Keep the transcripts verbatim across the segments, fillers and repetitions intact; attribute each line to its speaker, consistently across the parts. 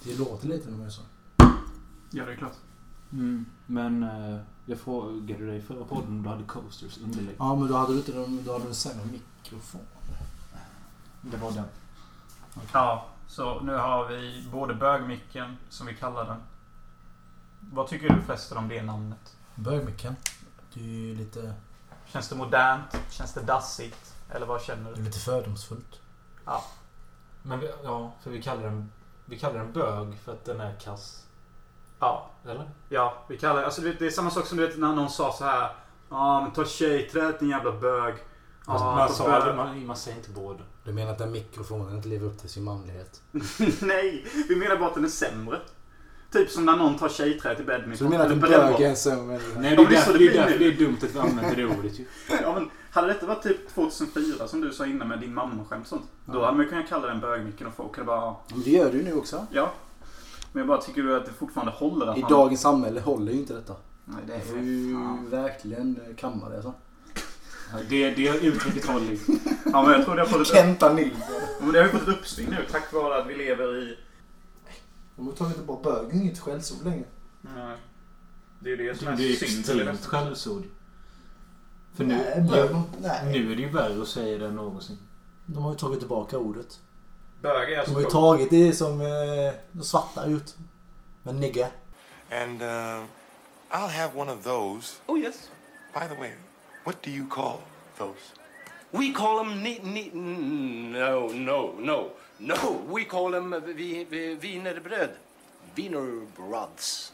Speaker 1: Det låter lite när man är så.
Speaker 2: Ja, det är klart.
Speaker 3: Mm. Men uh, jag frågade dig förra podden om du hade coasters underlägg.
Speaker 1: Ja, men då hade du inte den, då hade du sämre mikrofon.
Speaker 3: Det var den.
Speaker 2: Okay. Ja, så nu har vi både bögmicken, som vi kallar den. Vad tycker du förresten om det namnet?
Speaker 1: Bögmicken? Det är ju lite...
Speaker 2: Känns det modernt? Känns det dassigt? Eller vad känner du?
Speaker 1: Det är lite fördomsfullt.
Speaker 2: Ja.
Speaker 3: Men vi, ja, för vi kallar den vi kallar den bög för att den är kass.
Speaker 2: Ja.
Speaker 3: Eller?
Speaker 2: Ja, vi kallar alltså det, det är samma sak som du vet när någon sa så här. Ja, men ta tjejträet din jävla bög.
Speaker 3: Alltså,
Speaker 2: Ja,
Speaker 3: man, sa,
Speaker 2: bög.
Speaker 3: man, man säger inte båda.
Speaker 1: Du menar att den mikrofonen inte lever upp till sin manlighet?
Speaker 2: Nej, vi menar bara att den är sämre. Typ som när någon tar tjejträet i badminton.
Speaker 1: Så du menar att en bög är en sämre?
Speaker 3: Nej, det är därför det, är därför det är dumt att vi använder det ordet ju.
Speaker 2: Ja, men hade detta varit typ tjugohundrafyra som du sa innan med din mamma skämt sånt. Ja. Då hade man kunnat kalla den bögmicken och folk hade bara...
Speaker 1: Men det gör du nu också.
Speaker 2: Ja. Men jag bara tycker du att det fortfarande håller att
Speaker 1: I
Speaker 2: man...
Speaker 1: dagens samhälle håller ju inte detta.
Speaker 2: Nej, det är
Speaker 1: får ju verkligen kamma det alltså.
Speaker 3: Ja, det, det är uttrycket hållig.
Speaker 2: Ja, men jag tror det har fått ett...
Speaker 1: Kenta Nilsson.
Speaker 2: Men det har ju fått ett uppsving nu tack vare att vi lever i...
Speaker 1: De har tagit inte bara bög, inget skällsord längre.
Speaker 2: Nej. Det är ju det som är,
Speaker 3: det är
Speaker 2: synd.
Speaker 3: extremt skällsord. För nu,
Speaker 1: nej, bög, nej.
Speaker 3: nu är det ju värre att säga det än någonsin.
Speaker 1: De har ju tagit tillbaka ordet.
Speaker 2: Bög är alltså...
Speaker 1: De har ju tagit det som eh, de svarta har gjort. Men nigga.
Speaker 4: And uh, I'll have one of those.
Speaker 5: Oh yes.
Speaker 4: By the way, what do you call those?
Speaker 5: We call them ni, ni, no, no, no, no. We call them vi, vi, wienerbröd. Wienerbröds.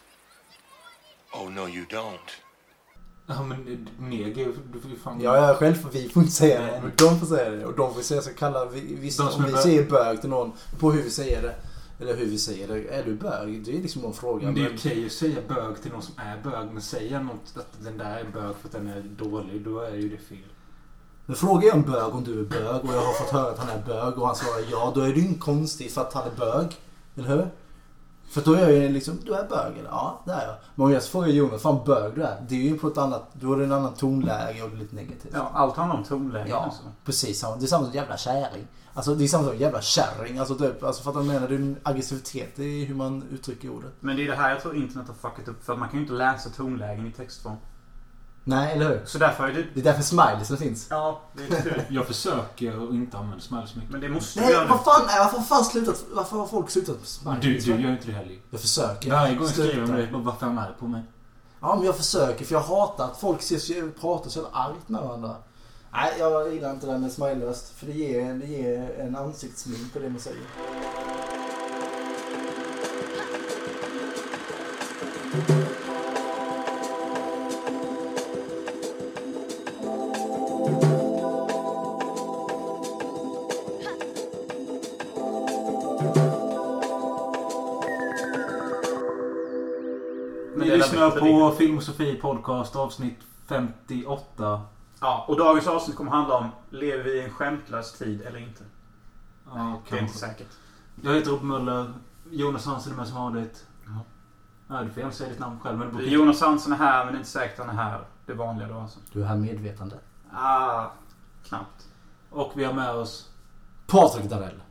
Speaker 4: Oh no, you don't.
Speaker 3: Ja, men neger, du får ju fan...
Speaker 1: Ja, jag själv får vi får inte säga det. Men de får säga det. Och de får säga så kalla vi, vissa, om vi bög. Säger bög till någon på hur vi säger det. Eller hur vi säger det. Är du bög? Det är liksom någon fråga.
Speaker 3: Men det är okej att säga bög till någon som är bög. Men säga något att den där är bög för att den är dålig. Då är ju det fel.
Speaker 1: Nu frågar jag en bög om du är bög. Och jag har fått höra att han är bög. Och han svarar ja. Då är det ju inte konstigt för att han är bög. Eller hur? För då är jag liksom, du är bög eller? Ja, det är jag. Men om jag frågar Jonas, fan bög du är. Det är ju på ett annat, då är det en annan tonläge och det är lite negativt.
Speaker 2: Ja, allt handlar om tonläge.
Speaker 1: Ja,
Speaker 2: alltså.
Speaker 1: precis. Det är samma som jävla kärring. Alltså det är samma som jävla kärring. Alltså typ, alltså för att jag menar, det är en aggressivitet. Det är hur man uttrycker ordet.
Speaker 2: Men det är det här jag tror internet har fuckat upp. För att man kan ju inte läsa tonlägen i textform.
Speaker 1: Nej, eller hur?
Speaker 2: Så därför är det...
Speaker 1: Det är därför smileysen finns.
Speaker 2: Ja, det är det.
Speaker 3: Jag försöker att inte använda smileys mycket.
Speaker 2: Men det måste
Speaker 1: Nej,
Speaker 2: göra
Speaker 1: vad fan, nej, varför har fan slutat? Varför har folk slutat på smileys?
Speaker 3: Du, du gör inte det heller.
Speaker 1: Jag försöker.
Speaker 3: Varje gång jag skriver med dig, varför är man på mig?
Speaker 1: Ja, men jag försöker för jag hatar att folk ser, pratar så argt med varandra. Nej, jag gillar inte det med smileys. För det ger, det ger en ansiktsmynd på det man säger.
Speaker 3: Ni lyssnar på Film och Sofie podcast avsnitt femtioåtta.
Speaker 2: Ja, och dagens avsnitt kommer handla om lever vi i en skämtlös tid eller inte?
Speaker 3: Ja,
Speaker 2: det är inte säkert.
Speaker 3: Jag heter Robert Möller. Jonas Hansen är med som vanligt. Ja. Ja, du får gärna säga ditt namn själv. Men
Speaker 2: det Jonas Hansen är här, men det är inte säkert att han är här. Det är vanliga då alltså.
Speaker 1: Du är här medvetande.
Speaker 2: Ah, knappt.
Speaker 3: Och vi har med oss
Speaker 1: Patrik Darell.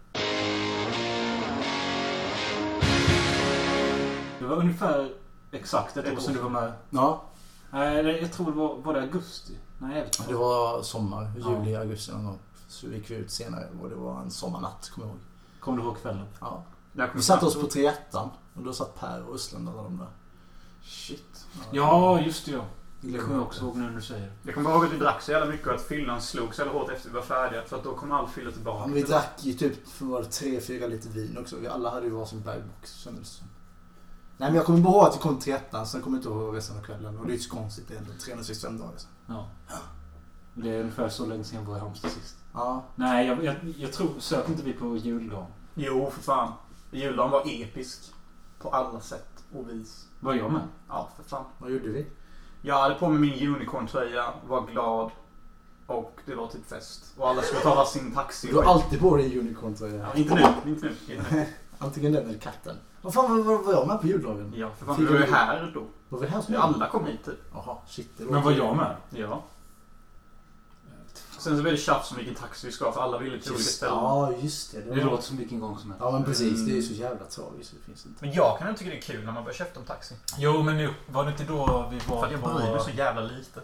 Speaker 3: Det var ungefär exakt ett år sedan du var med.
Speaker 1: Ja.
Speaker 3: Nej, jag tror det var, var det augusti. Nej, jag vet inte.
Speaker 1: Det var sommar, juli, ja. augusti någon gång. Så gick vi ut senare och det var en sommarnatt, kommer jag ihåg.
Speaker 3: Kom du ihåg kvällen?
Speaker 1: Ja. Vi satt oss på treettan och då satt Per och Östlund och de där.
Speaker 2: Shit.
Speaker 3: Ja, just det. Ja. Det kommer jag också ihåg när du säger.
Speaker 2: Jag kommer ihåg att vi drack så jävla mycket och att fyllan slog så jävla hårt efter vi var färdiga. För att då kom all fylla tillbaka.
Speaker 1: Ja, men vi drack ju typ för var det tre, fyra liter vin också. Vi alla hade ju varsin bagbox. Nej, men jag kommer bara ihåg att vi kom till ettan. Sen kommer jag inte ihåg resten av kvällen. Och det är ju så konstigt. Det är ändå trehundrasextiofem dagar sedan.
Speaker 3: Ja. Det är ungefär så länge sedan jag var i Halmstad sist.
Speaker 1: Ja.
Speaker 3: Nej, jag, jag, jag tror... Sökte inte vi på juldagen?
Speaker 2: Jo, för fan. Juldagen var episk. På alla sätt och vis.
Speaker 3: Var jag med?
Speaker 2: Ja, för fan.
Speaker 1: Vad gjorde vi?
Speaker 2: Jag hade på mig min unicorn-tröja. Var glad. Och det var typ fest. Och alla skulle ta varsin taxi.
Speaker 1: Du har alltid på dig unicorn-tröja.
Speaker 2: Ja, inte nu. Inte nu. Inte nu.
Speaker 1: Antingen den eller katten. Vad fan var, var jag med på juldagen?
Speaker 2: Ja, för fan. Du var ju här då.
Speaker 1: Var vi här som
Speaker 2: alla kom hit typ.
Speaker 1: Jaha, shit.
Speaker 3: Men var jag med?
Speaker 2: Ja. Sen så blir det tjafs om vilken taxi vi ska för alla vill till olika ställen.
Speaker 1: Ja, just det. Det,
Speaker 3: Det låter som vilken gång som helst.
Speaker 1: Ja, men precis. Det är så jävla tragiskt. Det finns inte.
Speaker 2: Men jag kan inte tycka det är kul när man börjar köpa om taxi.
Speaker 3: Jo, men nu var det inte då vi
Speaker 2: För
Speaker 3: var
Speaker 2: att jag bryr mig så jävla lite.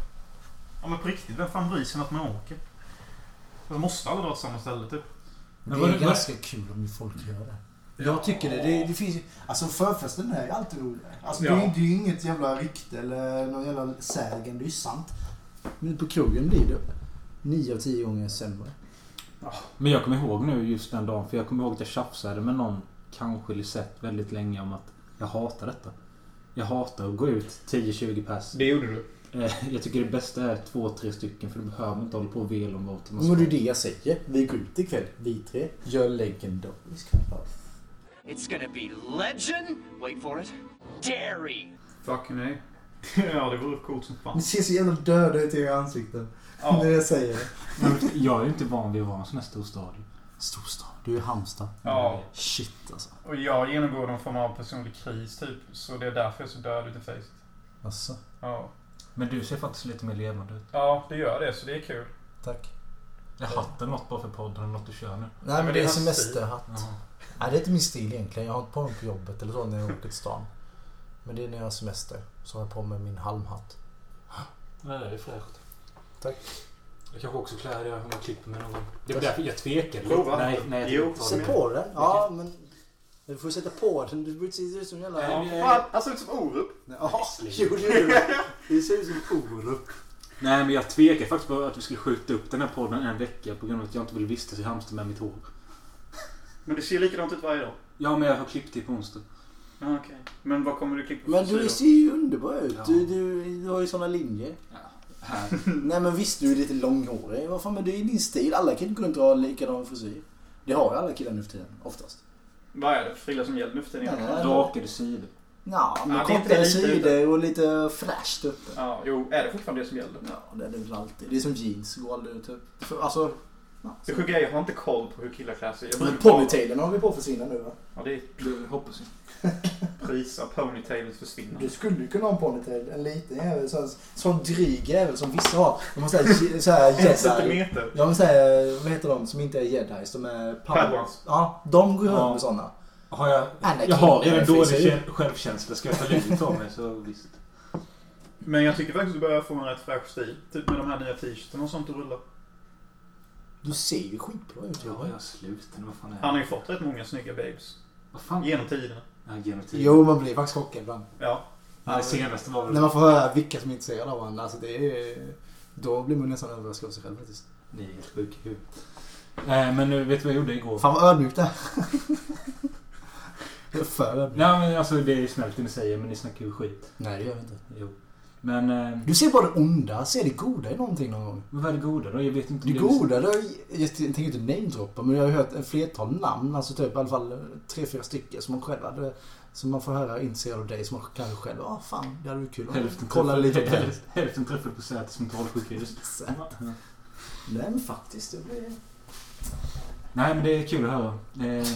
Speaker 2: Ja men på riktigt, vem fan bryr sig att man åker? Man måste alla dra till samma ställe typ.
Speaker 1: Men det är ganska kul om folk gör det. Jag tycker det. Det, det finns ju... Alltså förfesten är ju alltid rolig. Alltså
Speaker 2: Ja.
Speaker 1: det, är, det är ju inget jävla rykte eller någon jävla sägen. Det är ju sant. Men på krogen blir det nio av tio gånger sämre.
Speaker 3: Men jag kommer ihåg nu just den dagen. För jag kommer ihåg att jag tjafsade med någon, kanske Lisette, väldigt länge om att jag hatar detta. Jag hatar att gå ut tio tjugo pass.
Speaker 2: Det gjorde du.
Speaker 3: Jag tycker det bästa är två tre stycken. För då behöver man inte hålla på och vela om vad man
Speaker 1: Men det är det jag säger. Vi går ut ikväll. Vi tre gör legendarisk kanal.
Speaker 5: It's gonna be legend. Wait for it. Dairy.
Speaker 2: Fucking nej. Ja, det vore coolt som fan.
Speaker 1: Ni ser så jävla döda ut i era ansikten.
Speaker 2: Ja.
Speaker 1: När jag säger det.
Speaker 3: Jag är ju inte van vid att vara en sån här stor stad.
Speaker 1: Storstad. Du är Halmstad.
Speaker 2: Ja.
Speaker 1: Shit alltså.
Speaker 2: Och jag genomgår någon form av personlig kris typ. Så det är därför jag är så död ut i facet.
Speaker 1: Alltså.
Speaker 2: Ja.
Speaker 3: Men du ser faktiskt lite mer levande ut.
Speaker 2: Ja, det gör det. Så det är kul.
Speaker 1: Tack.
Speaker 3: Jag hatten något bara för podden eller något du kör nu.
Speaker 1: Nej
Speaker 2: men
Speaker 1: men
Speaker 2: det
Speaker 1: det
Speaker 2: är
Speaker 1: är
Speaker 2: hans
Speaker 1: semesterhatt.
Speaker 3: Jaha.
Speaker 1: Nej det är inte min stil egentligen. Jag har inte på mig på jobbet eller så när jag åker till stan. Men det är när jag har semester. Så har jag på mig min halmhatt.
Speaker 3: Nej, det är fräscht.
Speaker 1: Tack.
Speaker 3: Jag kanske också klär det om jag klipper mig någon gång. Det är därför jag tvekar lite.
Speaker 2: Prova.
Speaker 3: Nej, nej, jag
Speaker 2: Jo,
Speaker 3: tänkte ta
Speaker 1: Sätt
Speaker 3: det.
Speaker 1: på den. Ja men... Du får sätta på den. Du ser ut som jävla...
Speaker 3: Nej,
Speaker 2: Fan, han ser ut som Orup.
Speaker 1: Ja, jo det gör du. Det ser ut som Orup.
Speaker 3: Nej, men jag tvekar faktiskt på att vi skulle skjuta upp den här podden en vecka på grund av att jag inte vill vistas i Halmstad med mitt hår.
Speaker 2: Men det ser likadant ut varje dag.
Speaker 3: Ja, men jag har klippt det på onsdag.
Speaker 2: Ja, okej. Okay. Men vad kommer du klippa på
Speaker 1: Men
Speaker 2: för
Speaker 1: du
Speaker 2: sidor?
Speaker 1: ser ju underbar ut.
Speaker 3: Ja.
Speaker 1: Du, du, du har ju såna linjer.
Speaker 3: Ja, här.
Speaker 1: Nej men visst, du är lite långhårig. Vad fan, men det är din stil. Alla kan inte gå runt och ha likadan frisyr. Det har ju alla killar nu för tiden, oftast.
Speaker 2: Vad är det? Frilla som gäller nu för tiden?
Speaker 1: Nej.
Speaker 3: Rakade sidor.
Speaker 1: Ja, med
Speaker 2: Ja, det är inte
Speaker 1: kortare
Speaker 2: lite
Speaker 1: sidor och lite fräscht uppe.
Speaker 2: Ja, jo. Är det fortfarande det som gäller?
Speaker 1: Ja, det är det väl alltid. Det är som jeans, går aldrig ut typ. För, alltså... Ja,
Speaker 2: Det sjuka är, jag har inte koll på hur killar klär sig. Jag
Speaker 1: men
Speaker 2: brukar bara-
Speaker 1: ponytailen har vi på att försvinna nu va?
Speaker 2: Ja, det är
Speaker 3: Det hoppas jag.
Speaker 2: prisa ponytailet försvinner.
Speaker 1: Du skulle ju kunna ha en ponytail. En liten jävel. Sån, sån dryg jävel som vissa har. De har såhär, såhär
Speaker 2: En
Speaker 1: jedi.
Speaker 2: centimeter.
Speaker 1: Ja men såhär, vad heter de som inte är jedis? De är
Speaker 2: Padwans.
Speaker 1: Ja, de går runt
Speaker 3: Ja.
Speaker 1: med såna.
Speaker 3: Har jag,
Speaker 1: Anakin,
Speaker 3: jag har
Speaker 1: det är
Speaker 3: en dålig
Speaker 1: frisyr.
Speaker 3: kä- självkänsla. Ska jag ta livet av mig så visst.
Speaker 2: Men jag tycker faktiskt att du börjar få en rätt fräsch stil. Typ med de här nya t-shirtarna och sånt att rulla.
Speaker 1: Du ser ju skitbra ut.
Speaker 3: Ja,
Speaker 1: Ja,
Speaker 3: jag slutar. Vad fan är
Speaker 2: Han
Speaker 3: det?
Speaker 2: har ju fått rätt många snygga babes.
Speaker 3: Vad fan?
Speaker 2: Genom tiderna.
Speaker 3: Ja, genom tiden.
Speaker 1: Jo, man blir faktiskt chockad ibland.
Speaker 2: Ja.
Speaker 3: Ja, det senaste var väl...
Speaker 1: När man får höra vilka som är intresserade av varandra. Alltså det är... Då blir man nästan överraskad av sig själv faktiskt.
Speaker 3: Ni är helt sjuka i huvudet. Nej, men nu vet du vad jag gjorde igår?
Speaker 1: Fan vad ödmjukt det är. Jag är för ödmjuk.
Speaker 3: Nej, men alltså det är snällt det ni säger, men ni snackar ju skit.
Speaker 1: Nej, det gör vi inte.
Speaker 3: Jo. Men... Eh,
Speaker 1: Du ser bara det onda. Ser det goda i någonting någon gång.
Speaker 3: vad är det goda då? Jag vet inte om
Speaker 1: Det goda, det är, jag tänker inte namedroppa, men jag har hört en flertal namn. Alltså typ i alla fall tre, fyra stycken som man själv hade. Som man får höra intresserad av dig som man kanske själv, ja ah, fan, det hade varit kul.
Speaker 3: Hälften
Speaker 1: Kolla
Speaker 3: träffade,
Speaker 1: lite på det.
Speaker 3: hälften, hälften träffade på Säters mentalsjukhus.
Speaker 1: Nej men faktiskt, det blir...
Speaker 3: Nej, men det är kul att höra. Eh,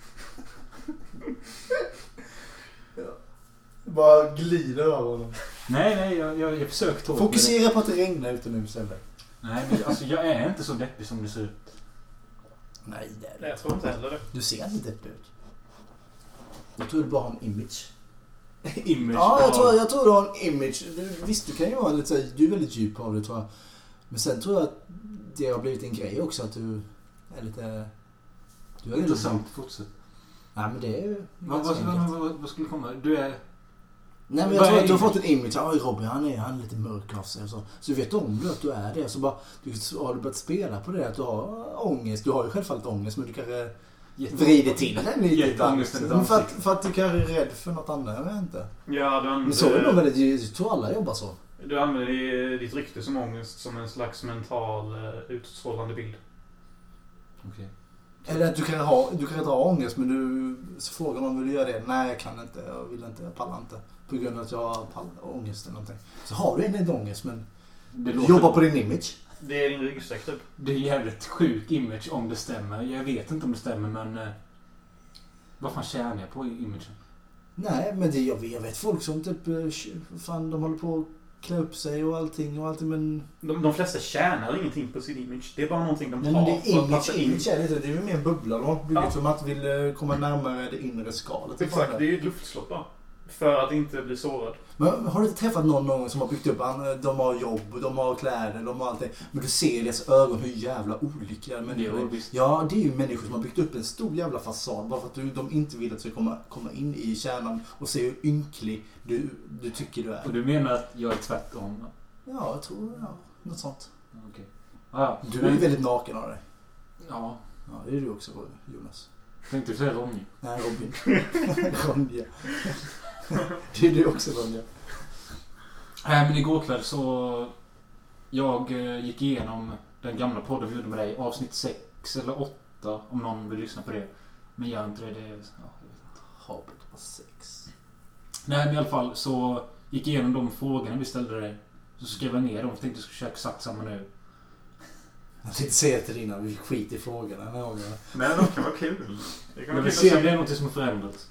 Speaker 1: Bara glider av honom.
Speaker 3: nej, nej, jag, jag, jag försöker ta åt mig det.
Speaker 1: Fokusera på att det regnar ute nu istället.
Speaker 3: Nej, men alltså jag är inte så deppig som det ser ut.
Speaker 1: Nej, det är
Speaker 2: Nej, jag tror inte heller det.
Speaker 1: Du ser inte deppig ut. Jag tror du bara har en image.
Speaker 3: Image.
Speaker 1: Ja, jag
Speaker 3: av-
Speaker 1: tror, jag tror du har en image. Du, visst, du kan ju vara lite så här, du är väldigt djup av det tror jag. Men sen tror jag att det har blivit en grej också att du är lite... Du är
Speaker 3: Intressant, fortsätt.
Speaker 1: Nej, men det är ju
Speaker 3: Vad, vad,
Speaker 1: ganska
Speaker 3: vad,
Speaker 1: enkelt.
Speaker 3: vad, vad skulle komma? Du är...
Speaker 1: Nej, men jag
Speaker 3: vad
Speaker 1: tror
Speaker 3: är
Speaker 1: att du har
Speaker 3: image?
Speaker 1: fått en image. Ja, Robin, han är, han är lite mörk av sig och så. Så du vet om du att du är det. Så bara, du har du börjat spela på det att du har ångest. Du har ju självfallet ångest, men du kanske vrider till den lite.
Speaker 3: Jätteångest i ditt
Speaker 1: Men för att,
Speaker 3: ansikte.
Speaker 1: för att du kanske är rädd för något annat, jag vet inte.
Speaker 2: Ja, du
Speaker 1: Men så är det nog
Speaker 2: använder,
Speaker 1: väldigt, jag tror alla jobbar så.
Speaker 2: du använder ditt rykte som ångest som en slags mental uh, utstrålande bild.
Speaker 3: Okej.
Speaker 1: Eller att du kan ha, du kan inte ha ångest, men du så frågar någon vill du göra det. Nej, jag kan inte, jag vill inte, jag pallar inte. På grund av att jag har pall, ångest eller någonting. Så har du inte ångest, men
Speaker 3: Det
Speaker 1: du
Speaker 3: låter-
Speaker 1: jobbar på din image.
Speaker 2: Det är din ryggsäck typ.
Speaker 3: Det är jävligt sjuk image om det stämmer. Jag vet inte om det stämmer, men... Eh, vad fan tjänar jag på imagen?
Speaker 1: Nej, men det, jag, vet, jag vet folk som typ, eh, fan de håller på och klä upp sig och allting och allting, men...
Speaker 2: De, de flesta tjänar ingenting på sin image. Det är bara någonting de
Speaker 1: Nej,
Speaker 2: har.
Speaker 1: men det är
Speaker 2: för att
Speaker 1: image,
Speaker 2: passa in.
Speaker 1: image är det inte. Det är ju mer en bubbla. De har blivit
Speaker 2: Ja.
Speaker 1: som att man vill komma närmare det inre skalet.
Speaker 2: Exakt, det är ju ett luftslott bara. För att inte bli sårad.
Speaker 1: Men har du inte träffat någon någon som har byggt upp, de har jobb, de har kläder, de har allt det. Men du ser i deras ögon hur jävla olyckliga människor är. Ja, det är ju människor som har byggt upp en stor jävla fasad bara för att du, de inte vill att du ska komma, komma in i kärnan och se hur ynklig du, du tycker du är.
Speaker 3: Och du menar att jag är tvärtom?
Speaker 1: Ja, jag tror ja, något sånt.
Speaker 3: Okej. Ah,
Speaker 1: Du är ju väldigt naken av dig.
Speaker 3: Ja.
Speaker 1: Ja, det är du också, Jonas.
Speaker 3: Tänkte du säga Ronny?
Speaker 1: Nej, Robin. Ronja. Det är du också, Ronja.
Speaker 3: Nej, men igår kväll så... Jag eh, gick igenom den gamla podden vi gjorde med dig. Avsnitt sex eller åtta, om någon vill lyssna på det. Men jag inte det. det ja, jag vet inte.
Speaker 1: Habet på sex.
Speaker 3: Nej, men i alla fall så gick jag igenom de frågorna vi ställde dig. Så skrev jag ner dem. Jag tänkte att jag skulle köra exakt samma nu.
Speaker 1: Jag tänkte säga till dig innan vi skit i frågorna. Den här gången.
Speaker 2: Men de kan vara kul. Det kan
Speaker 3: Jag
Speaker 2: vara
Speaker 3: vill
Speaker 2: kul
Speaker 3: se
Speaker 2: att
Speaker 3: om det är något som har förändrats.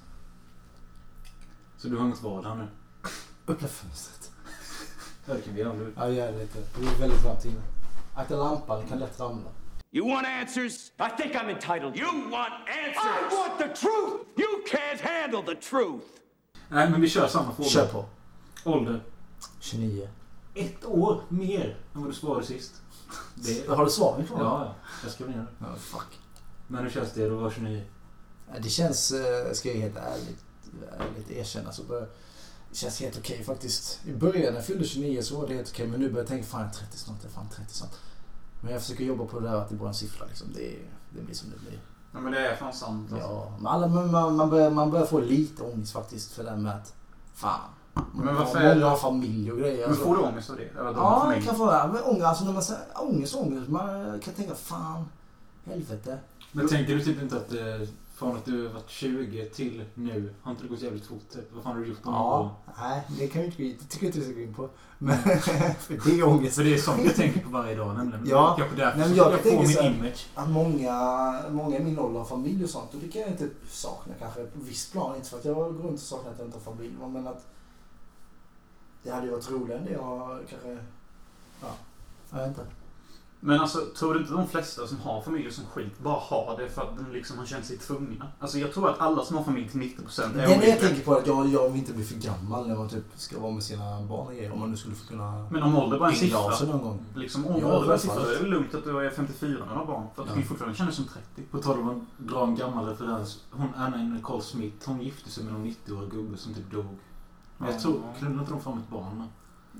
Speaker 3: Så du har inget val här nu?
Speaker 1: Öppna fönstret.
Speaker 3: Ja, det kan vi göra nu.
Speaker 1: Ja, gör det lite. Det är väldigt varmt inne. Akta lampan, den kan lätt ramla.
Speaker 5: You want answers? I think I'm entitled. You want answers? I want the truth! You can't handle the truth!
Speaker 3: Nej, men vi kör samma fråga.
Speaker 1: Kör på.
Speaker 3: Ålder.
Speaker 1: tjugonio.
Speaker 3: Ett år mer än vad du svarade sist. Det...
Speaker 1: Har du svaret kvar?
Speaker 3: Ja, ja. Jag skrev ner det.
Speaker 1: Ja, fuck.
Speaker 3: Men hur känns det? Du var tjugonio.
Speaker 1: Det känns, eh, ska jag helt ärligt, ärligt erkänna, så börjar, det känns helt okej faktiskt. I början när jag fyllde tjugonio så var det helt okej, men nu börjar jag tänka, fan jag är trettio snart, jag är fan trettio snart. Men jag försöker jobba på det där att det bara är en siffra liksom. Det, det blir som det blir.
Speaker 2: Ja, men det är fan sant. Alltså.
Speaker 1: Ja, men alla, men man, man, börjar, man börjar få lite ångest faktiskt för det med att, fan.
Speaker 2: Men varför
Speaker 1: många
Speaker 2: är det-
Speaker 1: har familj och grejer.
Speaker 2: Men
Speaker 1: Alltså.
Speaker 2: får du ångest av det? Eller att de har
Speaker 1: Ja, det
Speaker 2: familj?
Speaker 1: kan få vara. Men ångest, alltså när man säger ångest, ångest, man kan tänka, fan, helvete.
Speaker 3: Men tänker du typ inte att eh, från att du varit tjugo till nu har inte det gått jävligt fort? Typ? Vad fan har du gjort om
Speaker 1: Ja, nej, det kan vi inte gå in, det tycker jag inte vi ska gå in på. Men, för det är ångest.
Speaker 3: För det är sånt jag tänker på varje dag nämligen.
Speaker 1: Ja.
Speaker 3: Kanske därför
Speaker 1: Nej, men
Speaker 3: jag,
Speaker 1: jag
Speaker 3: jag får
Speaker 1: tänker
Speaker 3: min
Speaker 1: så här-
Speaker 3: image.
Speaker 1: Att många, många i min ålder har familj och sånt, och det kan jag inte sakna kanske på viss plan, inte för att jag går runt och saknar att jag inte har familj, men att det hade ju varit roligare än det jag kanske, ja, jag vet inte.
Speaker 2: Men alltså, tror du inte de flesta som har familj som skit bara har det för att de liksom har känt sig tvungna? Alltså jag tror att alla som har familj till nittio procent
Speaker 1: Det
Speaker 2: är
Speaker 1: enda jag
Speaker 2: olyckliga.
Speaker 1: tänker på är att jag, jag vill inte bli för gammal när man typ ska vara med sina barn och grejer, om man nu skulle få kunna
Speaker 2: Men om ålder bara är en
Speaker 1: pilla av
Speaker 2: siffra.
Speaker 1: sig någon gång.
Speaker 2: Liksom om
Speaker 1: Ja,
Speaker 2: ålder bara är en siffra,
Speaker 1: självfallet.
Speaker 2: då är det lugnt att du är femtiofyra när du har barn. För att
Speaker 1: Ja.
Speaker 2: du fortfarande känner som trettio.
Speaker 3: På tal om att dra en gammal referens. Hon Anna Nicole Smith, hon gifte sig med någon nittio-årig gubbe som typ dog. Men jag
Speaker 2: Ja.
Speaker 3: tror, kunde inte de få ett barn med?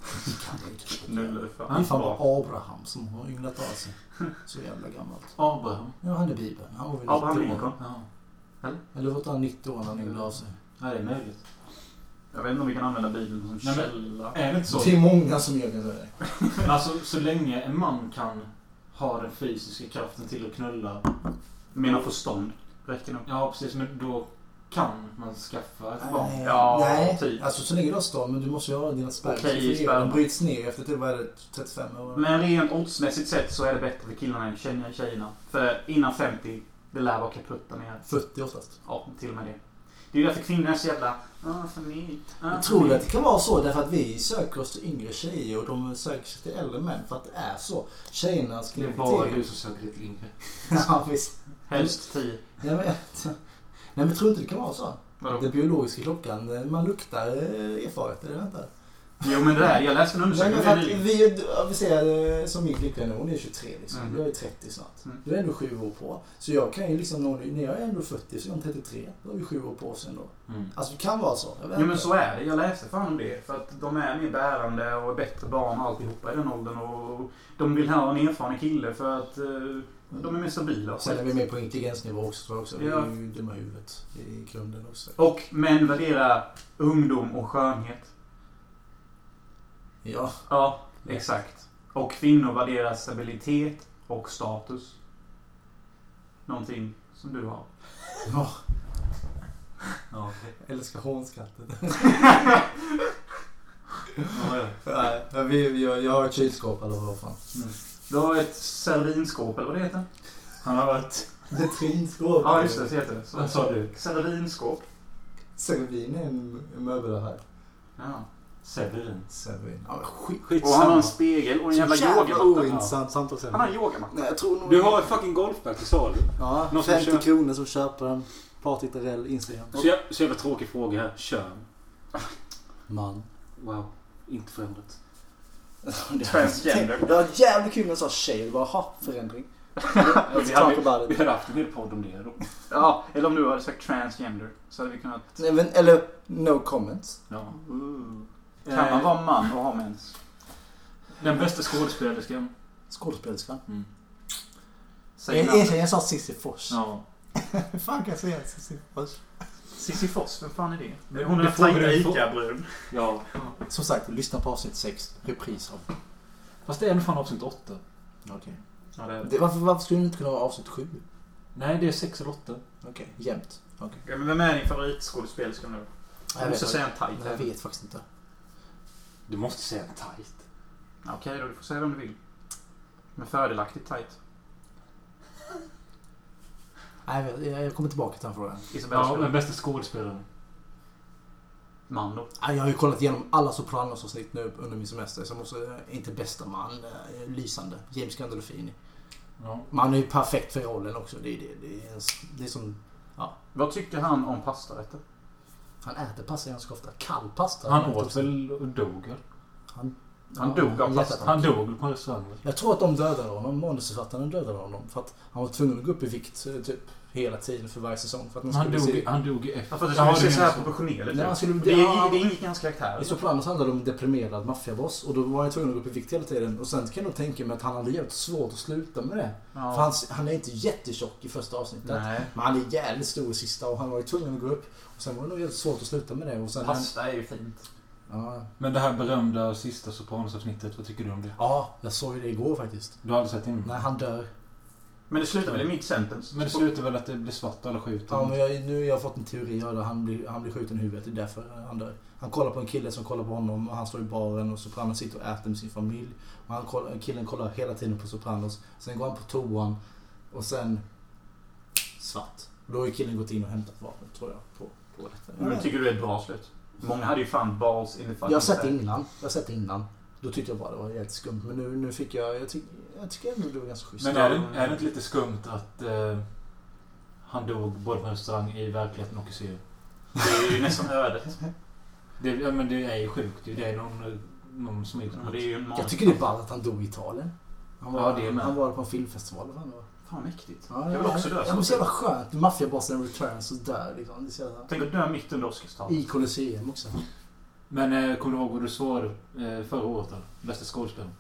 Speaker 2: Null
Speaker 1: Det är
Speaker 2: fan.
Speaker 1: fan bara Abraham som har ynglat av sig. Så jävla gammalt.
Speaker 3: Abraham.
Speaker 1: Ja, han är Bibeln. Han var väl
Speaker 2: Abraham
Speaker 1: nittio år.
Speaker 2: Lincoln.
Speaker 3: Ja.
Speaker 1: Eller var han nittio år när han ynglade av sig?
Speaker 3: Nej, det är möjligt.
Speaker 2: Jag vet inte om vi kan använda Bibeln som
Speaker 3: Nej, men-
Speaker 2: källa.
Speaker 3: Är det inte så?
Speaker 1: Det är många som gör det.
Speaker 3: Alltså, så länge en man kan ha den fysiska kraften till att knulla.
Speaker 2: Menar förstånd. Räcker nog.
Speaker 3: Ja, precis. Men då kan man skaffa ett barn.
Speaker 1: Nej,
Speaker 2: Ja,
Speaker 1: nej.
Speaker 2: typ.
Speaker 1: Alltså så länge du har stånd, men du måste ju ha dina spermier.
Speaker 2: Okej,
Speaker 1: Så
Speaker 2: sperma.
Speaker 1: de bryts ner efter typ, vad är det, trettiofem år.
Speaker 2: Men rent oddsmässigt sett så är det bättre för killarna än tjejerna. tjejerna. För innan femtio, det lär vara kaputta med.
Speaker 1: fyrtio oftast.
Speaker 2: Ja, till och med det. Det är ju därför kvinnor är så jävla... Ah, familj. Ah,
Speaker 1: Jag tror
Speaker 2: familj.
Speaker 1: att det kan vara så därför att vi söker oss till yngre tjejer och de söker sig till äldre män för att det är så. Tjejerna
Speaker 3: Det
Speaker 1: skulle
Speaker 3: är bara du som söker ditt yngre.
Speaker 1: Ja, visst.
Speaker 2: Helst tio.
Speaker 1: Ja, men, nej, men tror inte det kan vara så.
Speaker 2: Vadå?
Speaker 1: Den biologiska klockan, man luktar eh, erfaret, eller vänta.
Speaker 2: Jo men det där, jag läste en
Speaker 1: Nej,
Speaker 2: undersökning.
Speaker 1: men för att
Speaker 2: nyligen.
Speaker 1: vi, ja, vi ser som min flickvän nu, hon är tjugotre liksom.
Speaker 2: Mm.
Speaker 1: Jag är trettio snart.
Speaker 2: Mm.
Speaker 1: Du är ändå sju år på. Så jag kan ju liksom, nå- när jag är ändå fyrtio så är jag trettiotre. Då har vi sju år på oss ändå.
Speaker 3: Mm.
Speaker 1: Alltså det kan vara så. Jag vet
Speaker 2: Jo men
Speaker 1: inte.
Speaker 2: så är det. Jag läste fan om det. För att de är mer bärande och är bättre barn och alltihopa i den åldern. Och de vill ha en erfaren kille för att eh, de är mer stabila.
Speaker 1: Sen är vi med på intelligensnivå också tror jag också. Vi
Speaker 2: Ja.
Speaker 1: är ju dumma i huvudet i grunden också.
Speaker 2: Och män värderar ungdom och skönhet.
Speaker 1: Ja.
Speaker 2: Ja, exakt. Och kvinnor värderar stabilitet och status. Någonting som du har.
Speaker 1: Ja.
Speaker 3: Ja, okej.
Speaker 1: Jag älskar hånskrattet.
Speaker 3: Ja, ja.
Speaker 1: Nej, men vi, vi, jag, jag har ett kylskåp eller vad fan.
Speaker 2: Mm. Du har ett servinskåp eller vad det heter?
Speaker 3: Han har varit...
Speaker 1: Vitrinskåp.
Speaker 2: Ja just det, så heter det. Så.
Speaker 3: Vad sa du?
Speaker 2: Servinskåp.
Speaker 1: Servin är en möbelaffär.
Speaker 2: Ja.
Speaker 3: Severin.
Speaker 1: Severin. Ja, men skit.
Speaker 2: Och han har en spegel och en jävla
Speaker 1: Så jävla
Speaker 2: yogamatta.
Speaker 1: ointressant samtalsämne.
Speaker 2: Han har en yogamatta.
Speaker 1: Nej, jag tror nog...
Speaker 3: Du har ett fucking golfbag till salu.
Speaker 1: Ja,
Speaker 3: Någon som
Speaker 1: femtio
Speaker 3: kör-
Speaker 1: kronor som köper den. Partytarell, Instagram.
Speaker 3: Så, jag, så jävla tråkig fråga här. Kön.
Speaker 1: Man.
Speaker 3: Wow. Inte förändrat.
Speaker 2: Transgender.
Speaker 1: Det var jävligt kul när jag sa tjej. Det var ha förändring.
Speaker 3: Vi
Speaker 1: Let's talk
Speaker 3: hade,
Speaker 1: about
Speaker 3: vi
Speaker 1: it.
Speaker 3: hade haft en hel podd om det då.
Speaker 2: Ja, eller om du hade sagt transgender så hade vi kunnat...
Speaker 1: Nej, men, eller no comments.
Speaker 3: Ja.
Speaker 2: Uh. Kan man vara man och ha mens?
Speaker 3: Den bästa skådespelerskan.
Speaker 1: Skådespelerskan.
Speaker 3: Mm.
Speaker 2: Säg
Speaker 1: Jag
Speaker 2: namn.
Speaker 1: erkänner, jag sa Cissi Fors.
Speaker 3: Ja.
Speaker 1: Hur fan kan jag säga Cissi Fors?
Speaker 2: Cissi Foss, vem fan är det?
Speaker 3: Men
Speaker 2: Hon är
Speaker 3: det
Speaker 2: en
Speaker 3: frågar
Speaker 2: tajta
Speaker 3: du på-
Speaker 2: Ica-brud.
Speaker 3: Ja.
Speaker 1: Som sagt, lyssna på avsnitt sex. Repris av.
Speaker 3: Fast det är ändå fan avsnitt åtta.
Speaker 1: Okej.
Speaker 2: Ja, det är...
Speaker 1: Det, varför, varför skulle det inte kunna vara avsnitt sju?
Speaker 3: Nej, det är sex eller åtta.
Speaker 1: Okej, jämnt. Okej.
Speaker 2: Ja, men vem är din favoritskådespelerska nu? Jag måste säga en tajt.
Speaker 1: Jag vet faktiskt inte.
Speaker 3: Du måste säga tight.
Speaker 2: Ja, okej då, du får säga vem du vill. Men fördelaktigt tajt.
Speaker 1: Nej, jag, vet- jag kommer tillbaka till den frågan.
Speaker 2: Isabella
Speaker 3: Ja,
Speaker 2: Schulman.
Speaker 3: den bästa skådespelaren.
Speaker 2: Man då.
Speaker 1: Nej, Jag har ju kollat igenom alla Sopranos-avsnitt nu under min semester. Så jag måste, inte bästa man, eh, lysande. James Gandolfini.
Speaker 3: Ja.
Speaker 1: Man är ju perfekt för rollen också. Det är, det, det är, en, det är som...
Speaker 2: Vad tycker han om pastarätter?
Speaker 1: Han äter pasta ganska ofta. Kall pasta.
Speaker 3: Han åt väl och dog väl?
Speaker 1: Han,
Speaker 2: Han dog av
Speaker 1: jätte-
Speaker 2: pasta.
Speaker 3: Han dog väl på en restaurang väl?
Speaker 1: Jag tror att de dödade honom. Manusförfattaren dödade honom. För att han var tvungen att gå upp i vikt eh, typ hela tiden för varje säsong. För att man
Speaker 3: Han
Speaker 1: skulle
Speaker 3: dog,
Speaker 1: se...
Speaker 3: han dog i
Speaker 2: Ja, för att det
Speaker 3: Ja,
Speaker 2: skulle
Speaker 3: det
Speaker 2: se så här
Speaker 3: menar så.
Speaker 2: proportionerligt
Speaker 1: Nej, han
Speaker 2: ut.
Speaker 1: skulle...
Speaker 2: Det,
Speaker 1: ja,
Speaker 2: är, det ingick i hans karaktär.
Speaker 1: I Sopranos handlade det om en deprimerad maffiaboss. Och då var han tvungen att gå upp i vikt hela tiden. Och sen kan jag nog tänka mig att han hade jävligt svårt att sluta med det.
Speaker 2: Ja.
Speaker 1: För han, han är inte jättetjock i första avsnittet.
Speaker 2: Nej.
Speaker 1: Men han är jävligt stor i sista. Och han var ju tvungen att gå upp. Och sen var det nog jävligt svårt att sluta med det. Och sen
Speaker 2: Pasta är ju fint.
Speaker 1: ja,
Speaker 3: Men det här berömda sista Sopranos-avsnittet, vad tycker du om det?
Speaker 1: ja, jag såg ju det igår faktiskt.
Speaker 3: Du har aldrig sett in?
Speaker 1: När han dör.
Speaker 2: Men det slutar väl i mitt sentence?
Speaker 3: Men det slutar väl att det blir svart och alla skjuter?
Speaker 1: Ja, men jag, nu har jag fått en teori av det. Han blir, han blir skjuten i huvudet. Det är därför han dör. Han kollar på en kille som kollar på honom. Och han står i baren och Sopranos sitter och äter med sin familj. Och han kollar, killen kollar hela tiden på Sopranos. Sen går han på toan. Och sen... Svart. Och då har ju killen gått in och hämtat vapnet, tror jag. På, på detta.
Speaker 2: Men tycker du det är ett bra slut? Många hade ju fan balls in the fucking
Speaker 1: Jag har sett
Speaker 2: bag.
Speaker 1: innan. Jag har sett innan. Då tyckte jag bara det var helt skumt. Men nu, nu fick jag... Jag, tyck, jag tycker ändå det var ganska schysst.
Speaker 3: Men är det, är det inte lite skumt att eh, han dog både på en restaurang i verkligheten och i serien?
Speaker 2: Det är ju nästan ödet.
Speaker 3: Det, ja, men det är ju sjukt. Det är någon, någon som är gjort
Speaker 2: Ja, det är ju en man.
Speaker 1: Jag tycker det är bara att han dog i Italien. Han var,
Speaker 3: Ja, det är med.
Speaker 1: han var på en filmfestival. Vad fan det var.
Speaker 2: Fan mäktigt.
Speaker 1: Ja,
Speaker 2: Jag vill också dö.
Speaker 1: Ja, men så jävla skönt. Maffiabossen returns och dör liksom. Det är så jävla...
Speaker 2: Tänk att dö mitt under Oscarstalet.
Speaker 1: I Colosseum också.
Speaker 3: Men eh, kommer du ihåg vad du svarade eh, förra året då? Bästa skådespelaren?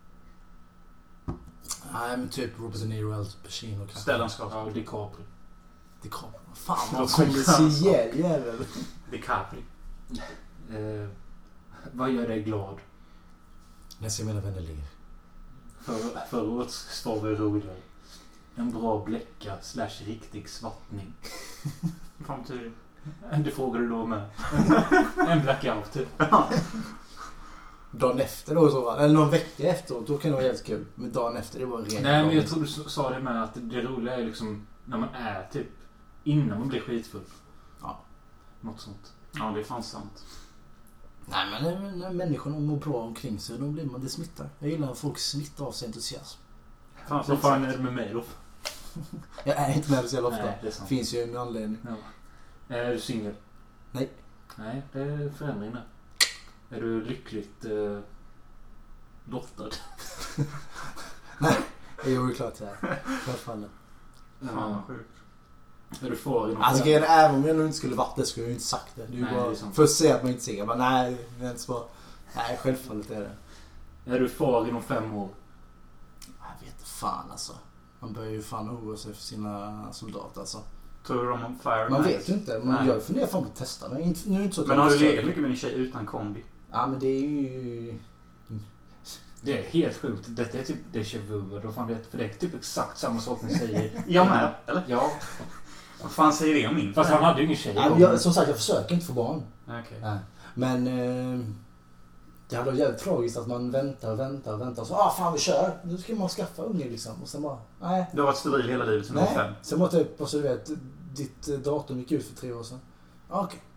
Speaker 1: Nej, men typ Robert De Niro, Al Pacino kanske.
Speaker 2: Stellan Skarsgård.
Speaker 3: Ja, DiCaprio.
Speaker 1: Det kommer. Fan
Speaker 2: Det
Speaker 1: vad
Speaker 2: låter
Speaker 1: kommersiell jävel.
Speaker 2: DiCaprio.
Speaker 3: Eh, vad gör dig glad?
Speaker 1: När jag ser mina vänner ler.
Speaker 3: För, förra årets svar var roligare. En bra bläcka slash riktig svartning.
Speaker 2: Vad fan betyder det?
Speaker 3: Det frågar du då med. En blackout typ.
Speaker 1: Dagen efter då så, eller någon vecka efteråt, då kan det vara helt kul. Men dagen efter, det var en ren
Speaker 3: Nej, men jag
Speaker 1: dag.
Speaker 3: tror du sa det med att det roliga är liksom när man är typ innan man blir skitfull.
Speaker 1: Ja.
Speaker 3: Något sånt.
Speaker 2: Ja, det är fan sant.
Speaker 1: Nej, men när, när människorna mår bra omkring sig, då blir man det smittar. Jag gillar att folk smittar av sig entusiasm.
Speaker 2: Fan,
Speaker 3: Så fan är det med mig då?
Speaker 1: Jag är inte med det så jävla ofta.
Speaker 3: Nej, det är sant.
Speaker 1: Finns ju en anledning.
Speaker 3: Ja. Är du singel?
Speaker 1: Nej.
Speaker 3: Nej, det är förändring där. Är du lyckligt eh, lottad?
Speaker 1: Nej, det är ju klart det här. Självfallet.
Speaker 2: Fan vad sjukt.
Speaker 3: Är du far i någon
Speaker 1: Alltså grejen är, även om jag nu inte skulle varit det skulle jag ju inte sagt det. Det är ju
Speaker 3: Nej,
Speaker 1: bara
Speaker 3: det är sant.
Speaker 1: för att säga att man inte ser. Jag bara, nej, det är inte så. Nej, självfallet är det.
Speaker 3: Är du far inom fem år?
Speaker 1: Jag vet inte fan alltså. Man börjar ju fan oroa sig för sina soldater alltså.
Speaker 2: Tror du de har fire
Speaker 1: Man
Speaker 2: night?
Speaker 1: vet ju inte. Man
Speaker 2: Nej.
Speaker 1: gör funderar fan på att testa. Men, inte, nu är det inte så att
Speaker 2: Men
Speaker 1: jag
Speaker 2: har du
Speaker 1: försöker.
Speaker 2: legat mycket med din tjej utan kombi?
Speaker 1: Ja, men det är ju...
Speaker 3: Det är helt sjukt. Detta är typ déjà vu. Då fan vet, för det är typ exakt samma sak ni säger.
Speaker 2: Jag med, eller?
Speaker 3: Ja.
Speaker 2: Vad fan säger det om min?
Speaker 3: Fast han hade ju ingen tjej.
Speaker 1: Ja, men jag, som sagt, jag försöker inte få barn.
Speaker 2: Okej.
Speaker 1: Nej. Men eh, det hade varit jävligt tragiskt att man väntar och väntar och väntar. Och så, ah fan vi kör. Nu ska man skaffa unge liksom. Och sen bara, nej.
Speaker 2: Du har varit steril hela livet sedan du var
Speaker 1: Nej.
Speaker 2: fem.
Speaker 1: Sen var det typ, och så du vet, ditt eh, datum gick ut för tre år sedan. Ah, okej.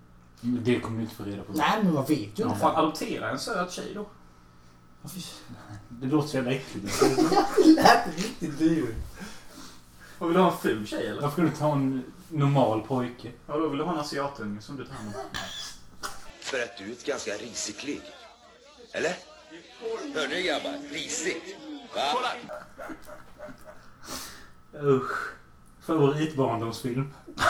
Speaker 3: Men det kommer du inte få reda på.
Speaker 1: Nej, men man vet ju
Speaker 2: Ja,
Speaker 1: inte.
Speaker 2: fan, adoptera en söt tjej då.
Speaker 3: Det låter så jävla äckligt.
Speaker 1: Det lät riktigt dyrt.
Speaker 2: Och vill du ha en ful tjej eller?
Speaker 3: Varför ska du ta en normal pojke?
Speaker 2: Ja, då vill du ha en asiatunge som du tar hand om.
Speaker 6: För att du är ett ganska risigt ligg. Eller? Hör ni grabbar? Risigt. Va?
Speaker 3: Usch. Favoritbarndomsfilm.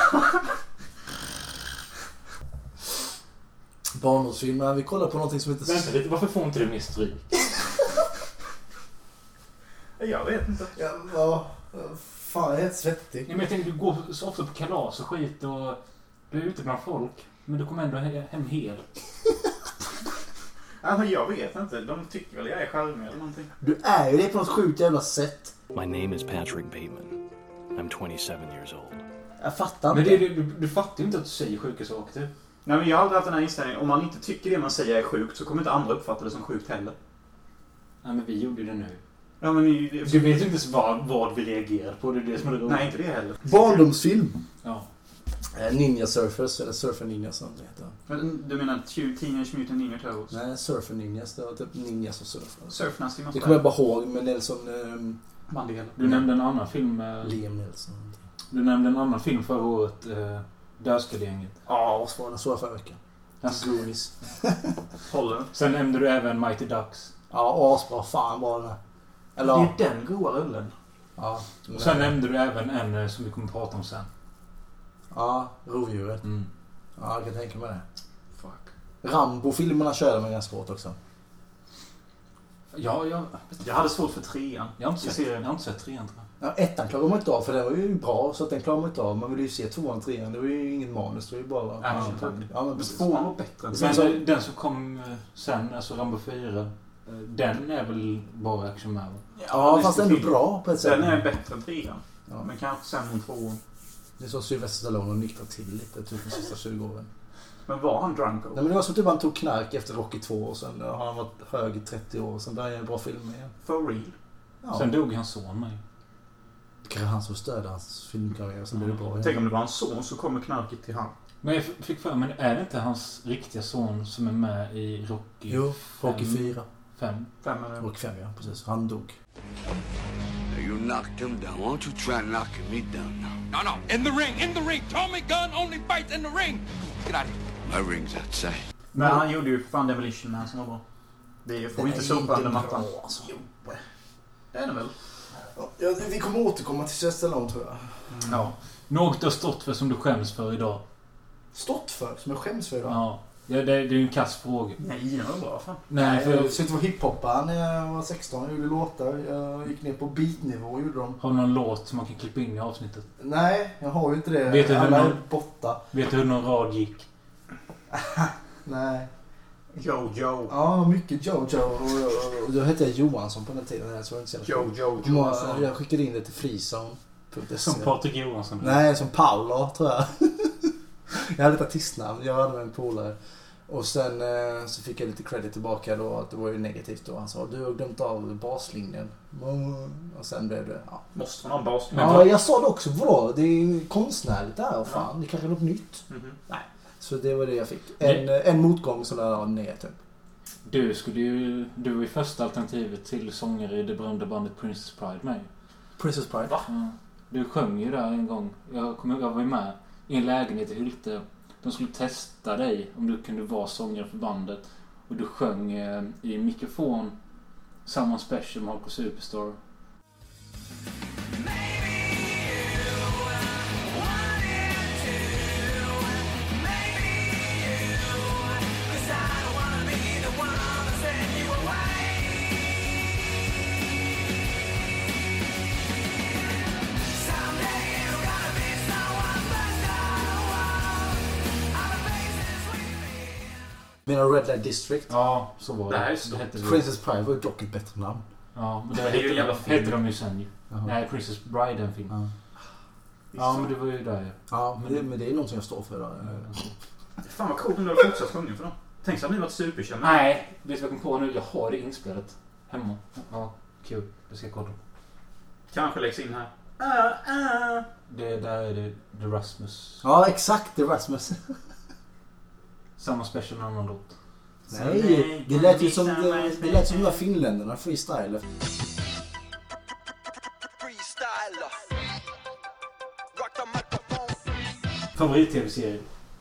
Speaker 1: Barndomsfilmer. Vi kollar på någonting som heter...
Speaker 3: Vänta lite, varför får inte du mer stryk?
Speaker 2: Jag vet inte.
Speaker 1: Ja, ja, fan, jag är helt svettig.
Speaker 3: Ja, men jag tänkte, du går så ofta på kalas och skit och du är ute bland folk. Men du kommer ändå he- hem hel.
Speaker 2: Alltså, jag vet inte. De tycker väl jag är charmig eller någonting.
Speaker 1: Du är ju det på något sjukt jävla sätt.
Speaker 7: My name is Patrick Bateman. I'm twenty-seven years old.
Speaker 1: Jag fattar
Speaker 3: Men
Speaker 1: inte.
Speaker 3: det, du, du fattar ju inte att du säger sjuka saker typ.
Speaker 2: Nej, men jag har aldrig haft den här inställningen. Om man inte tycker det man säger är sjukt så kommer inte andra uppfatta det som sjukt heller.
Speaker 3: Nej, men vi gjorde det nu.
Speaker 2: Ja, men ni,
Speaker 3: Du vet ju inte ens vad, vad vi reagerade på. Det är det som är det roliga.
Speaker 2: nej, inte det heller.
Speaker 1: Barndomsfilm.
Speaker 3: Ja.
Speaker 1: Ninja Surfers, eller Surfer Ninja som det heter.
Speaker 2: Men du menar Teenage Mutant Ninja Turtles?
Speaker 1: Nej, Surfer Ninjas. Det var typ ninjas och surfer.
Speaker 2: Surfnazzi
Speaker 1: Det
Speaker 2: måste
Speaker 1: kommer jag bara ihåg med Nelson... Um,
Speaker 2: Mandela.
Speaker 3: Du nämnde en annan film. Eh,
Speaker 1: Liam Nelson.
Speaker 3: du nämnde en annan film förra året. Eh, Dödskallegänget.
Speaker 1: Ja, så var den så förra veckan.
Speaker 3: Alltså,
Speaker 1: Goonies.
Speaker 2: Håller.
Speaker 3: sen nämnde du även Mighty Ducks.
Speaker 1: Ja, asbra. Fan var den. Eller,
Speaker 2: Det är den goa rullen.
Speaker 1: ja.
Speaker 3: Och sen nämnde du även en eh, som vi kommer att prata om sen.
Speaker 1: Ja, rovdjuret.
Speaker 3: Mm.
Speaker 1: Ja, jag kan tänka mig det.
Speaker 2: Fuck.
Speaker 1: Rambo-filmerna körde man ganska hårt också.
Speaker 3: Ja, jag,
Speaker 2: Jag hade svårt för trean.
Speaker 3: jag har inte
Speaker 2: Jag
Speaker 3: sett,
Speaker 2: ser-
Speaker 3: jag har inte sett trean tror jag.
Speaker 1: Ja, ettan klarade man inte av för den var ju bra så att den klarade man inte av. Man ville ju se tvåan och trean. Det var ju inget manus. Det var ju bara...
Speaker 2: Action.
Speaker 1: Ja, men
Speaker 2: Men
Speaker 1: precis.
Speaker 2: tvåan var bättre än
Speaker 1: Men
Speaker 3: Men
Speaker 1: så-
Speaker 3: eh, den som kom eh, sen, alltså Rambo fyra, eh, den är väl bara action med va?
Speaker 1: Ja, fast
Speaker 2: nästan
Speaker 1: ändå
Speaker 2: film.
Speaker 1: bra på ett sätt.
Speaker 2: Den är bättre än trean.
Speaker 1: Ja.
Speaker 2: Men kanske sämre än tvåan.
Speaker 1: Det är så Sylvester Stallone och nyktra till lite typ de sista tjugo åren.
Speaker 2: Men var han drunk?
Speaker 1: Nej, men det var som typ han tog knark efter Rocky två och sen har han varit hög i trettio år och sen började en bra film igen.
Speaker 2: For real?
Speaker 1: Ja.
Speaker 3: Sen dog hans son med.
Speaker 1: Det kanske han som stödde hans filmkarriär och sen blev det bra igen.
Speaker 2: Tänk om det var hans son så kommer knarket till han.
Speaker 3: Men jag f- fick för mig, är det inte hans riktiga son som är med i Rocky
Speaker 1: Jo, Rocky
Speaker 3: fem?
Speaker 1: fyra.
Speaker 3: fem?
Speaker 2: Fem eller...
Speaker 1: Rocky fem, ja precis. Han dog.
Speaker 6: You knocked him down. Why don't you try knocking me down now?
Speaker 8: No, no. In the ring, in the ring. Tommy Gunn only fights in the ring. Get out of here.
Speaker 6: My ring's outside.
Speaker 2: Men han gjorde ju fan Demolition Man som var bra. Det får vi inte sopa under mattan.
Speaker 1: bra, alltså.
Speaker 2: Det är det väl?
Speaker 1: Ja, vi kommer återkomma till Sylvester Stallone tror jag.
Speaker 2: Ja.
Speaker 3: Något du har stått för som du skäms för idag.
Speaker 1: Stått för, som jag skäms för idag.
Speaker 3: Ja. Ja, det, det är ju en kass fråga.
Speaker 2: Nej, det var bra fan.
Speaker 3: Nej,
Speaker 1: Nej, jag
Speaker 3: för
Speaker 1: försökte vara hiphoppare när jag var sexton. Jag gjorde låtar. Jag gick ner på beatnivå och gjorde dem.
Speaker 3: har du någon låt som man kan klippa in i avsnittet?
Speaker 1: Nej, jag har ju inte det.
Speaker 3: Vet du hur
Speaker 1: Alla är
Speaker 3: någon-
Speaker 1: borta.
Speaker 3: Vet du hur någon rad gick?
Speaker 1: Nej.
Speaker 2: Jojo.
Speaker 1: Ja, mycket Jojo. Och, och, och då hette jag Johansson på den tiden. Så var det inte så jävla kul.
Speaker 2: Jojo.
Speaker 1: Jag,
Speaker 2: Johansson.
Speaker 1: jag skickade in det till freezone.
Speaker 3: Som Patrik Johansson.
Speaker 1: Nej, som Paolo tror jag. Jag hade ett artistnamn. Jag hade med en polare. Och sen eh, så fick jag lite credit tillbaka då. Att det var ju negativt då. Han sa, du har glömt av baslinjen. Och sen blev det, ja.
Speaker 2: Måste man ha en bas?
Speaker 3: Men
Speaker 1: Ja,
Speaker 3: vad-
Speaker 1: jag sa det också. Vadå? Det är konstnärligt där. Och fan, det kanske är något nytt.
Speaker 2: Mhm.
Speaker 1: Så det var det jag fick. En, en motgång som där ner typ.
Speaker 3: Du skulle ju... Du var ju första alternativet till sångare i det berömda bandet Princess Pride med.
Speaker 1: Princess Pride. Va?
Speaker 3: Ja. Du sjöng ju där en gång. Jag kommer ihåg, jag var ju med i en lägenhet i Hylte. De skulle testa dig om du kunde vara sångare för bandet. Och du sjöng eh, i mikrofon Someone Special med Hardcore Superstar.
Speaker 1: Menar Red Light District?
Speaker 3: Ja, så var det.
Speaker 2: Det här är stort.
Speaker 3: hette det.
Speaker 1: Princess Pride var ju dock ett bättre namn.
Speaker 3: Ja, men det
Speaker 2: Det är ju en
Speaker 3: hette,
Speaker 2: jävla film.
Speaker 3: hette de ju sen ju.
Speaker 1: Jaha.
Speaker 3: Nej, Princess Bride en film.
Speaker 1: Ja.
Speaker 3: Ja, men du var ju där ju.
Speaker 1: Ja, men det, men det är något som jag står för då.
Speaker 2: Fan vad coolt om du hade fortsatt sjunga för dem. Tänk så hade ni varit superkända.
Speaker 3: Nej, vet du vad jag kom på nu? Jag har det inspelat hemma. Ja, kul. Det ska jag kolla.
Speaker 2: Kanske läggs in här. Ah, ah.
Speaker 3: Det där är det The Rasmus.
Speaker 1: Ja, exakt. Det är Rasmus.
Speaker 3: Samma special en annan låt.
Speaker 1: Nej, det lät ju som det, det lät som de där finländarna, freestyle.
Speaker 3: Favorit-tv-serie?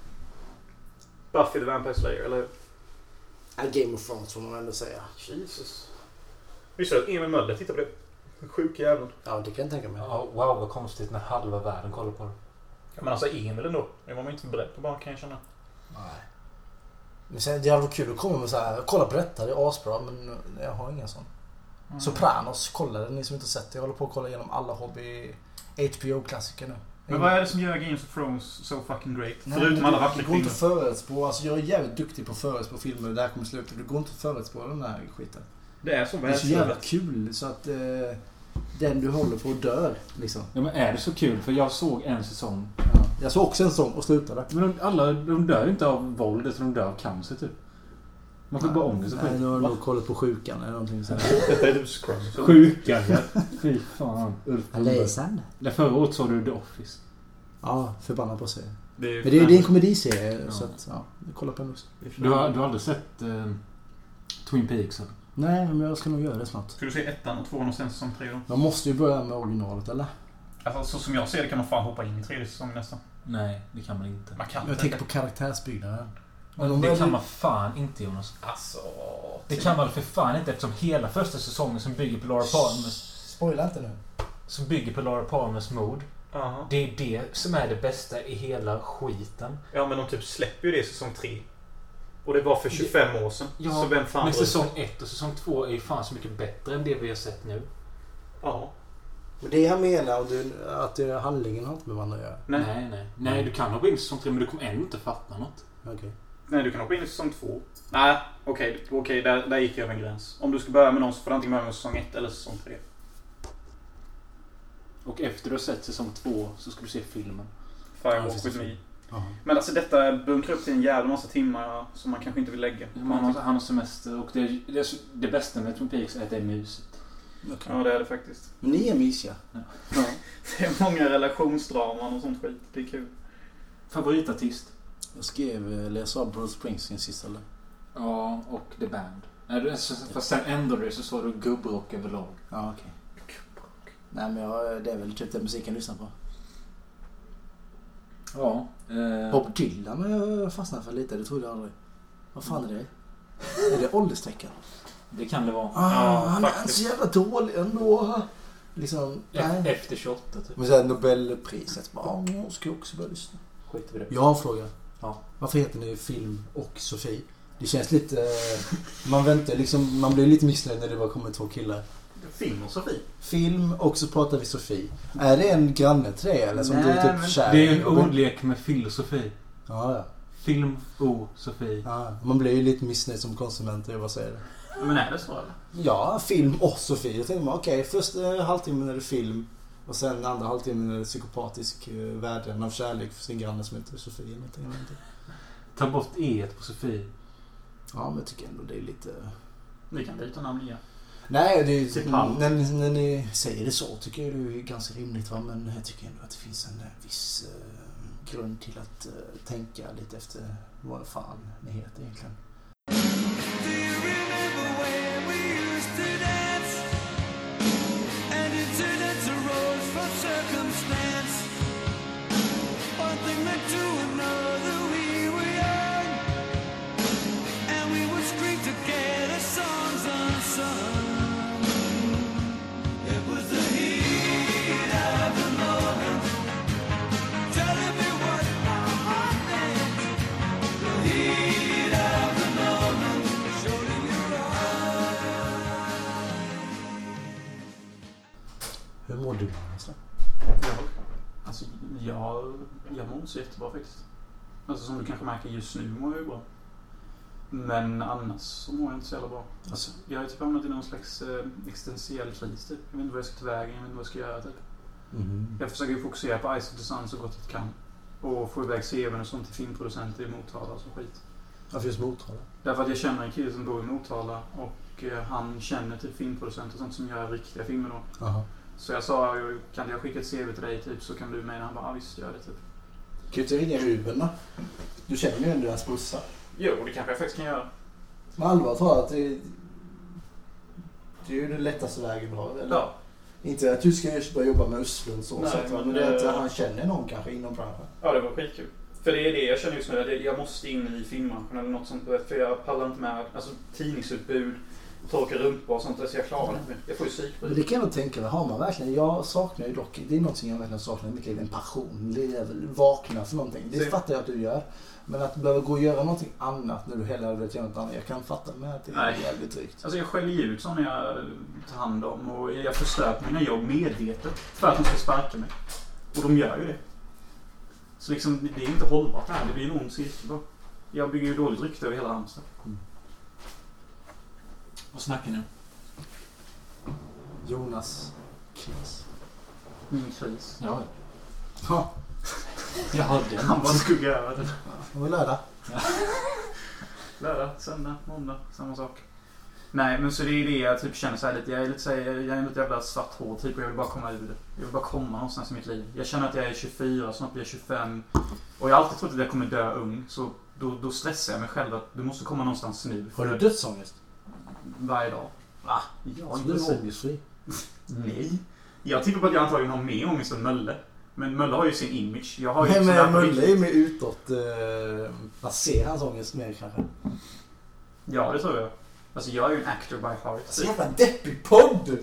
Speaker 2: Buffy the Vampire Slayer, eller hur?
Speaker 1: Game of Thrones får man ändå säga.
Speaker 2: Jesus. Vi ser att Emil Möller tittar på det. Den sjuka jäveln.
Speaker 1: Ja, det kan jag tänka mig.
Speaker 3: Ja, wow, vad konstigt när halva världen kollar på det.
Speaker 2: Ja, men alltså Emil ändå. Det var man inte beredd på bara, kan jag känna.
Speaker 1: Nej. Men sen, det hade varit kul att komma med så här, kolla på detta, det är asbra, men jag har ingen sån. Mm. Sopranos, kolla det, ni som inte sett det. Jag håller på att kolla igenom alla hobby H B O-klassiker nu.
Speaker 2: Men vad är det som gör Games of Thrones so fucking great?
Speaker 1: Nej,
Speaker 2: Förutom alla vackra
Speaker 1: filmer. Du går inte förutspå, alltså jag är jävligt duktig på att förutspå filmer, det där kommer sluta. Du går inte förutspå den här skiten.
Speaker 2: Det är så
Speaker 1: Det är så jävla kul så att eh, den du håller på dör liksom.
Speaker 3: Ja, men är det så kul? För jag såg en säsong.
Speaker 1: Ja. Jag såg också en säsong och slutade.
Speaker 3: Men de, alla, de dör inte av våld, utan de dör av cancer typ. Man får bara ångest.
Speaker 1: Nej, nu har du nog kollat på sjukan eller någonting sånt.
Speaker 2: Detta är typ Scrubs.
Speaker 3: Sjukan, ja. Fy fan. Ulf.
Speaker 1: Läsande.
Speaker 3: Där förra året såg du The Office.
Speaker 1: Ja, förbannad på sig.
Speaker 2: Det är,
Speaker 1: men det är, det är en komediserie,
Speaker 3: ja.
Speaker 1: Så att, ja, kolla på den också.
Speaker 3: Du har, du har aldrig sett eh, Twin Peaks eller?
Speaker 1: Nej, men jag ska nog göra det snart.
Speaker 2: Ska du se ettan och tvåan och sen säsong tre då?
Speaker 1: Man måste ju börja med originalet, eller?
Speaker 2: Alltså, så som jag ser det kan man fan hoppa in i tredje säsongen nästan.
Speaker 3: Nej, det kan man inte.
Speaker 2: Man kan
Speaker 1: jag tänker på karaktärsbyggnaden.
Speaker 3: Men
Speaker 1: de
Speaker 3: det
Speaker 1: är
Speaker 3: kan
Speaker 1: det...
Speaker 3: man fan inte, Jonas.
Speaker 2: Alltså...
Speaker 3: Det kan man för fan inte, eftersom hela första säsongen som bygger på Laura Palmers...
Speaker 1: Spoila inte nu.
Speaker 3: Som bygger på Laura Palmers mod.
Speaker 2: Uh-huh.
Speaker 3: Det är det som är det bästa i hela skiten.
Speaker 2: Ja, men de typ släpper ju det i säsong tre. Och det var för tjugofem år sedan.
Speaker 3: Ja,
Speaker 2: så vem fan
Speaker 3: men säsong ett och säsong två är ju fan så mycket bättre än det vi har sett nu.
Speaker 2: Ja.
Speaker 1: Men det jag menar, om du, att det, handlingen har inte med varandra att göra.
Speaker 3: Nej, nej. Nej, nej du kan hoppa in i säsong tre, men du kommer ändå inte fatta något.
Speaker 1: Okej. Okay.
Speaker 2: Nej, du kan hoppa in i säsong två. Nej, okej. Okay, okay, där, där gick jag över en gräns. Om du ska börja med någon så får du antingen börja med säsong ett eller säsong tre.
Speaker 3: Och efter du har sett säsong två så ska du se filmen.
Speaker 2: Firewalk
Speaker 1: ja,
Speaker 2: with me.
Speaker 1: Aha.
Speaker 2: Men alltså detta bunkrar upp till en jävla massa timmar som man kanske inte vill lägga.
Speaker 3: Ja, man har, han har semester och det, det, är, det bästa med Twin Peaks är att det är mysigt.
Speaker 1: Okay.
Speaker 2: Ja, det är det faktiskt.
Speaker 1: Men ni är mysiga.
Speaker 3: Ja.
Speaker 2: Ja. Det är många relationsdraman och sånt skit. Det är kul.
Speaker 3: Favoritartist?
Speaker 1: Jag skrev, läsa av Bruce Springsteen sist eller?
Speaker 3: Ja, och The Band. Fast sen ändrade det så såg du gubbrock överlag.
Speaker 1: Ja, okej. Okay. Nej, men jag, det är väl typ den musiken jag lyssnar på.
Speaker 3: Ja. Eh...
Speaker 1: Bob Dylan men jag fastnade för lite, det trodde jag aldrig. Vad fan är det? Är det ålderstecken?
Speaker 3: Det kan det vara.
Speaker 1: Ah,
Speaker 2: ja,
Speaker 1: han
Speaker 2: faktiskt.
Speaker 1: är så jävla dålig ändå. Liksom,
Speaker 3: nej. Efter tjugoåtta typ.
Speaker 1: Men såhär Nobelpriset. Ja, jag ska också börja lyssna.
Speaker 3: Skit i det.
Speaker 1: Jag har en fråga.
Speaker 3: Ja.
Speaker 1: Varför heter ni Film och Sofie? Det känns lite... Man väntar liksom... Man blir lite missnöjd när det bara kommer två killar.
Speaker 2: Film och Sofie.
Speaker 1: Film och så pratar vi Sofie. Är det en granne till dig eller som
Speaker 2: Nej,
Speaker 1: du är typ
Speaker 2: men...
Speaker 1: kär?
Speaker 3: Det är en ordlek med filosofi.
Speaker 1: Ja, ja.
Speaker 3: Film och Sofie.
Speaker 1: Ja, man blir ju lite missnöjd som konsument, jag bara säger det.
Speaker 2: Men är det så eller?
Speaker 1: Ja, film och Sofie. Jag tänkte man, okej, okay, första halvtimmen är det film. Och sen andra halvtimmen är det psykopatisk uh, värden av kärlek för sin granne som heter Sofie. Någonting, någonting.
Speaker 3: Ta bort e på Sofie.
Speaker 1: Ja, men jag tycker ändå det är lite...
Speaker 2: Ni kan byta namn igen.
Speaker 1: Nej, det är, när, när ni säger det så tycker jag det är ganska rimligt. Va? Men jag tycker ändå att det finns en viss uh, grund till att uh, tänka lite efter vad fan ni heter egentligen. Hur mår du nästan?
Speaker 2: Jag, alltså, jag, jag mår inte så jättebra faktiskt. Alltså som du kanske märker just nu mår jag ju bra. Men annars så mår jag inte så jävla bra. Alltså, jag har typ hamnat i någon slags eh, existentiell kris typ. Jag vet inte vad jag ska ta vägen, jag vet inte vad jag ska göra typ.
Speaker 1: Mm.
Speaker 2: Jag försöker ju fokusera på Ice of the Sun så gott jag kan. Och få iväg C V:n och sånt till filmproducenter i Motala och så skit.
Speaker 1: Varför just Motala?
Speaker 2: Därför att jag känner en kille som bor i Motala och eh, han känner typ filmproducenter och sånt som gör riktiga filmer då.
Speaker 1: Aha.
Speaker 2: Så jag sa, kan jag skicka ett C V till dig typ så kan du med. Han bara, ja, visst gör det typ.
Speaker 1: Kan du inte ringa Ruben då? Du känner ju ändå hans bussar.
Speaker 2: Jo, det kanske jag faktiskt kan göra.
Speaker 1: Men allvar tror jag att det, det är ju den lättaste vägen bra. Eller?
Speaker 2: Ja.
Speaker 1: Inte att du ska just börja jobba med Östlund så,
Speaker 2: Nej,
Speaker 1: så att, men,
Speaker 2: men
Speaker 1: det är
Speaker 2: det-
Speaker 1: att han känner någon kanske inom branschen.
Speaker 2: Ja, det var skitkul. För det är det jag känner just nu, att jag måste in i filmbranschen eller något sånt. För jag pallar inte med alltså, tidningsutbud, torka rumpor och sånt där, så jag klarar inte. Jag får ju
Speaker 1: Men
Speaker 2: psykbryt.
Speaker 1: det kan jag nog tänka mig. Har man verkligen, jag saknar ju dock, det är någonting jag verkligen saknar i mitt liv, en passion. Det är väl vakna för någonting. Det
Speaker 2: Så-
Speaker 1: fattar jag att du gör. Men att behöva gå och göra någonting annat när du hellre vill göra något annat. Jag kan fatta med att det är
Speaker 2: Nej.
Speaker 1: jävligt drygt.
Speaker 2: Alltså jag skäller ju ut sådana jag tar hand om och jag förstör på mina jobb medvetet för att de ska sparka mig. Och de gör ju det. Så liksom, det är inte hållbart här. Det blir en ond cirkel bara. Jag bygger ju dåligt rykte över hela Halmstad.
Speaker 3: Vad snackar ni?
Speaker 1: Jonas kris.
Speaker 2: Min kris.
Speaker 3: Ja,
Speaker 1: Ja,
Speaker 3: jag hörde
Speaker 2: Han bara skuggar över det.
Speaker 1: det var lördag.
Speaker 2: Lördag, söndag, måndag, samma sak. Nej, men så det är det jag typ känner så här lite. Jag är lite så här, jag är en lite jävla svart hår typ och jag vill bara komma ur det. Jag vill bara komma någonstans i mitt liv. Jag känner att jag är tjugofyra, snart blir jag tjugofem. Och jag har alltid trott att jag kommer dö ung. Så då, då stressar jag mig själv att du måste komma någonstans nu.
Speaker 1: Har du dödsångest?
Speaker 2: Varje dag.
Speaker 1: Va?
Speaker 2: Ja,
Speaker 1: Så
Speaker 2: i
Speaker 1: du är
Speaker 2: princip.
Speaker 1: ångestfri?
Speaker 2: Nej. Jag tycker på att jag antagligen har mer ångest än Mölle. Men Mölle har ju sin image. Jag har ju
Speaker 1: Nej,
Speaker 2: sådär
Speaker 1: men
Speaker 2: på
Speaker 1: Mölle är
Speaker 2: riktigt.
Speaker 1: ju mer utåt. Eh, man ser hans ångest mer kanske.
Speaker 2: Ja, det tror jag. Alltså jag är ju en actor by heart.
Speaker 1: Så jävla deppig podd!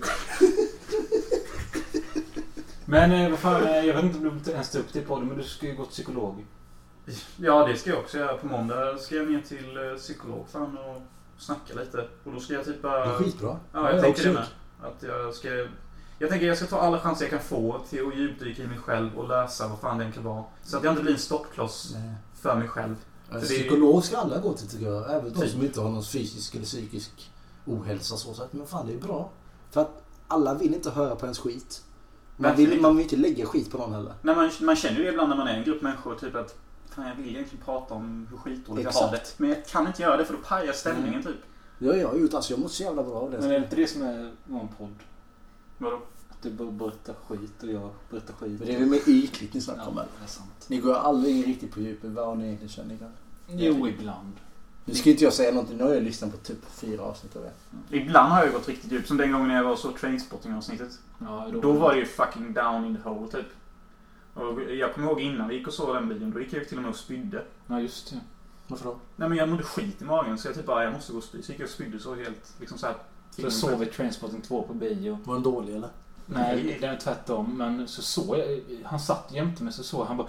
Speaker 3: Men eh, vad fan, eh, jag vet inte om du ens tar upp det på det, men du ska ju gå till psykolog.
Speaker 2: Ja, det ska jag också göra. På måndag ska jag ner till eh, psykolog fan och snacka lite. Och då ska jag typ bara...
Speaker 1: Det är skitbra.
Speaker 2: Ja, jag
Speaker 1: är
Speaker 2: tänker
Speaker 1: också
Speaker 2: det med. Att jag ska... Jag tänker jag ska ta alla chanser jag kan få till att djupdyka i mig själv och läsa vad fan det kan vara. Så att jag inte blir en stoppkloss
Speaker 1: Nej.
Speaker 2: för mig själv.
Speaker 1: En
Speaker 2: För det är-
Speaker 1: psykolog ska alla gå till tycker jag. Även de
Speaker 2: Typ.
Speaker 1: som inte har någon fysisk eller psykisk ohälsa. Så, så att, men fan det är bra. För att alla vill inte höra på ens skit. Man
Speaker 2: Verkligen
Speaker 1: vill,
Speaker 2: inte.
Speaker 1: man vill inte lägga skit på någon heller.
Speaker 2: Nej, man, man känner ju det ibland när man är en grupp människor. Typ att fan, jag vill egentligen prata om hur skitdåligt jag har det.
Speaker 1: Exakt.
Speaker 2: Men jag kan inte göra det för då pajar stämningen typ.
Speaker 1: Det har jag gjort. Alltså jag mår så jävla bra av det.
Speaker 3: Men är det inte det som är vår podd?
Speaker 2: Vadå?
Speaker 3: Att du bara berättar skit och jag berättar skit.
Speaker 1: Men det är väl mer ytligt ni snackar om.
Speaker 3: Ja,
Speaker 1: Eller?
Speaker 3: det är sant.
Speaker 1: Ni går aldrig riktigt på djupet vad ni egentligen känner. Kanske.
Speaker 3: Jo, ibland.
Speaker 1: Nu ska inte jag säga någonting. Nu har jag lyssnat på typ fyra avsnitt av det.
Speaker 2: Ibland har jag gått riktigt djupt. Som den gången när jag var så Trainspotting-avsnittet.
Speaker 3: Ja,
Speaker 2: Då var det ju fucking down in the hole typ. Och jag kommer ihåg innan vi gick och såg den bion. Då gick jag till och med och spydde.
Speaker 3: Ja, just det.
Speaker 1: Varför då?
Speaker 2: Nej, men jag mådde skit i magen så jag typ bara, jag måste gå och spy. Så gick jag och spydde så helt liksom så här.
Speaker 3: Så jag såg vi Trainspotting två på bio.
Speaker 1: Var den dålig eller?
Speaker 3: Nej, det är tvärtom. Men så såg jag, han satt jämte mig så såg han bara...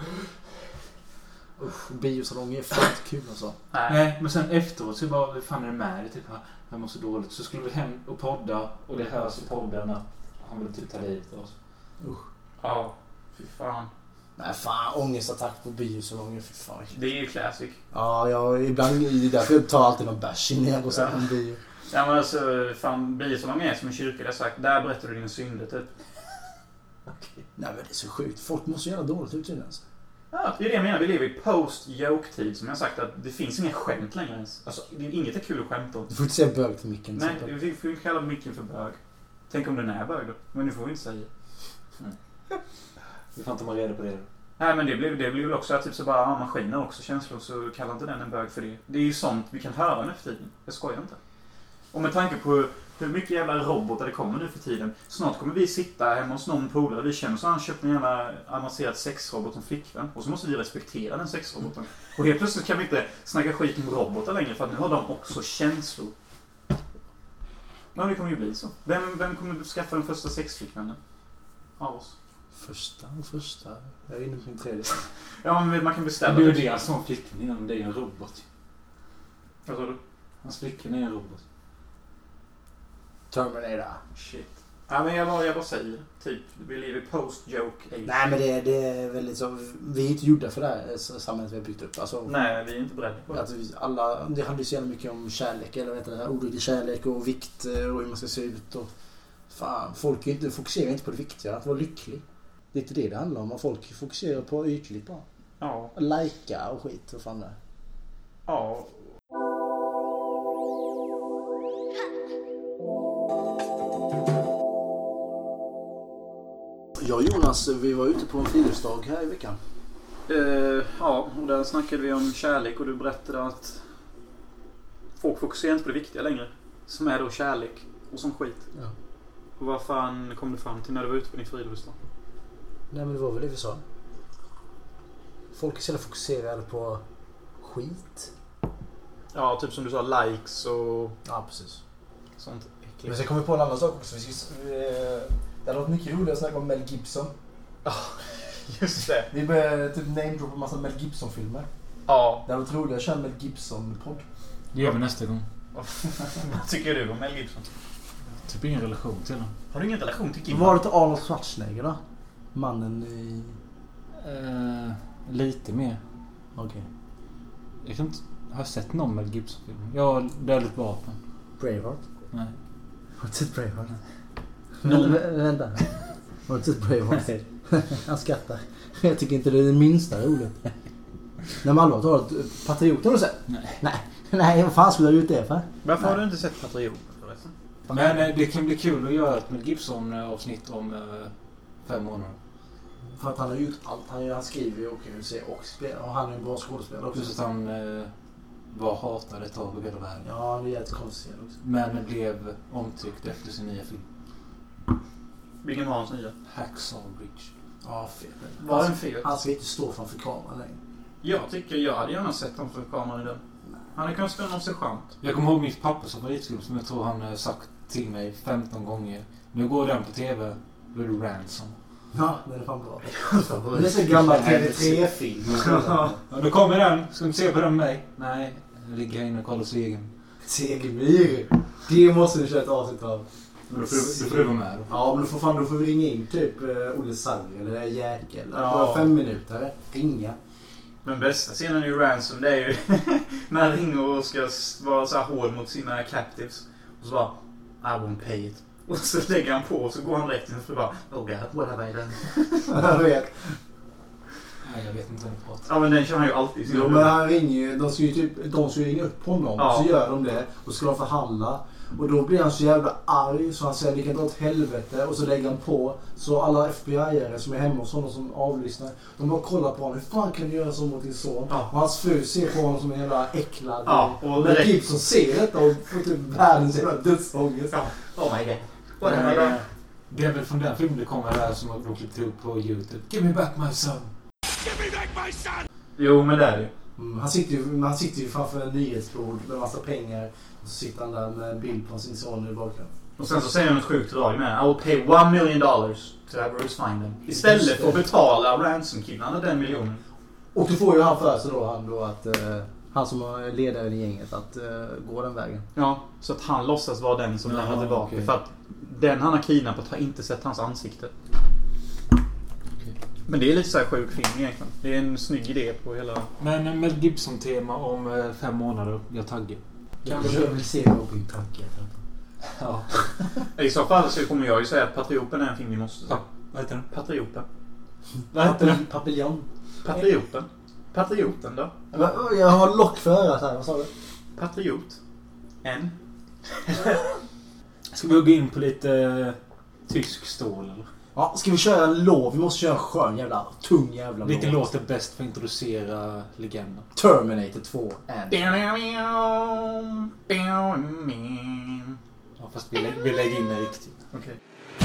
Speaker 1: Usch, biosalonger är fett kul alltså.
Speaker 3: Nej, men sen efteråt så bara, vad fan är det med det? Typ, jag mår så dåligt. Så skulle vi hem och podda. Och det hörs i podden att han ville typ ta livet av oss.
Speaker 1: Usch.
Speaker 2: Ja, fy fan.
Speaker 1: Nej fan, ångestattack på biosalonger. Fy fan.
Speaker 2: Det är ju classic.
Speaker 1: Ja, jag, ibland det är därför jag tar alltid någon bärs innan jag går och ser på en bio.
Speaker 2: Ja, men alltså, fan, biosalongen är som en kyrka. Det har sagt, där berättar du dina synder typ.
Speaker 1: Nej men det är så sjukt. Folk mår så jävla dåligt ut tydligen.
Speaker 2: Ja, det är det jag menar. Vi lever i post-joke-tid som jag har sagt att det finns inga skämt längre ens. Alltså, det, inget är kul att skämta om.
Speaker 1: Du får inte säga bög till micken.
Speaker 2: Nej, vi får ju kalla micken för bög. Tänk om den är bög då. Men det får vi inte säga.
Speaker 3: Vi får inte ta reda på det.
Speaker 2: Nej, men det blir, det blir väl också att typ så bara, ja, maskiner också känslor så kallar inte den en bög för det. Det är ju sånt vi kan höra nu för tiden. Jag skojar inte. Och med tanke på hur, hur mycket jävla robotar det kommer nu för tiden. Snart kommer vi sitta hemma hos någon polare vi känner så han köpt en jävla avancerad sexrobot som flickvän. Och så måste vi respektera den sexroboten. Och helt plötsligt kan vi inte snacka skit om robotar längre för att nu har de också känslor. Men det kommer ju bli så. Vem, vem kommer skaffa den första sexflickvännen? Av oss.
Speaker 1: Första och första. Jag är inne på min tredje.
Speaker 2: Ja, men man kan beställa
Speaker 3: Det är ju det alltså en flickvän innan det är en robot.
Speaker 2: Vad sa du?
Speaker 3: Hans flickvän är en robot.
Speaker 1: Terminator.
Speaker 2: Shit. Ja, men jag bara, jag bara säger typ, vi lever i post-joke age.
Speaker 1: Nej men det, det är väldigt så. Vi är inte gjorda för det här samhället vi har byggt upp. Alltså,
Speaker 2: Nej, vi är inte beredda på det.
Speaker 1: att vi, alla, det handlar ju så jävla mycket om kärlek. Eller vad heter det här? Ordet kärlek och vikt och hur man ska se ut. Och, fan, folk är inte, fokuserar inte på det viktiga. Att vara lycklig. Det är inte det det handlar om. Folk fokuserar på ytligt bara.
Speaker 2: Ja.
Speaker 1: Lajka och skit. Och fan det.
Speaker 2: Ja.
Speaker 1: Jag och Jonas, vi var ute på en friluftsdag här i veckan.
Speaker 2: Uh, ja, och där snackade vi om kärlek och du berättade att folk fokuserar inte på det viktiga längre. Som är då kärlek och som skit.
Speaker 1: Ja.
Speaker 2: Och vad fan kom du fram till när du var ute på din friluftsdag?
Speaker 1: Nej, men det var väl det vi sa. Folk är så fokuserade på skit.
Speaker 2: Ja, typ som du sa, likes och
Speaker 1: Ja, precis.
Speaker 2: sånt äckligt.
Speaker 1: Men sen kommer vi på en annan sak också. Vi ska, vi, det hade varit mycket roligare att snacka om Mel Gibson.
Speaker 2: Ja, just det.
Speaker 1: Vi började typ namedroppa en massa Mel Gibson-filmer.
Speaker 2: Ja.
Speaker 1: Det hade varit roligare att köra Mel Gibson-podd.
Speaker 3: Det gör vi nästa gång.
Speaker 2: Vad tycker du om Mel Gibson?
Speaker 3: Typ ingen relation till honom.
Speaker 2: Har du ingen relation till Gibson?
Speaker 1: Vad var det till Arnold Schwarzenegger då? Mannen i...
Speaker 3: Uh, lite mer.
Speaker 1: Okej. Okay.
Speaker 3: Jag kan inte... Har jag sett någon Mel Gibson-film? Jag har dödligt vapen.
Speaker 1: Braveheart?
Speaker 3: Nej.
Speaker 1: Har du sett Braveheart?
Speaker 2: Någon...
Speaker 1: Vänta. Har du sett Braveheart? Han skrattar. Jag tycker inte det är det minsta roligt. När man allvarligt talat, Patrioten har du sett?
Speaker 3: Nej.
Speaker 1: Nej. Nej, vad fan skulle du ha gjort det för?
Speaker 2: Varför har du inte sett Patrioten förresten?
Speaker 3: Men eh, det kan bli kul att göra ett Mel Gibson-avsnitt om eh, fem månader.
Speaker 1: För att han har gjort allt. Han, han skriver ju och ser och spelar. Och han är en bra skådespelare också.
Speaker 3: Plus att han eh, var hatad ett tag över hela världen.
Speaker 1: Ja, det är jättekonstigt också.
Speaker 3: Men blev omtyckt efter sin nya film.
Speaker 2: Vilken var hans nya?
Speaker 3: Hacksaw Ridge.
Speaker 1: Ja, fel.
Speaker 2: Var den fel?
Speaker 1: Han ska inte stå framför kameran längre.
Speaker 2: Jag tycker jag hade gärna sett honom för kameran i den. Han hade kunnat spela om sig skönt.
Speaker 3: Jag kommer ihåg mitt pappas favoritfilm som jag tror han har sagt till mig femton gånger. Nu går den på tv. Då är det Ransom.
Speaker 1: Ja, den är fan bra. Det är så gammal T V tre-film.
Speaker 3: Ja, då kommer den. Ska du se på den med mig? Nej, jag ligger här inne och kollar segern.
Speaker 1: Segelmyr. Det måste du köra ett avsnitt av.
Speaker 3: Då får du vara med då.
Speaker 1: Ja, men då får, fan, då får vi ringa in typ uh, Olle Sarri eller Jäkel.
Speaker 2: Ja.
Speaker 1: Bara fem minuter. Ringa.
Speaker 2: Men bästa scenen i Ransom, det är ju när Ringo ska vara så här hård mot sina captives. Och så bara, I won't pay it. Och så lägger han på och så går han rätt in och bara, oh god, what have I done?
Speaker 1: Jag vet.
Speaker 3: Nej, jag vet inte vad du pratar.
Speaker 2: Ja, men den kör han ju alltid i sin
Speaker 1: Jo, men han ringer ju, de ska ju typ, de ska ju ringa upp honom.
Speaker 2: Ja.
Speaker 1: Så gör de det. Och ska de förhandla. Och då blir han så jävla arg så han säger det kan dra åt helvete. Och så lägger han på. Så alla F B I-are som är hemma hos honom som avlyssnar. De bara kollar på honom. Hur fan kan du göra så mot din son?
Speaker 2: Ja.
Speaker 1: Och hans fru ser på honom som en jävla äcklad.
Speaker 2: Ja, och
Speaker 1: och
Speaker 2: direkt-
Speaker 1: Gibson ser detta och får typ världens jävla dödsångest.
Speaker 2: Ja. Oh my god.
Speaker 3: Det
Speaker 2: What have I done?
Speaker 3: är, det är väl från den filmen det kommer där som har klippt upp på YouTube. Give me back my son.
Speaker 2: Jo, men det är det.
Speaker 1: Mm, han, sitter ju, han sitter ju framför en nyhetsbord med massa pengar. Och så sitter han där med en bild på sin son i bakgrunden.
Speaker 2: Och sen så säger han ett sjukt drag med, I will pay one million dollars to have Bruce find them. Istället för att betala ransom-killarna den miljonen.
Speaker 1: Och då får ju han för sig då, han, då att, uh, han som är ledaren i gänget att uh, gå den vägen.
Speaker 2: Ja, så att han låtsas vara den som
Speaker 3: Ja,
Speaker 2: lämnar tillbaka.
Speaker 3: okej.
Speaker 2: För att den han har kidnappat har inte sett hans ansikte. Men det är lite så här sjuk film egentligen. Det är en snygg idé på hela...
Speaker 3: Men Mel Gibson-tema om eh, fem månader. Jag taggar.
Speaker 1: Kanske jag vill se någon på en tanke.
Speaker 3: Ja.
Speaker 2: I så fall så kommer jag ju säga att Patrioten är en film vi måste se.
Speaker 3: Vad heter den?
Speaker 2: Patrioten.
Speaker 3: Vad heter den?
Speaker 1: Papillon.
Speaker 2: Patrioten. Patrioten då?
Speaker 1: Jag har lock för örat här, vad sa du?
Speaker 2: Patriot. En.
Speaker 3: Ska vi gå in på lite eh, tysk stål eller?
Speaker 1: Ja, ska vi köra en låt? Vi måste köra en skön jävla, tung jävla
Speaker 3: Vilken
Speaker 1: låt.
Speaker 3: låt är bäst för att introducera legenden?
Speaker 1: Terminator två. And.
Speaker 3: Ja, fast vi, lä- vi lägger in den riktigt.
Speaker 2: Okej.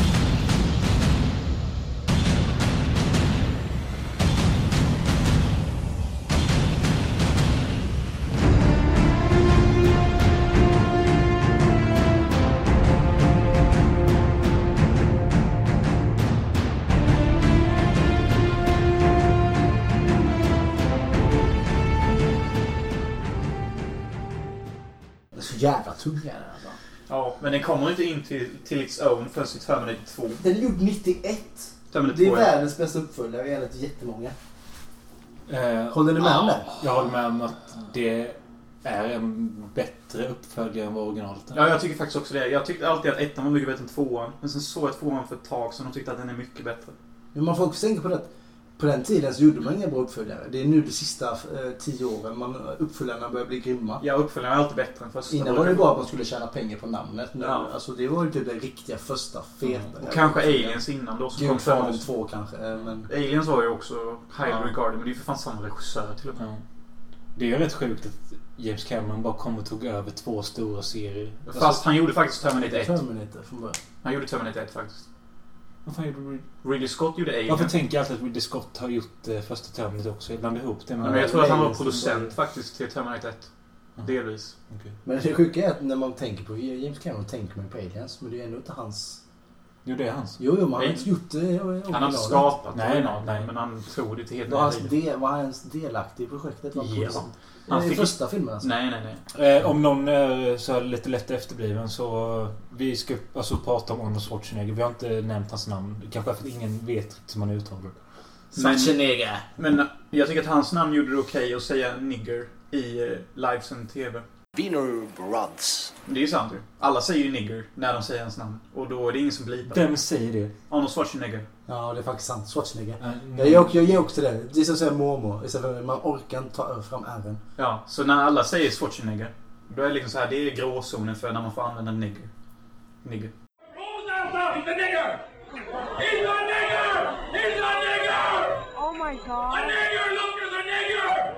Speaker 1: Det är så jävla tung är den alltså.
Speaker 2: Ja, men den kommer inte in till, till its own förrän i Terminator två.
Speaker 1: Den är gjord nittioett.
Speaker 2: Terminator
Speaker 1: Det är
Speaker 2: två, ja.
Speaker 1: världens bästa uppföljare enligt jättemånga.
Speaker 3: Eh,
Speaker 1: Håller ni med om det?
Speaker 3: Jag håller med om att det är en bättre uppföljare än vad originalet är.
Speaker 2: Ja, jag tycker faktiskt också det. Jag tyckte alltid att ettan var mycket bättre än tvåan. Men sen såg jag tvåan för ett tag sedan och tyckte att den är mycket bättre.
Speaker 1: Men man får också tänka på det. På den tiden så gjorde man inga bra uppföljare. Det är nu de sista eh, tio åren man, uppföljarna börjar bli grymma.
Speaker 2: Ja, uppföljarna är alltid bättre än första.
Speaker 1: Innan var det bara att man skulle tjäna pengar på namnet. Nu,
Speaker 2: Ja.
Speaker 1: alltså, det var ju typ den riktiga första feta.
Speaker 2: Och kanske Aliens innan då. Som kom fem år.
Speaker 1: Gudfadern två kanske. eh, Men...
Speaker 2: Aliens var ju också highly
Speaker 3: Ja.
Speaker 2: regarded, men det är ju för fan samma regissör till och med.
Speaker 3: Ja. Det är rätt sjukt att James Cameron bara kom och tog över två stora serier.
Speaker 2: Fast alltså, han gjorde faktiskt Terminator ett.
Speaker 1: Terminator från början.
Speaker 2: Han gjorde Terminator ett faktiskt.
Speaker 3: Vad fan gjorde Ridley?
Speaker 2: Ridley Scott gjorde Alien.
Speaker 3: Varför tänker jag alltid att Ridley Scott har gjort eh, första Terminator också? Jag blandar ihop det med...
Speaker 2: Ja, men jag tror att han var producent faktiskt till Terminator ett. Mm. Delvis.
Speaker 3: Okay.
Speaker 1: Men det sjuka är att när man tänker på James Cameron tänker man på Aliens. Men det är ändå inte hans...
Speaker 3: Jo, det är hans.
Speaker 1: Jo, jo, man har inte gjort det.
Speaker 2: Han har inte skapat
Speaker 3: nej,
Speaker 2: nej,
Speaker 3: nej, nej.
Speaker 2: men han tror det till helt
Speaker 1: var, hans del, var han ens delaktig i projektet? Var
Speaker 2: ja.
Speaker 1: Han
Speaker 2: fick
Speaker 1: i första filmen alltså?
Speaker 2: Nej, nej, nej.
Speaker 3: Eh, om någon är så lite lätt efterbliven så vi ska alltså prata om Arnold Schwarzenegger. Vi har inte nämnt hans namn. Kanske för att ingen vet hur man uttalar det.
Speaker 1: Schwarzenegger.
Speaker 2: Men, men jag tycker att hans namn gjorde det okej att säga nigger i uh, livesänd tv.
Speaker 6: Wiener Brothers.
Speaker 2: Det är ju sant ju. Alla säger ju nigger när de säger hans namn. Och då är det ingen som blipar.
Speaker 3: Vem säger det?
Speaker 2: Arnold Schwarzenegger.
Speaker 1: Ja, det är faktiskt sant. Schwarzenegger.
Speaker 3: Mm.
Speaker 1: Jag, jag, jag ger också det. Det är som att säga mormor. Istället för man orkar inte ta fram ärren.
Speaker 2: Ja, så när alla säger Schwarzenegger, då är det liksom så här, det är gråzonen för när man får använda nigger. Nigger.
Speaker 8: He's a nigger! He's a nigger! He's a nigger!
Speaker 9: Oh my god.
Speaker 8: A nigger looks a nigger!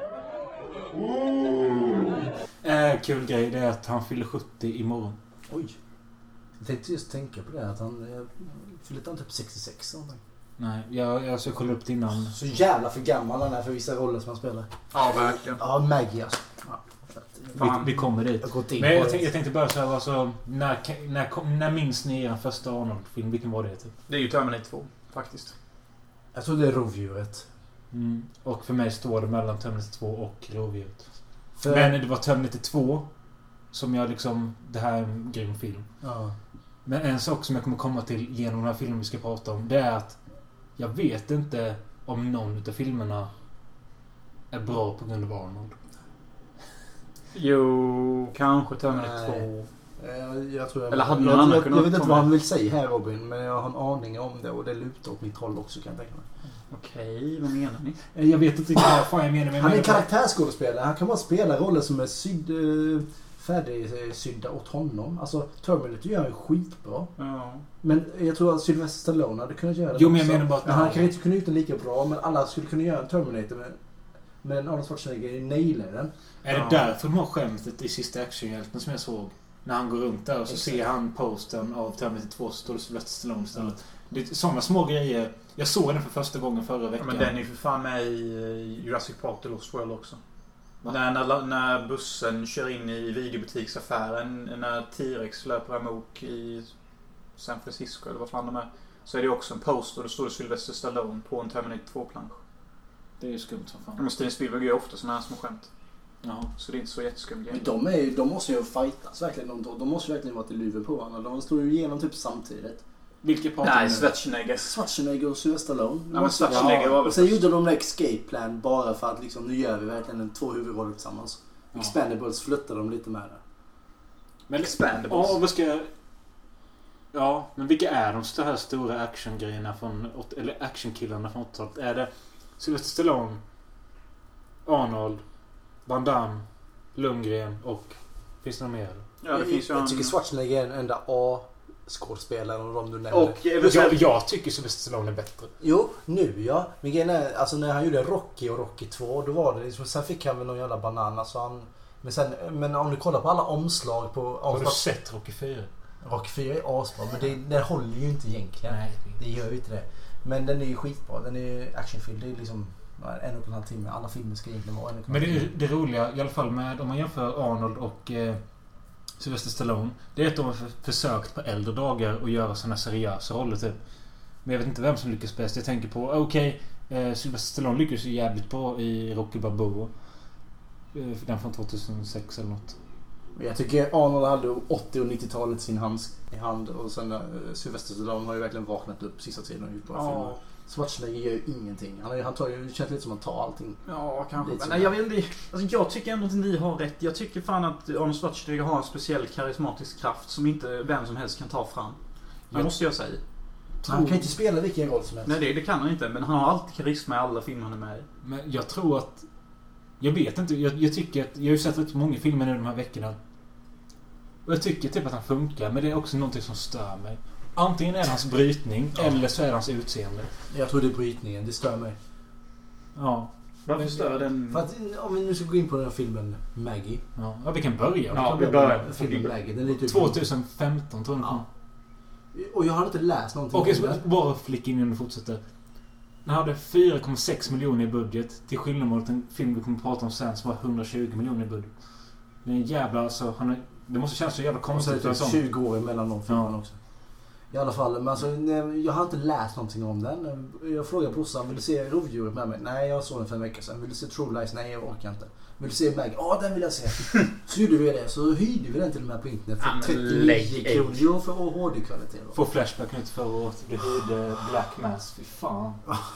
Speaker 3: Äh, kul grej det är att han fyller sjuttio imorgon.
Speaker 1: Oj. Jag tänkte just tänka på det. Att han fyller han typ sextiosex eller någonting.
Speaker 3: Nej, jag, jag ska kolla upp det innan.
Speaker 1: Så jävla för gammal han är för vissa roller som han spelar.
Speaker 2: Ja, verkligen.
Speaker 1: Ja, Maggie alltså. Ja.
Speaker 3: Vi, vi kommer dit.
Speaker 1: Jag
Speaker 3: Men jag tänkte, jag tänkte bara så här, alltså, när, när, när minns ni er första Arnold-film? Vilken var det typ?
Speaker 2: Det är ju Terminator två, faktiskt.
Speaker 1: Jag tror det är Rovdjuret.
Speaker 3: Mm. Och för mig står det mellan Terminator två och Rovdjuret.
Speaker 1: För...
Speaker 3: Men det var Terminator två som jag liksom, det här är en grym film.
Speaker 1: Ja.
Speaker 3: Men en sak som jag kommer komma till genom den här filmen vi ska prata om, det är att jag vet inte om någon av filmerna är bra på grund av Arnold.
Speaker 2: Jo, kanske Terminator två.
Speaker 1: Jag, jag tror jag,
Speaker 2: Eller hade någon
Speaker 1: jag,
Speaker 2: annan
Speaker 1: jag,
Speaker 2: kunnat
Speaker 1: jag vet inte
Speaker 2: komma?
Speaker 1: vad han vill säga här Robin, men jag har en aning om det och det lutar åt mitt håll också kan jag tänka mig.
Speaker 2: Okej, vad menar ni?
Speaker 3: Jag vet inte vad fan jag menar. Men
Speaker 1: han är
Speaker 3: menar
Speaker 1: karaktärsskådespelare. Han kan bara spela roller som är syd, färdigsydda åt honom. Alltså Terminator gör ju skitbra.
Speaker 2: Ja.
Speaker 1: Men jag tror att Sylvester Stallone hade kunnat göra det.
Speaker 3: Jo, men jag
Speaker 1: också.
Speaker 3: menar bara att
Speaker 1: men han kan inte kunna ut den lika bra, men alla skulle kunna göra en Terminator med, men Arnold Schwarzenegger nailar den.
Speaker 3: Är det
Speaker 2: Ja.
Speaker 3: därför de har skämtet i sista actionhjälten som jag såg? När han går runt där och så
Speaker 1: Exakt.
Speaker 3: ser han posten av Terminator två så står det Sylvester Stallone istället. Det är sådana små grejer. Jag såg den för första gången förra
Speaker 2: Ja,
Speaker 3: veckan.
Speaker 2: men den är ju för fan med i Jurassic Park The Lost World också. När, när, när bussen kör in i videobutiksaffären, när T-Rex löper amok i San Francisco eller vad fan de är, så är det också en poster och det står Sylvester Stallone på en Terminator två-plansch.
Speaker 3: Det är ju skumt som fan.
Speaker 2: Men Steven Spielberg gör ofta såna här små skämt.
Speaker 3: Jaha.
Speaker 2: Så det är inte så jätteskum grej.
Speaker 1: Men de, är ju, de måste ju fightas verkligen. De, de måste ju verkligen vara till luven på varandra. De slår ju igenom typ samtidigt.
Speaker 3: Vilket pratar
Speaker 2: Nej,
Speaker 3: nu?
Speaker 2: Schwarzenegger.
Speaker 1: Schwarzenegger och Sylvester Stallone.
Speaker 2: Ja, men Schwarzenegger var väl
Speaker 1: Och sen
Speaker 2: först.
Speaker 1: gjorde de en escape plan bara för att liksom, nu gör vi verkligen en två huvudroller tillsammans.
Speaker 3: Ja.
Speaker 1: Expendables flyttade de lite med det.
Speaker 3: Men
Speaker 2: Expendables.
Speaker 3: Ja, vad ska jag... Ja, men vilka är de så här stora actiongrejerna från... åt- Eller actionkillarna från åttiotalet? Är det Sylvester Stallone, Arnold, Van Damme, Lundgren och... Finns det någon mer?
Speaker 2: Ja, det finns ju
Speaker 1: jag
Speaker 2: en...
Speaker 1: tycker Schwarzenegger är den enda A-skådespelaren av de du nämnde.
Speaker 2: Och
Speaker 3: Jag, jag tycker Sylvester Stallone är bättre.
Speaker 1: Jo, nu ja. Men grejen är, alltså när han gjorde Rocky och Rocky två, då var det liksom, sen fick han väl någon jävla banana så han... Men, sen, men om du kollar på alla omslag på...
Speaker 3: Har du sett Rocky fyra?
Speaker 1: Rocky fyra är asbra, men det, den håller ju inte egentligen.
Speaker 3: Nej.
Speaker 1: Det gör ju inte det. Men den är ju skitbra. Den är ju actionfilm. Det är liksom en och en halv timme. Alla filmer ska egentligen vara en och en
Speaker 3: Men
Speaker 1: halv
Speaker 3: det,
Speaker 1: timme.
Speaker 3: det roliga, i alla fall med om man jämför Arnold och eh, Sylvester Stallone, det är att de har för- försökt på äldre dagar att göra såna seriösa roller typ. Men jag vet inte vem som lyckas bäst. Jag tänker på, okej, okay, eh, Sylvester Stallone lyckas ju jävligt bra i Rocky Balboa. Eh, den från tjugohundrasex eller något.
Speaker 1: Jag tycker Arnold hade åttio- och nittiotalet sin hand i hand. Och sen uh, Sylvester Stallone har ju verkligen vaknat upp sista tiden och gjort bra
Speaker 2: Ja.
Speaker 1: filmer. Schwarzenegger gör ju ingenting. Han, är, han tar ju, det känns lite som att han tar allting.
Speaker 2: Ja, kanske.
Speaker 1: Lite
Speaker 2: Men nej, jag vet inte. Alltså, jag tycker ändå att ni har rätt. Jag tycker fan att Arnold Schwarzenegger har en speciell karismatisk kraft som inte vem som helst kan ta fram. Det
Speaker 3: Jag-
Speaker 2: måste jag säga.
Speaker 1: Han kan inte spela vilken roll som helst.
Speaker 2: Nej, det, det kan han inte. Men han har alltid karisma i alla filmer han är med i.
Speaker 3: Men jag tror att... Jag vet inte. Jag, jag tycker att... Jag har ju sett rätt många filmer nu de här veckorna. Och jag tycker typ att han funkar. Men det är också någonting som stör mig. Antingen är det hans brytning eller så är det hans utseende.
Speaker 1: Jag tror det är brytningen. Det stör mig.
Speaker 3: Ja.
Speaker 2: Varför stör den?
Speaker 1: För att, om vi nu ska gå in på den här filmen Maggie.
Speaker 3: Ja, ja vi kan börja.
Speaker 2: Ja,
Speaker 3: vi
Speaker 2: vi börjar.
Speaker 1: Filmen Maggie. Den är typ
Speaker 3: tjugohundrafemton tror jag.
Speaker 1: Ja. Och jag har inte läst någonting.
Speaker 3: Och jag ska bara flicka in innan du fortsätter. Den hade fyra komma sex miljoner i budget. Till skillnad mot en film vi kommer att prata om sen som var hundratjugo miljoner i budget. Det är en jävla... Alltså, han är, det måste kännas så jävla konstigt.
Speaker 1: Och så är det typ tjugo år mellan de filmerna
Speaker 3: ja.
Speaker 1: också. I alla fall, men alltså, jag har inte läst någonting om den. Jag frågade brorsan, vill du se Rovdjuret med mig? Nej, jag såg den för en vecka sedan. Vill du se True Lies? Nej, jag orkar inte. Vill du se Maggie? Ja, den vill jag se. Så gjorde vi det. Så hyrde vi den till och med på internet för
Speaker 2: Ja,
Speaker 1: trettionio kronor för H D-kvalitet.
Speaker 3: Får Flashback nytt förra året. Vi hyrde Black Mass. Fy fan.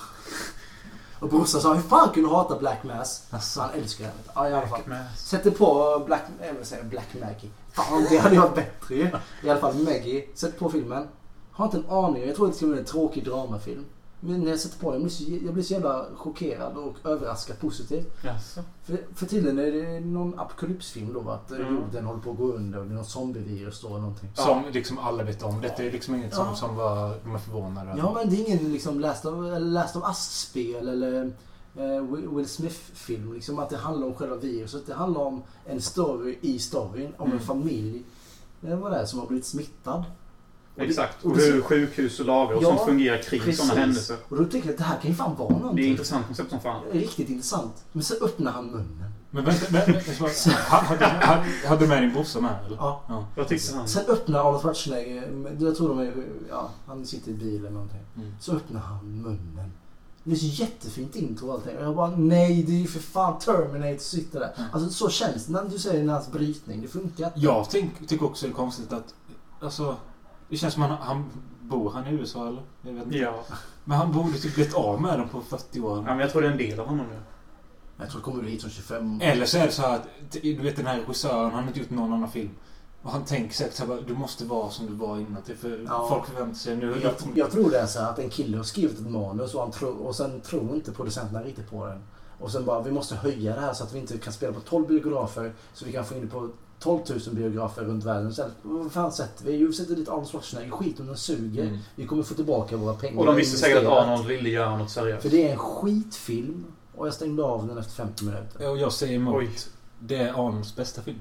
Speaker 1: Och brorsan sa, hur fan kunde du hata Black Mass?
Speaker 3: Alltså.
Speaker 1: Han älskar den. Ja, i alla fall. Sätter på Black, jag vill säga Black Maggie. Fan, det hade varit bättre ju. I alla fall Maggie. Sätter på filmen. Har inte en aning. Jag tror att det ska bli en tråkig dramafilm. Men när jag sätter på den, jag blir så, jag blir så jävla chockerad och överraskad positivt.
Speaker 2: Yes.
Speaker 1: För, för tydligen är det någon apokalypsfilm då, att
Speaker 2: mm.
Speaker 1: jorden håller på att gå under och det är någon zombievirus då eller någonting.
Speaker 3: Som liksom alla vet om. Detta är liksom inget som, ja. som var, de är förvånade.
Speaker 1: Ja, men det är ingen liksom läst av, eller läst av Ask-spel eller eh, Will Smith-film. Liksom att det handlar om själva viruset. Det handlar om en story i storyn. Om mm. en familj. Det var det som har blivit smittad.
Speaker 2: Och exakt, och hur sjukhus och lagar och ja, sånt fungerar kring sådana händelser.
Speaker 1: Och då tycker jag att det här kan ju fan vara någonting.
Speaker 2: Det är intressant koncept som fan.
Speaker 1: Det är riktigt intressant. Men så öppnar han munnen.
Speaker 3: Men vänta, vänta, vänta hade, hade, hade du med din brorsa med? Eller?
Speaker 1: Ja.
Speaker 3: ja.
Speaker 2: Vad tyckte han?
Speaker 1: Sen öppnar Arnold Schwarzenegger, jag tror de är, ja, han sitter i bilen eller någonting. Mm. Så öppnar han munnen. Det är så jättefint intro och allting. Och jag bara, nej, det är ju för fan Terminator sitter där. Mm. Alltså så känns det när du säger den här brytning. Det funkar inte.
Speaker 3: Jag tänk, tycker också det är konstigt att, alltså, det känns som han, han bor han i U S A eller? Jag vet inte.
Speaker 2: Ja.
Speaker 3: Men han borde typ blivit av med dem på fyrtio år.
Speaker 2: Ja, men jag tror det är en del av honom nu.
Speaker 1: Jag tror det kommer hit som tjugofem.
Speaker 3: Eller så är det så att, du vet den här regissören, han har inte gjort någon annan film. Och han tänker sig att du måste vara som du var innan. För ja. Folk förväntar sig nu.
Speaker 1: Jag, jag tror det är så att en kille har skrivit ett manus och, han tro, och sen tror inte producenterna riktigt på den. Och sen bara, vi måste höja det här så att vi inte kan spela på tolv biografer. Så vi kan få in det på tolv tusen biografer runt världen. Så vad fan sätter vi? Vi sätter dit Arnold Schwarzenegger. Skiten den suger. Mm. Vi kommer få tillbaka våra pengar.
Speaker 2: Och de visste säkert att Arnold ville göra något seriöst.
Speaker 1: För det är en skitfilm. Och jag stängde av den efter femtio minuter.
Speaker 3: Och jag säger emot. Oj. Det är Arnolds bästa film.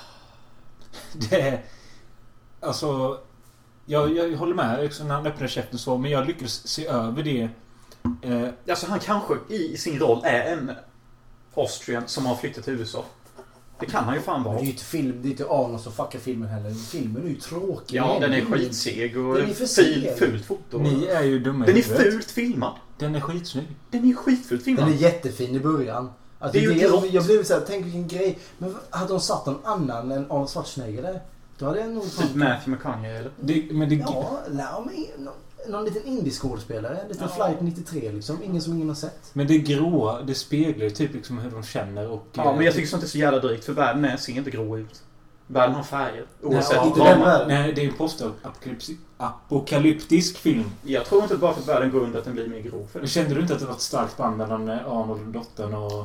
Speaker 3: Det är... Alltså... Jag, jag håller med liksom, när han öppnar käften så. Men jag lyckades se över det.
Speaker 2: Eh, alltså han kanske i sin roll är en Austrian som har flyttat till U S A. Det kan han ju fan vara.
Speaker 1: Det är ju inte film, det är inte Arnold som fuckar filmen heller. Filmen är ju tråkig.
Speaker 2: Ja, den är skitseg och den är för fil, fult foto.
Speaker 3: Ni är ju dumma.
Speaker 2: Den är fult filmad.
Speaker 3: Den är skitsnygg.
Speaker 2: Den är skitfult filmad.
Speaker 1: Den är jättefin i början. Alltså, det är ju det, jag blev så här, tänk vilken grej. Men hade de satt någon annan än Arnold Schwarzenegger där? Då hade jag nog...
Speaker 2: Typ Matthew McConaughey eller?
Speaker 3: Det, men det...
Speaker 1: Ja, nej, men någon, någon liten indie-skådespelare. En liten ja. Flight nittiotre liksom. Ingen som ingen har sett.
Speaker 3: Men det gråa, det speglar ju typ liksom hur de känner och...
Speaker 2: Ja, men jag tycker sånt är så jävla drygt. För världen är, ser inte grå ut. Världen har färger.
Speaker 3: Oavsett. Nej, inte den världen. Nej, det är ju en postapokalyptisk film.
Speaker 2: Jag tror inte bara för att världen går under att den blir mer grå. För
Speaker 3: men kände du inte att det var ett starkt band mellan Arnold och dottern och...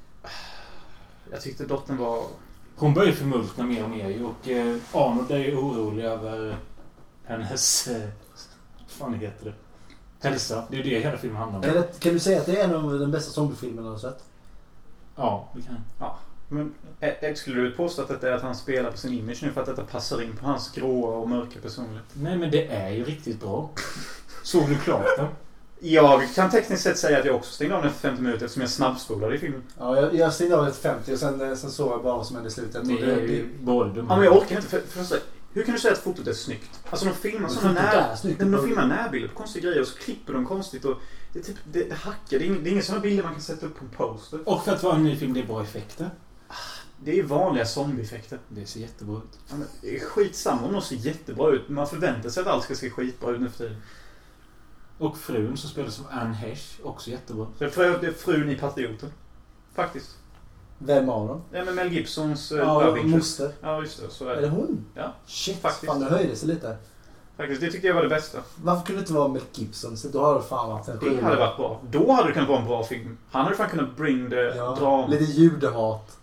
Speaker 2: Jag tyckte dottern var...
Speaker 3: Hon börjar förmultna mer och mer och eh, Arnold är ju orolig över hennes... Eh, vad fan heter det? Hälsa. Det är ju det hela filmen handlar om.
Speaker 1: Kan, det, kan du säga att det är en av de bästa zombiefilmerna du har sett?
Speaker 3: Ja, det kan
Speaker 2: ja. Men äh, skulle du påstå att det är att han spelar på sin image nu för att detta passar in på hans gråa och mörka personlighet?
Speaker 3: Nej, men det är ju riktigt bra. Såg du klart den?
Speaker 2: Jag kan tekniskt sett säga att jag också stängde av den efter femtio minuter eftersom jag snabbspolade i filmen.
Speaker 1: Ja, jag, jag stängde av efter femtio och sen, sen såg jag bara vad som hände i slutet.
Speaker 3: Det är ju både
Speaker 2: ja, men jag orkar inte. För, för, för, hur kan du säga att fotot är snyggt? Alltså de filmar sådana när, de, de filmar närbilder på konstiga grejer och så klipper de konstigt och det, är typ, det, det hackar. Det är, ing, det är inga sådana bilder man kan sätta upp på en poster.
Speaker 3: Och för att vara en ny film, det är bra effekter.
Speaker 2: Det är vanliga zombie-effekter.
Speaker 3: Det ser jättebra ut.
Speaker 2: Ja, men det är skitsamma om de ser jättebra ut. Man förväntar sig att allt ska se skitbra ut nu för tiden.
Speaker 3: Och frun som spelar som Anne Hesh, också jättebra.
Speaker 2: Det är frun i Patrioten. Faktiskt.
Speaker 1: Vem av dem?
Speaker 2: Ja, men Mel Gibsons
Speaker 1: ja, moster.
Speaker 2: Ja, just det. Så är det.
Speaker 1: Är det hon?
Speaker 2: Ja.
Speaker 1: Shit, faktiskt. Fan, det höjde sig lite.
Speaker 2: Faktiskt, det tyckte jag var det bästa.
Speaker 1: Varför kunde det inte vara Mel Gibson? Så då hade det fan varit en
Speaker 2: Det skillnad. Hade varit bra. Då hade det kunnat vara en bra film. Han hade fan kunnat bring the
Speaker 1: ja,
Speaker 2: drama.
Speaker 1: Lite judehat.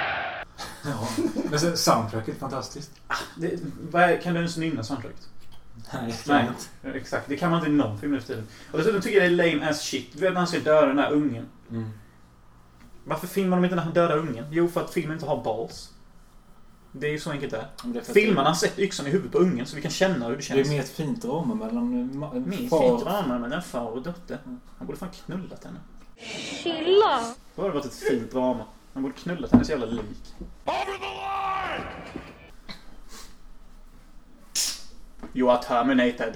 Speaker 3: Ja, men så, soundtracket är fantastiskt.
Speaker 2: Ah, det, vad är, kan du ens nynna soundtracket?
Speaker 3: Nej,
Speaker 2: Nej, exakt. Det kan man inte i någon film nu för tiden. Och dessutom tycker jag det är lame as shit. Du vet när han ska döda den här ungen.
Speaker 3: Mm.
Speaker 2: Varför filmar de inte när han dödar ungen? Jo, för att filmen inte har balls. Det är ju så enkelt där.
Speaker 3: Det är
Speaker 2: Filmar han sätter yxan i huvudet på ungen så vi kan känna hur det känns.
Speaker 3: Det är mer ett fint drama mellan
Speaker 2: Mer
Speaker 3: far...
Speaker 2: fint drama mellan far och dotter. Han borde fan knullat henne.
Speaker 9: Chilla!
Speaker 2: Då hade det varit ett fint drama. Han borde knullat hennes jävla lik.
Speaker 8: Over the line!
Speaker 2: You are terminated.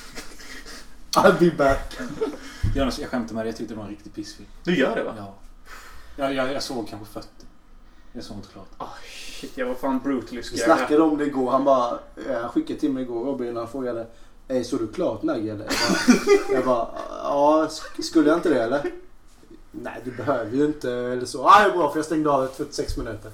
Speaker 1: I'll be back.
Speaker 3: Jag, jag skämtar med det, jag tyckte det var en riktig pissfilm.
Speaker 2: Du gör det va?
Speaker 3: Ja. Jag, jag, jag såg kanske fyrtio. Jag såg inte klart.
Speaker 2: Ah oh, shit, jag var fan brutally
Speaker 1: Vi
Speaker 2: scared.
Speaker 1: snackade om det igår. Han bara, jag skickade till mig igår Robin, han frågade, är så du klart Nagge eller? Jag bara, ja skulle jag inte det eller? Nej du behöver ju inte eller så. Ah, det är bra för jag stängde av det fyrtiosex minuter.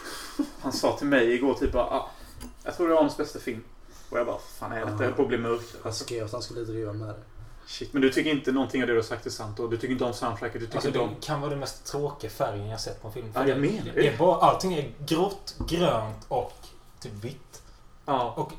Speaker 2: Han sa till mig igår typ bara, ah, jag tror det var hans bästa film. Och jag bara, fan är det? Det höll på att bli mörkt.
Speaker 1: Han skrev att han skulle driva med det.
Speaker 2: Shit, men du tycker inte någonting av det du har sagt är sant och du tycker inte om soundtracket, du tycker
Speaker 3: Alltså,
Speaker 2: inte
Speaker 3: det
Speaker 2: om...
Speaker 3: kan vara den mest tråkiga färgen jag sett på en film.
Speaker 2: Ja, jag menar
Speaker 3: det.
Speaker 2: det.
Speaker 3: Det är bara, allting är grått, grönt och typ vitt.
Speaker 2: Ja.
Speaker 3: Och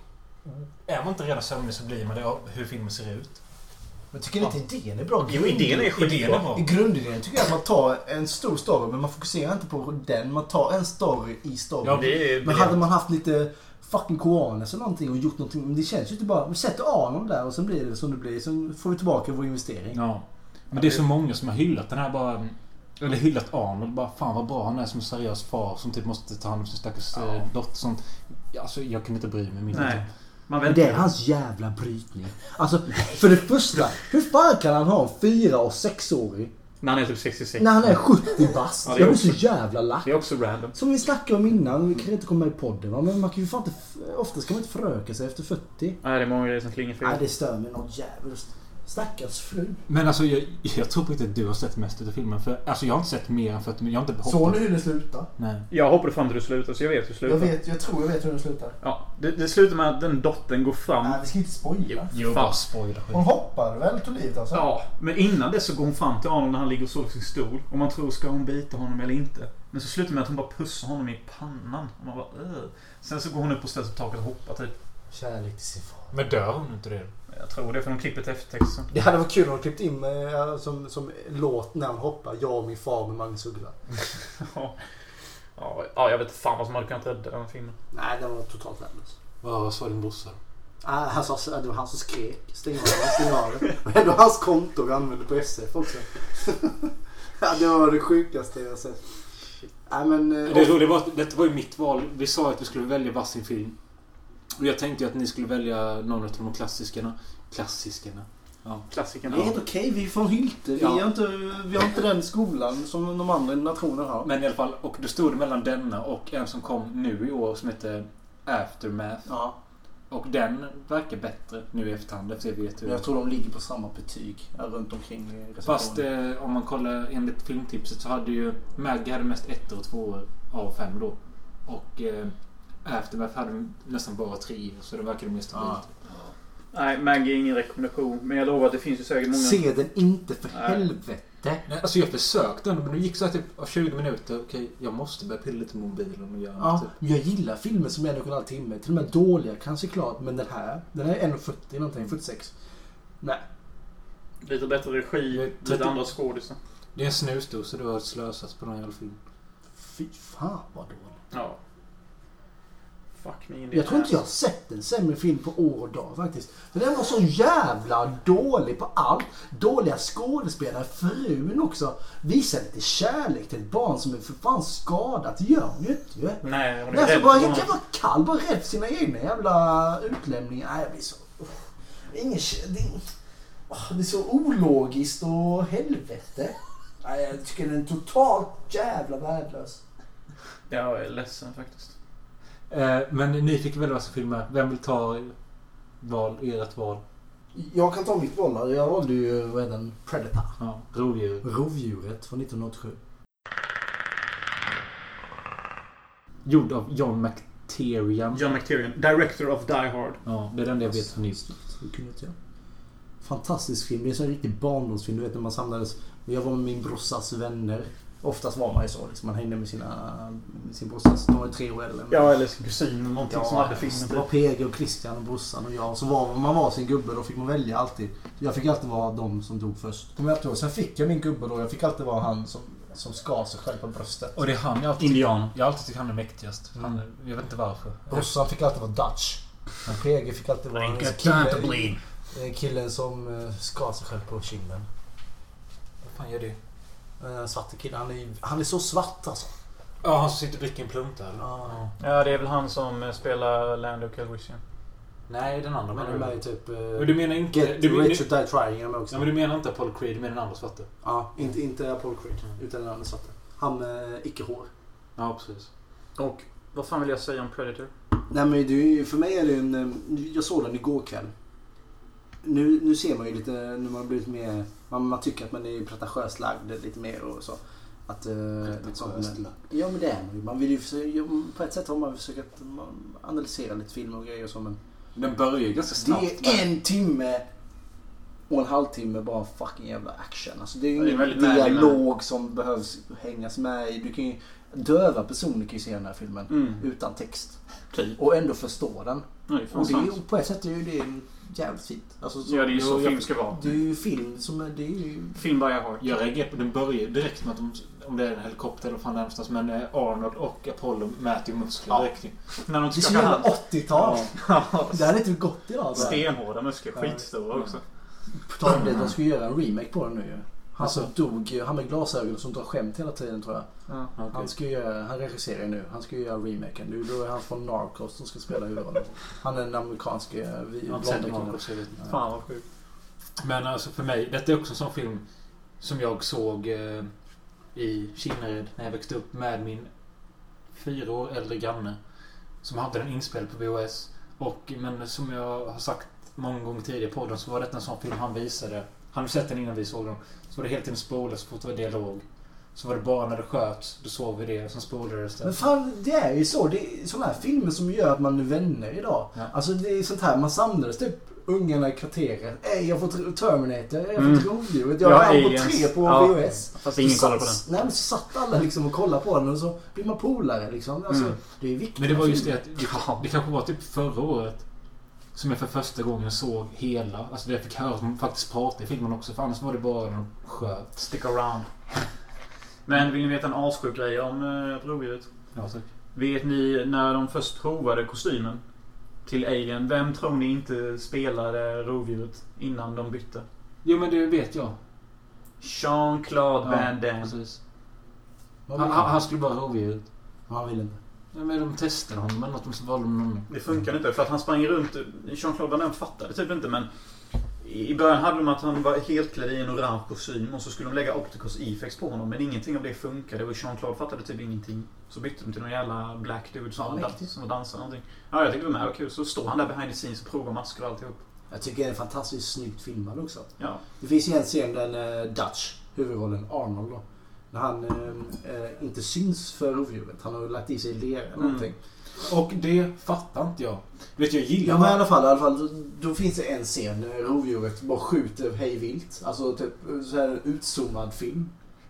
Speaker 3: är man inte redan sömnig så blir man det av hur filmen ser ut.
Speaker 1: Men tycker ni inte idén är bra?
Speaker 2: Jo, idén är skitbra.
Speaker 1: I grundidén tycker jag att man tar en stor story men man fokuserar inte på den. Man tar en story i story.
Speaker 2: Ja, det är...
Speaker 1: Men hade man haft lite fucking koanes eller någonting och gjort någonting, men det känns ju inte bara, vi sätter Arnold där och sen blir det som det blir, sen får vi tillbaka vår investering.
Speaker 3: Ja. Men det är så många som har hyllat den här bara, eller hyllat Arnold, bara fan vad bra han är som en seriös far som typ måste ta hand om sin stackars
Speaker 1: Ja.
Speaker 3: dotter sånt. Alltså jag kan inte bry mig mindre.
Speaker 2: Nej. Man
Speaker 1: Men det är hans jävla brytning. Alltså, för det första, hur fan kan han ha en fyra- och sexårig
Speaker 2: När han är typ sextiosex.
Speaker 1: när han är sjuttio bast?
Speaker 2: Ja, det är
Speaker 1: jag blir
Speaker 2: också-
Speaker 1: så jävla lack.
Speaker 2: Det är också random.
Speaker 1: Som vi snackade om innan, vi kan inte komma med i podden va? Men man kan ju fan inte, oftast kan man inte föröka sig efter fyrtio.
Speaker 2: Nej, det är många grejer som klingar fel.
Speaker 1: Nej, det stör mig något jävligt. Stackars fru.
Speaker 3: Men alltså jag, jag tror på inte att du har sett mest av filmen. För, alltså jag har inte sett mer än fyrtio, men jag har inte hoppat.
Speaker 1: Såg ni hur det slutar?
Speaker 3: Nej.
Speaker 2: Jag hoppade fram till du slutar, så jag vet hur det slutar.
Speaker 1: Jag vet, jag tror jag vet hur det slutar.
Speaker 2: Ja, det, det slutar med att den dottern går fram.
Speaker 1: Nej, vi ska inte spoila.
Speaker 3: Jo,
Speaker 2: Fan.
Speaker 3: bara spoila skit.
Speaker 1: Hon hoppar väl till livet alltså?
Speaker 2: Ja, men innan det så går hon fram till Arnold när han ligger och sover i sin stol. Och man tror, ska hon bita honom eller inte? Men så slutar det med att hon bara pussar honom i pannan. Och man bara, Åh. Sen så går hon upp och ställer sig på taket och hoppar typ.
Speaker 1: Kärlek till sin far.
Speaker 3: Men dör hon inte det?
Speaker 2: Jag tror det, för de klipper till eftertexten.
Speaker 1: Det hade varit kul om de klippt in med, som, som låt när han hoppar. Jag och min far med Magnus Uggla.
Speaker 2: Ja. Ja, ja, jag vet inte fan vad som hade kunnat rädda den filmen.
Speaker 1: Nej, det var totalt värdelös.
Speaker 3: Vad sa din brorsa?
Speaker 1: Ah, han sa, det var han som skrek. Stäng av det, stäng av det. Det var hans konto vi använde på S F också. Ja, det var det sjukaste jag sett. Nej, men...
Speaker 3: Det roliga var att detta var ju mitt val. Vi sa att vi skulle välja varsin film. Och jag tänkte ju att ni skulle välja någon av de klassikerna. Klassikerna. Ja.
Speaker 2: Klassikerna.
Speaker 1: Det är helt okej, vi är från Hylte. Vi,
Speaker 3: Ja.
Speaker 1: har inte, vi har inte den skolan som de andra nationerna har.
Speaker 3: Men i alla fall, och då stod det mellan denna och en som kom nu i år som heter Aftermath.
Speaker 1: Ja,
Speaker 3: Och den verkar bättre nu i efterhand efter jag vet hur.
Speaker 1: men jag tror de ligger på samma betyg runt omkring
Speaker 3: Fast eh, om man kollar enligt filmtipset så hade ju Maggie hade mest ett och två av fem då. Och eh, Aftermath hade nästan bara tre, så det verkar mest stabilt.
Speaker 1: Ja.
Speaker 2: Nej, Maggie är ingen rekommendation. Men jag lovar att det finns ju säkert många...
Speaker 1: Se den inte för
Speaker 2: Nej.
Speaker 1: helvete.
Speaker 3: Nej, alltså jag försökte men det gick så här typ av tjugo minuter. Okej, jag måste börja pilla lite med mobilen och göra
Speaker 1: Ja,
Speaker 3: typ.
Speaker 1: men jag gillar filmer som är en och en halv timme. Till och med dåliga kanske klart. Men den här, den är en fyrtio någonting, fyrtiosex. Nej.
Speaker 2: Lite bättre regi,
Speaker 3: Jag
Speaker 2: lite
Speaker 3: tyckte-
Speaker 2: andra skådisar.
Speaker 3: Det är en snusdosa du har slösat på den jävla filmen.
Speaker 1: Fy fan vad dåligt.
Speaker 2: Ja. Fuck me in the
Speaker 1: Jag tror inte jag har
Speaker 2: ass.
Speaker 1: sett en sämre film på år och dag faktiskt. För den var så jävla dålig på allt. Dåliga skådespelare. Frun också. Visar lite kärlek till ett barn som är för fan skadat. Det gör hon ju inte. Ju.
Speaker 2: Nej, hon är
Speaker 1: Nej, alltså
Speaker 2: rädd
Speaker 1: bara
Speaker 2: för
Speaker 1: helt
Speaker 2: honom.
Speaker 1: jävla kall. Bara rädd för sina egna jävla utlämningar. Nej, jag blir så... Uff. Ingen... Det är, åh, det är så ologiskt och helvete. Nej, jag tycker den är totalt jävla värdelös.
Speaker 2: Jag är ledsen faktiskt.
Speaker 3: Eh, men ni fick väl varsin film med. Vem vill ta val, ert val?
Speaker 1: Jag kan ta mitt val här. Jag valde ju redan Predator.
Speaker 3: Ja, rovdjur.
Speaker 1: Rovdjuret från nittonhundraåttiosju.
Speaker 3: Gjord av John McTiernan.
Speaker 2: John McTiernan, director of Die Hard.
Speaker 3: Ja, det är den jag vet från nyss.
Speaker 1: Det kunde inte jag. Fantastisk film. Det är en sån riktig barndomsfilm. Du vet när man samlades. Jag var med min brorsas vänner. Oftast var man ju så. Liksom, man hängde med sina, med sin brorsa. De var ju tre år äldre.
Speaker 2: Ja, eller sin kusin eller någonting
Speaker 1: Ja,
Speaker 2: som hade filmen.
Speaker 1: det var P G och Christian och brorsan och jag. Och så var man var sin gubbe, då fick man välja alltid. Jag fick alltid vara de som dog först. Kom jag till, sen fick jag min gubbe då. Jag fick alltid vara han som, som skar sig själv på bröstet.
Speaker 3: Och det är han jag alltid,
Speaker 2: Indian.
Speaker 3: jag alltid tycker han är mäktigast. Han, jag vet inte varför.
Speaker 1: Brorsan fick alltid vara Dutch. Men P G fick alltid vara en kille, killen som uh, skar sig själv på kinden.
Speaker 3: Vad fan gör det?
Speaker 1: En svarte kille. Han är, han är så svart alltså.
Speaker 3: Ja, han som sitter och dricker en plump där.
Speaker 1: Ja.
Speaker 2: Ja, det är väl han som spelar Lando Calrissian.
Speaker 3: Nej, den andra
Speaker 1: Men
Speaker 3: menar
Speaker 1: de är
Speaker 3: du.
Speaker 1: ju typ... Uh,
Speaker 3: Men du menar inte...
Speaker 1: Get
Speaker 3: du, du,
Speaker 1: Rich or Die Trying är med också.
Speaker 3: ja, men du menar inte Apollo Creed, du menar den andra svarta.
Speaker 1: Ja, inte, inte Apollo Creed. Utan den andra svarta. Han med icke-hår.
Speaker 3: Ja, precis.
Speaker 2: Och vad fan vill jag säga om Predator?
Speaker 1: Nej men det är ju, för mig är det en... Jag såg den igår kväll. Nu, nu ser man ju lite... Nu man har blivit mer... Man, man tycker att man är pretentiöst lagd lite mer och så. Att... Uh,
Speaker 3: Pretentiöst lagd.
Speaker 1: Ja men det är man ju. Man vill ju försöka... På ett sätt har man försökt analysera lite filmer och grejer och så, men...
Speaker 3: Den börjar ju ganska snabbt.
Speaker 1: Det är en timme och en halvtimme bara fucking jävla action. Alltså det är ju
Speaker 2: Ja, det är
Speaker 1: ingen
Speaker 2: väldigt
Speaker 1: dialog som behövs hängas med i. Du kan ju, döva personer kan ju se den här filmen
Speaker 2: Mm.
Speaker 1: utan text.
Speaker 2: Typ.
Speaker 1: Och ändå förstå den.
Speaker 2: Ja, det är fan
Speaker 1: Och det är ju,
Speaker 2: sant.
Speaker 1: på ett sätt är ju det jävligt fint. Alltså, så,
Speaker 2: Ja, det är ju så
Speaker 1: jag-
Speaker 2: film ska vara.
Speaker 1: Det är ju film som är... Det är ju...
Speaker 2: Film by heart.
Speaker 3: Jag reagerar på den börjar direkt med att de, om det är en helikopter eller fan närmast, men eh, Arnold och Apollo mäter ju muskler
Speaker 1: Ja.
Speaker 3: direkt.
Speaker 2: När de
Speaker 1: Det är så
Speaker 2: skakar
Speaker 1: jävla
Speaker 2: hand.
Speaker 1: åttiotal. Det hade inte gått idag. Alltså.
Speaker 2: Stenhårda muskler. Skitstora också.
Speaker 1: På tal om det, de ska ju göra en remake på den nu ju. Han som dog, han med glasögon som drar skämt hela tiden tror jag.
Speaker 2: Ja.
Speaker 3: Okay.
Speaker 1: Han ska ju göra, han regisserar ju nu. Han ska ju göra remaken. Nu då är han från Narcos som ska spela huvudrollen. Han är den amerikanske vi
Speaker 3: Jag har inte sett
Speaker 1: blonda killen.
Speaker 3: Marcos, jag vet inte.
Speaker 2: Fan vad sjukt.
Speaker 3: Men alltså för mig, detta är också en sån film som jag såg eh, i Kinnared när jag växte upp med min fyra år äldre granne som hade den inspelad på V H S. Och, men som jag har sagt många gånger tidigare på podden så var detta en sån film han visade. Han hade sett den innan vi såg den. Så var det helt en spola så fort det var dialog. Så var det bara när det sköts, då såg vi det och sen spolades det.
Speaker 1: Men fan, det är ju så. Det är sådana här filmer som gör att man är vänner idag.
Speaker 3: Ja.
Speaker 1: Alltså det är sånt här, man samlades typ ungarna i kvarteret. Ej, jag har fått Terminator, jag har
Speaker 2: Mm.
Speaker 1: fått Rovdjuret. Jag
Speaker 2: Ja,
Speaker 1: har på
Speaker 2: Aliens.
Speaker 1: tre på
Speaker 2: Ja.
Speaker 1: V H S.
Speaker 2: Fast ingen
Speaker 1: Så
Speaker 2: kollar på
Speaker 1: satt-
Speaker 2: den.
Speaker 1: Nej men så satt alla liksom och kollade på den och så blir man polare liksom. Alltså,
Speaker 2: Mm.
Speaker 1: det är ju viktigt.
Speaker 3: Men det var just det att det,
Speaker 2: Ja.
Speaker 3: det kanske var typ förra året som jag för första gången såg hela. Alltså det jag fick höra att de faktiskt pratade i filmen också. För annars var det bara när de sköt.
Speaker 2: Stick around. Men vill ni veta en assjuk grej om äh, rovdjuret?
Speaker 3: Ja, tack.
Speaker 2: Vet ni när de först provade kostymen till Alien, vem tror ni inte spelade rovdjuret innan de bytte?
Speaker 3: Jo men det vet jag.
Speaker 2: Jean-Claude Van Damme.
Speaker 3: precis.
Speaker 1: Vad
Speaker 3: Han,
Speaker 1: vill
Speaker 3: han,
Speaker 1: han?
Speaker 3: han skulle bara rovdjuret.
Speaker 1: Han vill inte.
Speaker 3: Ja, men de testade honom men något de valde någon.
Speaker 2: Det funkar inte för att han sprang runt. Jean-Claude Van Damme fattade typ inte, men i början hade de att han var helt klädd i en orange kostym och så skulle de lägga opticals effects på honom, men ingenting av det funkade och Jean-Claude fattade typ ingenting. Så bytte de till någon jävla black dude som,
Speaker 1: Ja,
Speaker 2: var,
Speaker 1: mäktigt.
Speaker 2: dans, som var dansare någonting. Ja, jag tyckte det var med, kul. Så står han där behind the scenes och provar masker och alltihop.
Speaker 1: Jag tycker det är fantastiskt snyggt filmad också.
Speaker 2: Ja.
Speaker 1: Det finns ju en scen där uh, Dutch, huvudrollen Arnold då, när han eh, eh, inte syns för rovdjuret. Han har lagt i sig lera eller
Speaker 2: Mm.
Speaker 1: någonting.
Speaker 3: Och det fattar inte jag. Vet jag gillar
Speaker 1: Ja men i alla fall, i alla fall då, då finns det en scen när rovdjuret bara skjuter hej vilt. Alltså typ så här utzoomad film.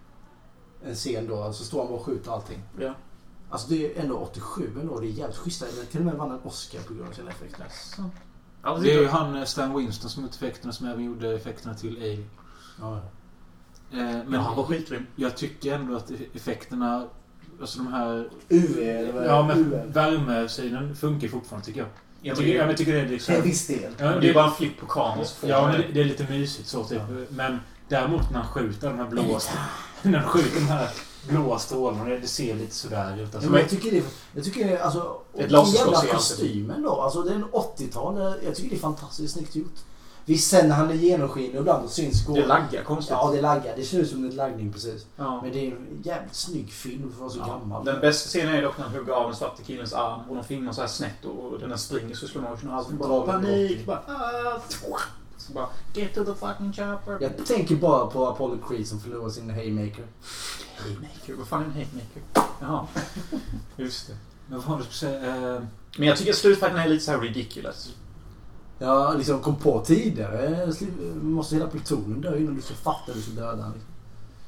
Speaker 1: En scen då, så står han bara och skjuter allting.
Speaker 2: Ja.
Speaker 1: Alltså det är ändå åttiosju ändå, det är jävligt schyssta. Det till och med vann en Oscar på grund av sina effekter.
Speaker 2: Alltså,
Speaker 3: det är ju han eh, Stan Winston som gjort effekterna som även gjorde effekterna till Alien.
Speaker 1: Ja.
Speaker 3: Eh, men
Speaker 2: Men han var skitgrym.
Speaker 3: jag tycker ändå att effekterna, alltså de här
Speaker 1: U V eller vad
Speaker 3: ja,
Speaker 1: är det?
Speaker 3: men
Speaker 1: U V.
Speaker 3: värmesidan funkar fortfarande tycker jag.
Speaker 2: Ja,
Speaker 3: Jag tycker, jag tycker det är liksom...
Speaker 1: Till viss del.
Speaker 3: Ja,
Speaker 2: Det är bara en flipp på kameran. så får
Speaker 3: Ja,
Speaker 2: man
Speaker 3: men
Speaker 2: det.
Speaker 3: det, det är lite mysigt så typ. Men däremot när han skjuter de här blåa när han skjuter de här blåa strålarna, det, det ser lite sådär ut.
Speaker 1: Ja,
Speaker 3: Alltså,
Speaker 1: men jag tycker det, jag tycker det, alltså, och
Speaker 2: Ett
Speaker 1: den
Speaker 2: låtsasglas
Speaker 1: jävla
Speaker 2: i
Speaker 1: kostymen då, alltså den åttiotal, jag tycker det är fantastiskt snyggt gjort. Visst sen när han är genomskinlig och ibland syns går.
Speaker 2: Det laggar konstigt.
Speaker 1: Ja, det laggar. Det ser ut som en laggning precis.
Speaker 2: Ja.
Speaker 1: Men det är en jävligt snygg film för att vara så
Speaker 2: Ja.
Speaker 1: gammal.
Speaker 2: Den bästa scenen är dock när han hugger av den svarta killens arm och de filmar så här snett och den springer så slår man och allt bara
Speaker 1: Drar den
Speaker 2: panik. Bara, ah, så bara get to the fucking chopper.
Speaker 1: Jag tänker bara på Apollo Creed som förlorar sin Haymaker.
Speaker 2: Haymaker? Vad fan är en haymaker? Jaha. Just det.
Speaker 3: men vad var det jag skulle säga? Eh,
Speaker 2: Men jag tycker att slutfighten är lite så här ridiculous.
Speaker 1: Jag liksom kom på tidigare. Måste hela plutonen dö innan du ska fatta att du ska döda. Liksom.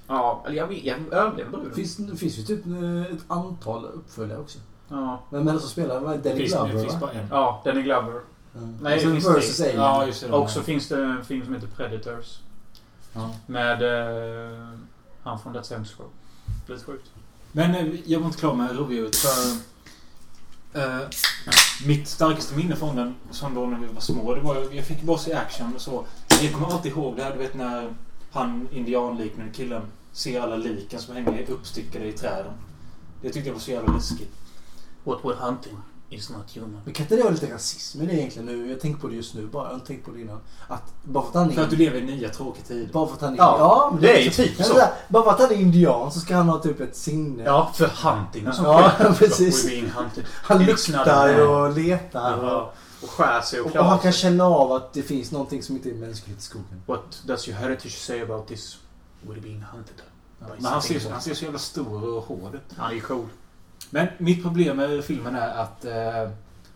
Speaker 2: Ja, eller jag vet, jag överlevde bruden.
Speaker 1: Finns, det finns ju typ ett antal uppföljare också.
Speaker 2: Ja.
Speaker 1: Men den som spelar var Danny
Speaker 3: finns,
Speaker 1: Glover,
Speaker 3: det finns
Speaker 1: va?
Speaker 3: bara en.
Speaker 2: Ja, Danny Glover.
Speaker 1: Mm.
Speaker 2: Nej,
Speaker 1: Sen
Speaker 2: det finns
Speaker 1: versus
Speaker 2: det.
Speaker 1: Alien.
Speaker 3: Ja, just det.
Speaker 2: Och så finns det en film som heter Predators.
Speaker 3: Ja.
Speaker 2: Med eh, han från That's Hemsco. Lite sjukt.
Speaker 3: Men eh, jag var inte klar med rovdjuret för eh, mitt starkaste minne från den, som då när vi var små, det var jag fick bara se action och så. Jag kommer alltid ihåg det här, du vet när han indianliknande killen ser alla liken som hänger uppstyckade i träden. Det tyckte jag var så jävla läskigt.
Speaker 2: What we're hunting is not human.
Speaker 1: Men kan inte det vara lite rasism i det egentligen nu? Jag tänker på det just nu bara. Jag har inte tänkt på det innan. Att bara för att han är...
Speaker 3: För att du lever i nya tråkiga tider.
Speaker 1: Bara för att han är...
Speaker 2: Ja,
Speaker 1: ja men
Speaker 2: det är ju
Speaker 1: så-
Speaker 2: typ
Speaker 1: men
Speaker 2: så.
Speaker 1: där, bara för att han är indian så ska han ha typ ett sinne.
Speaker 2: Ja, för hunting och sånt.
Speaker 1: Ja,
Speaker 2: skit.
Speaker 1: precis.
Speaker 2: We're being hunted.
Speaker 1: Han
Speaker 2: It's not
Speaker 1: luktar
Speaker 2: a man.
Speaker 1: och letar.
Speaker 2: Ja. Och skär sig och
Speaker 1: Och, och han
Speaker 2: klarar
Speaker 1: kan
Speaker 2: sig.
Speaker 1: känna av att det finns någonting som inte är mänskligt i skogen.
Speaker 2: What does your heritage say about this? We're being hunted.
Speaker 3: Men han ser, han ser så jävla stor och hård ut.
Speaker 2: Han är ju cool.
Speaker 3: Men mitt problem med filmen är att eh,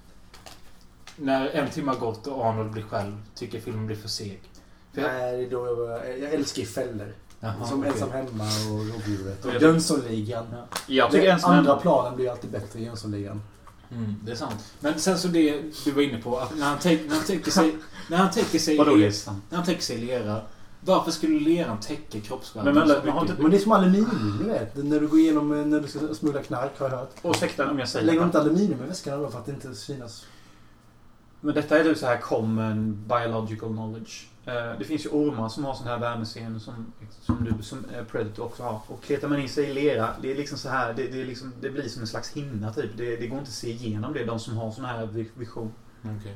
Speaker 3: när en timme har gått och Arnold blir själv tycker filmen blir för seg. För jag,
Speaker 1: Nej, det är då jag börjar... Jag älskar ju fällor.
Speaker 3: Jaha,
Speaker 1: Som
Speaker 3: okej.
Speaker 1: ensam hemma och rovdjuret. Och
Speaker 2: Jag-
Speaker 1: Jönssonligan.
Speaker 2: Jag tycker
Speaker 1: Den
Speaker 2: en som
Speaker 1: andra
Speaker 2: andra...
Speaker 1: planen blir alltid bättre i Jönssonligan.
Speaker 3: Mm, det är sant. Men sen så det du var inne på, att när han, tänk, när han tänker sig... När han tänker sig...
Speaker 2: Vadå det är sant?
Speaker 3: När han tänker sig lera, varför skulle leran täcka kroppsvärden?
Speaker 2: Men, men,
Speaker 3: så
Speaker 2: men har
Speaker 3: mycket?
Speaker 2: inte-
Speaker 1: Men det är som aluminium, du vet. När du går igenom när du ska smuggla knark, har jag hört.
Speaker 2: Ursäkta om jag säger
Speaker 1: Lägger
Speaker 2: det.
Speaker 1: de inte aluminium i väskan då för att det inte synas?
Speaker 2: Men detta är ju så här common biological knowledge. Eh, det finns ju ormar som har sån här värmescen som, som du som eh, Predator också har. Och kletar man in sig i lera, det är liksom så här, det, det, är liksom, det blir som en slags hinna typ. Det, det går inte att se igenom det, de som har sån här vi- vision.
Speaker 3: Okej.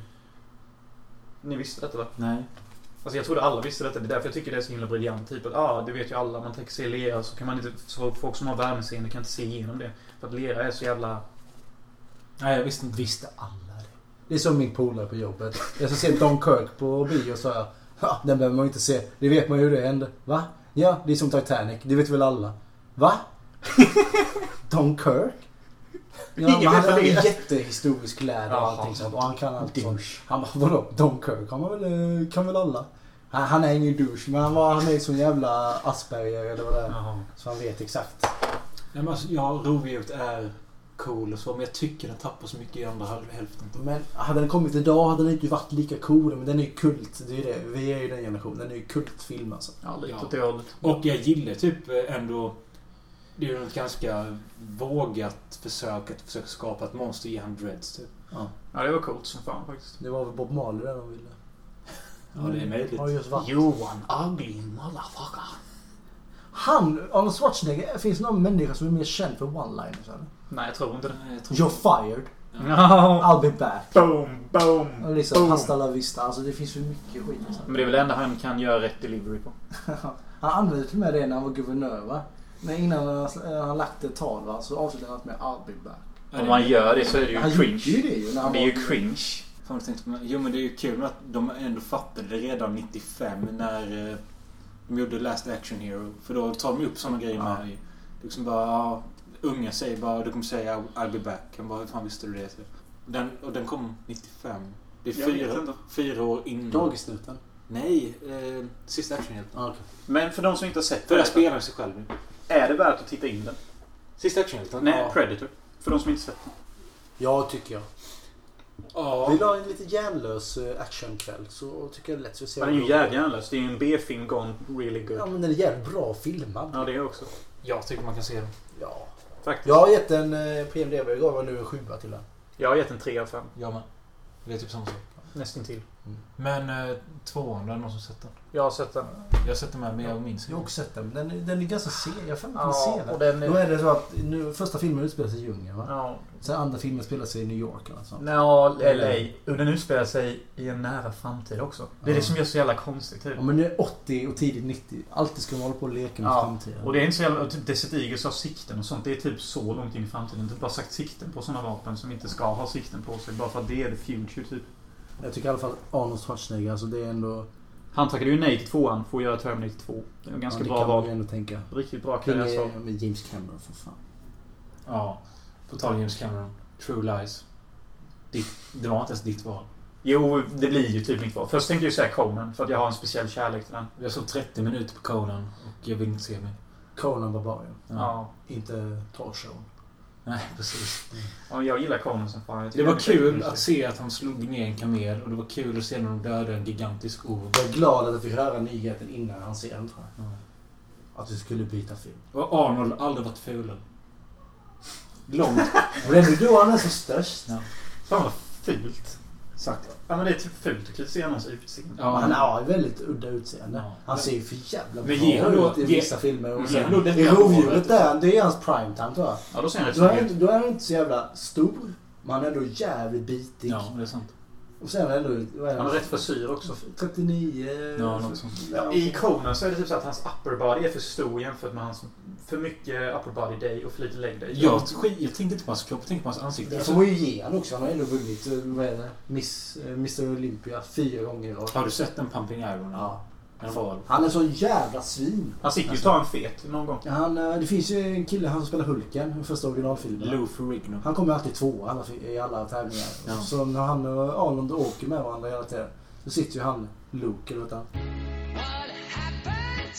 Speaker 2: Ni visste detta va?
Speaker 3: Nej.
Speaker 2: Alltså jag trodde alla visste detta, det är därför jag tycker det är så himla briljant. Typ att, ja ah, det vet ju alla, man tänker sig i lera så kan man inte, så folk som har värmeseende kan inte se igenom det. För att lera är så jävla...
Speaker 3: Nej, jag visste inte.
Speaker 1: Visste alla det? Det är som min polare på jobbet. Jag ska se Don Kirk på bio och så jag, ja, den behöver man ju inte se. Det vet man ju hur det hände. Va? Ja, det är som Titanic. Det vet väl alla. Va? Don Kirk? Ja,
Speaker 2: Ingen
Speaker 1: men han
Speaker 2: vet vad
Speaker 1: är
Speaker 2: det är.
Speaker 1: jättehistorisk lärd och
Speaker 2: Jaha.
Speaker 1: allting sånt. Och han kan allt sånt.
Speaker 2: Douche.
Speaker 1: Han bara, vadå? Don Kirk? Han var väl, eh, kan väl alla? Han, han är ingen douche, men han, var, han är som jävla Asperger eller vad det är.
Speaker 2: Jaha.
Speaker 1: Så han vet exakt.
Speaker 3: Nej, men alltså, ja, rovdjuret är cool och så, men jag tycker den tappar så mycket i andra halv- hälften.
Speaker 1: Men hade den kommit idag hade den inte varit lika cool. Men den är ju kult. Det är ju det. Vi är ju den generationen. Den är ju kultfilm alltså.
Speaker 2: Ja, lite
Speaker 3: Ja.
Speaker 2: åt det hållet.
Speaker 3: Och jag gillar typ ändå... Det är ju ett ganska vågat försök att försöka skapa ett monster i han dreads typ.
Speaker 1: Ja.
Speaker 2: Ja, det var coolt som fan faktiskt.
Speaker 1: Det var väl Bob Marley där de ville.
Speaker 3: Ja, det är möjligt.
Speaker 1: Har just varit.
Speaker 2: You one ugly motherfucker.
Speaker 1: Han, Arnold Schwarzenegger, finns det någon människa som är mer känd för one-liners eller?
Speaker 2: Nej, jag tror inte det.
Speaker 3: Nej, jag tror-
Speaker 1: You're fired.
Speaker 2: No.
Speaker 1: I'll be back.
Speaker 2: Boom, boom.
Speaker 1: Och liksom
Speaker 2: Boom.
Speaker 1: hasta la vista. Alltså det finns ju mycket skit. Alltså.
Speaker 2: Men det är väl det enda han kan göra rätt delivery på.
Speaker 1: Han använde till och med det när han var guvernör va? Men innan han, han lagt ett tal va? Så avslutade han med I'll be back.
Speaker 3: Ja,
Speaker 2: Om
Speaker 3: det-
Speaker 2: man gör det så är det ju
Speaker 1: Han gjorde
Speaker 2: cringe.
Speaker 1: ju det ju när han
Speaker 2: Det är ju
Speaker 1: var-
Speaker 2: cringe.
Speaker 3: Fan, jag tänkte på, jo men det är ju kul att de ändå fattade det redan nittiofem när eh, de gjorde Last Action Hero. För då tar de upp sådana grejer med ju. Liksom bara, ja, unga säger bara, du kommer säga I'll be back. Han bara, hur fan visste du det? Så. Den, och den kom nittiofem. Det är
Speaker 2: Jag vet
Speaker 3: fyra,
Speaker 2: inte.
Speaker 3: fyra år innan.
Speaker 1: Dagisnuten.
Speaker 3: Nej, eh, sista actionhjälten.
Speaker 1: Ah, okay.
Speaker 2: Men för de som inte har sett
Speaker 3: För jag
Speaker 2: det,
Speaker 3: spelar sig själv nu.
Speaker 2: är det värt att titta in den?
Speaker 3: Sista actionhjälten?
Speaker 2: Nej,
Speaker 3: Ja.
Speaker 2: Predator. För de som inte sett den.
Speaker 1: Ja, tycker jag.
Speaker 3: Ja.
Speaker 1: Vill du ha en lite hjärnlös eh, actionkväll så tycker jag det är lätt att se.
Speaker 2: Den är ju jävligt hjärnlös. Det är ju en B-film gone really good.
Speaker 1: Ja, men den är jävligt bra filmad.
Speaker 2: Ja, det är också.
Speaker 3: Jag tycker man kan se den.
Speaker 1: Ja.
Speaker 2: Faktiskt.
Speaker 1: Jag har gett en eh, P M D B, jag gav nu en sjua till den.
Speaker 2: Jag har gett en tre av fem.
Speaker 3: Jag med. Det är typ samma sak.
Speaker 2: Nästintill.
Speaker 3: Men eh, tvåan, det är någon som sett den.
Speaker 2: Jag har sett den.
Speaker 3: Jag har sett den med, men jag minns
Speaker 1: Jag har också sett den, men den, är- den är ganska sen. Jag får inte
Speaker 2: Ja,
Speaker 1: se den.
Speaker 2: och den är-
Speaker 1: Då är det så att nu, första filmen utspelar sig i djungeln va?
Speaker 2: Ja.
Speaker 1: Sen andra filmen spelar sig i New York eller sånt.
Speaker 2: Ja, L A. Och den utspelar sig i en nära framtid också. Det är
Speaker 1: Ja.
Speaker 2: det som gör så jävla konstigt. Typ.
Speaker 1: Ja, men nu är åttio och tidigt nittio. Alltid ska man hålla på och leka med
Speaker 2: Ja,
Speaker 1: framtiden.
Speaker 2: och det är inte så jävla... Typ Desert Eagles har sikten och sånt. Det är typ så långt in i framtiden. Typ bara sagt sikten på sådana vapen som inte ska ha sikten på sig. Bara för att det är the future typ.
Speaker 1: Jag tycker i alla fall Arnold Schwarzenegger, alltså det är ändå...
Speaker 2: Han tackade ju nej till tvåan för att göra Terminator två. Det var ganska
Speaker 1: ja, det
Speaker 2: bra
Speaker 1: kan man ju
Speaker 2: val.
Speaker 1: ändå tänka.
Speaker 2: Riktigt bra
Speaker 1: Kring
Speaker 2: karriärsval.
Speaker 1: är med James Cameron för fan.
Speaker 3: Ja. På tal om James Cameron. True Lies. Ditt, det var inte ens ditt val.
Speaker 2: Jo, det blir ju typ mitt val. Först tänkte jag säga Conan för att jag har en speciell kärlek till den.
Speaker 3: Jag såg trettio minuter på Conan och jag vill inte se mig.
Speaker 1: Conan Barbarian.
Speaker 2: Ja.
Speaker 1: Inte talkshow.
Speaker 3: Nej, precis.
Speaker 2: Ja, jag gillar Conan som fan.
Speaker 3: Det var kul att se att han slog ner en kamel och det var kul att se när de dödade en gigantisk orm.
Speaker 1: Jag är glad att jag fick höra nyheten innan han ser den, tror jag.
Speaker 3: Ja.
Speaker 1: Att vi skulle byta film.
Speaker 3: Och Arnold har aldrig varit fulen. Långt.
Speaker 1: Och det är nu då han är så störst.
Speaker 3: Ja.
Speaker 2: Fan vad fult.
Speaker 3: Sagt.
Speaker 2: Ja, men det är typ fult att kritisera hans utseende.
Speaker 3: Ja,
Speaker 1: Han har ett väldigt udda utseende.
Speaker 3: Ja.
Speaker 1: Han ser ju för jävla
Speaker 3: Men ge
Speaker 1: bra
Speaker 3: då-
Speaker 1: ut i
Speaker 3: ge-
Speaker 1: vissa filmer. Och
Speaker 3: Men
Speaker 1: sen,
Speaker 3: ge då detta
Speaker 1: I Rovdjuret
Speaker 3: på-
Speaker 1: där, det är hans primetime, tror jag.
Speaker 2: Ja, då ser han rätt
Speaker 1: Då är,
Speaker 2: snygg
Speaker 1: han
Speaker 2: ut.
Speaker 1: inte, då är han inte så jävla stor. Men han är ändå jävligt bitig.
Speaker 3: Ja, det är sant.
Speaker 1: Och sen är det ändå... vad är det?
Speaker 2: Han har rätt frisyr också.
Speaker 1: trettionio...
Speaker 3: Ja, något sånt.
Speaker 2: Ja, I Conan så är det typ så att hans upper body är för stor jämfört med hans för mycket upper body day och för lite leg day.
Speaker 3: Jag, jag tänkte inte på hans kropp, jag tänkte på hans ansikte.
Speaker 1: Det får man ju ge han också. Han har ändå vunnit, vad är det? Miss, mister Olympia fyra gånger i rad.
Speaker 3: Har du sett den Pumping Iron?
Speaker 1: Ja.
Speaker 3: En val.
Speaker 1: Han är så jävla svin.
Speaker 2: Han sitter ju och tar en fet någon gång.
Speaker 1: Han, eh, det finns ju en kille, han som spelar Hulken, den första originalfilmen.
Speaker 3: Lou Ferrigno.
Speaker 1: Han kommer alltid två alla, i alla tävlingar.
Speaker 3: Ja.
Speaker 1: Så när han och Arnold åker med varandra hela tiden, så sitter ju han, Luke, eller vad heter han?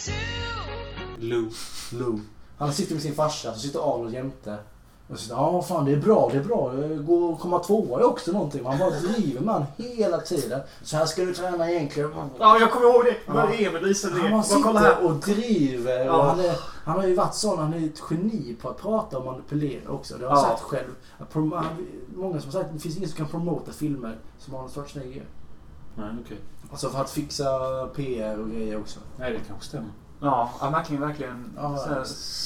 Speaker 3: Lou.
Speaker 1: Lou. Han sitter med sin farsa, så sitter Arnold jämte. Och så sitter ja fan det är bra, det är bra. Det går att komma tvåa är också någonting. Han bara driver med han hela tiden. Så här ska du träna egentligen.
Speaker 2: Ja, jag kommer ihåg det.
Speaker 1: Ja.
Speaker 2: Var Emil visade det.
Speaker 1: Han bara
Speaker 2: Bara kolla här.
Speaker 1: sitter och driver.
Speaker 2: Ja.
Speaker 1: Och han, är, han har ju varit sån, han är ett geni på att prata och manipulera också. Det har jag
Speaker 2: Ja.
Speaker 1: sagt själv. Att prom- han, många som har sagt att det finns ingen som kan promota filmer som Arnold Schwarzenegger gör.
Speaker 3: Nej, okej.
Speaker 1: Alltså för att fixa P R och grejer också.
Speaker 3: Nej, det kanske stämmer.
Speaker 2: Ja, han verkligen verkligen
Speaker 1: Ja.
Speaker 2: så här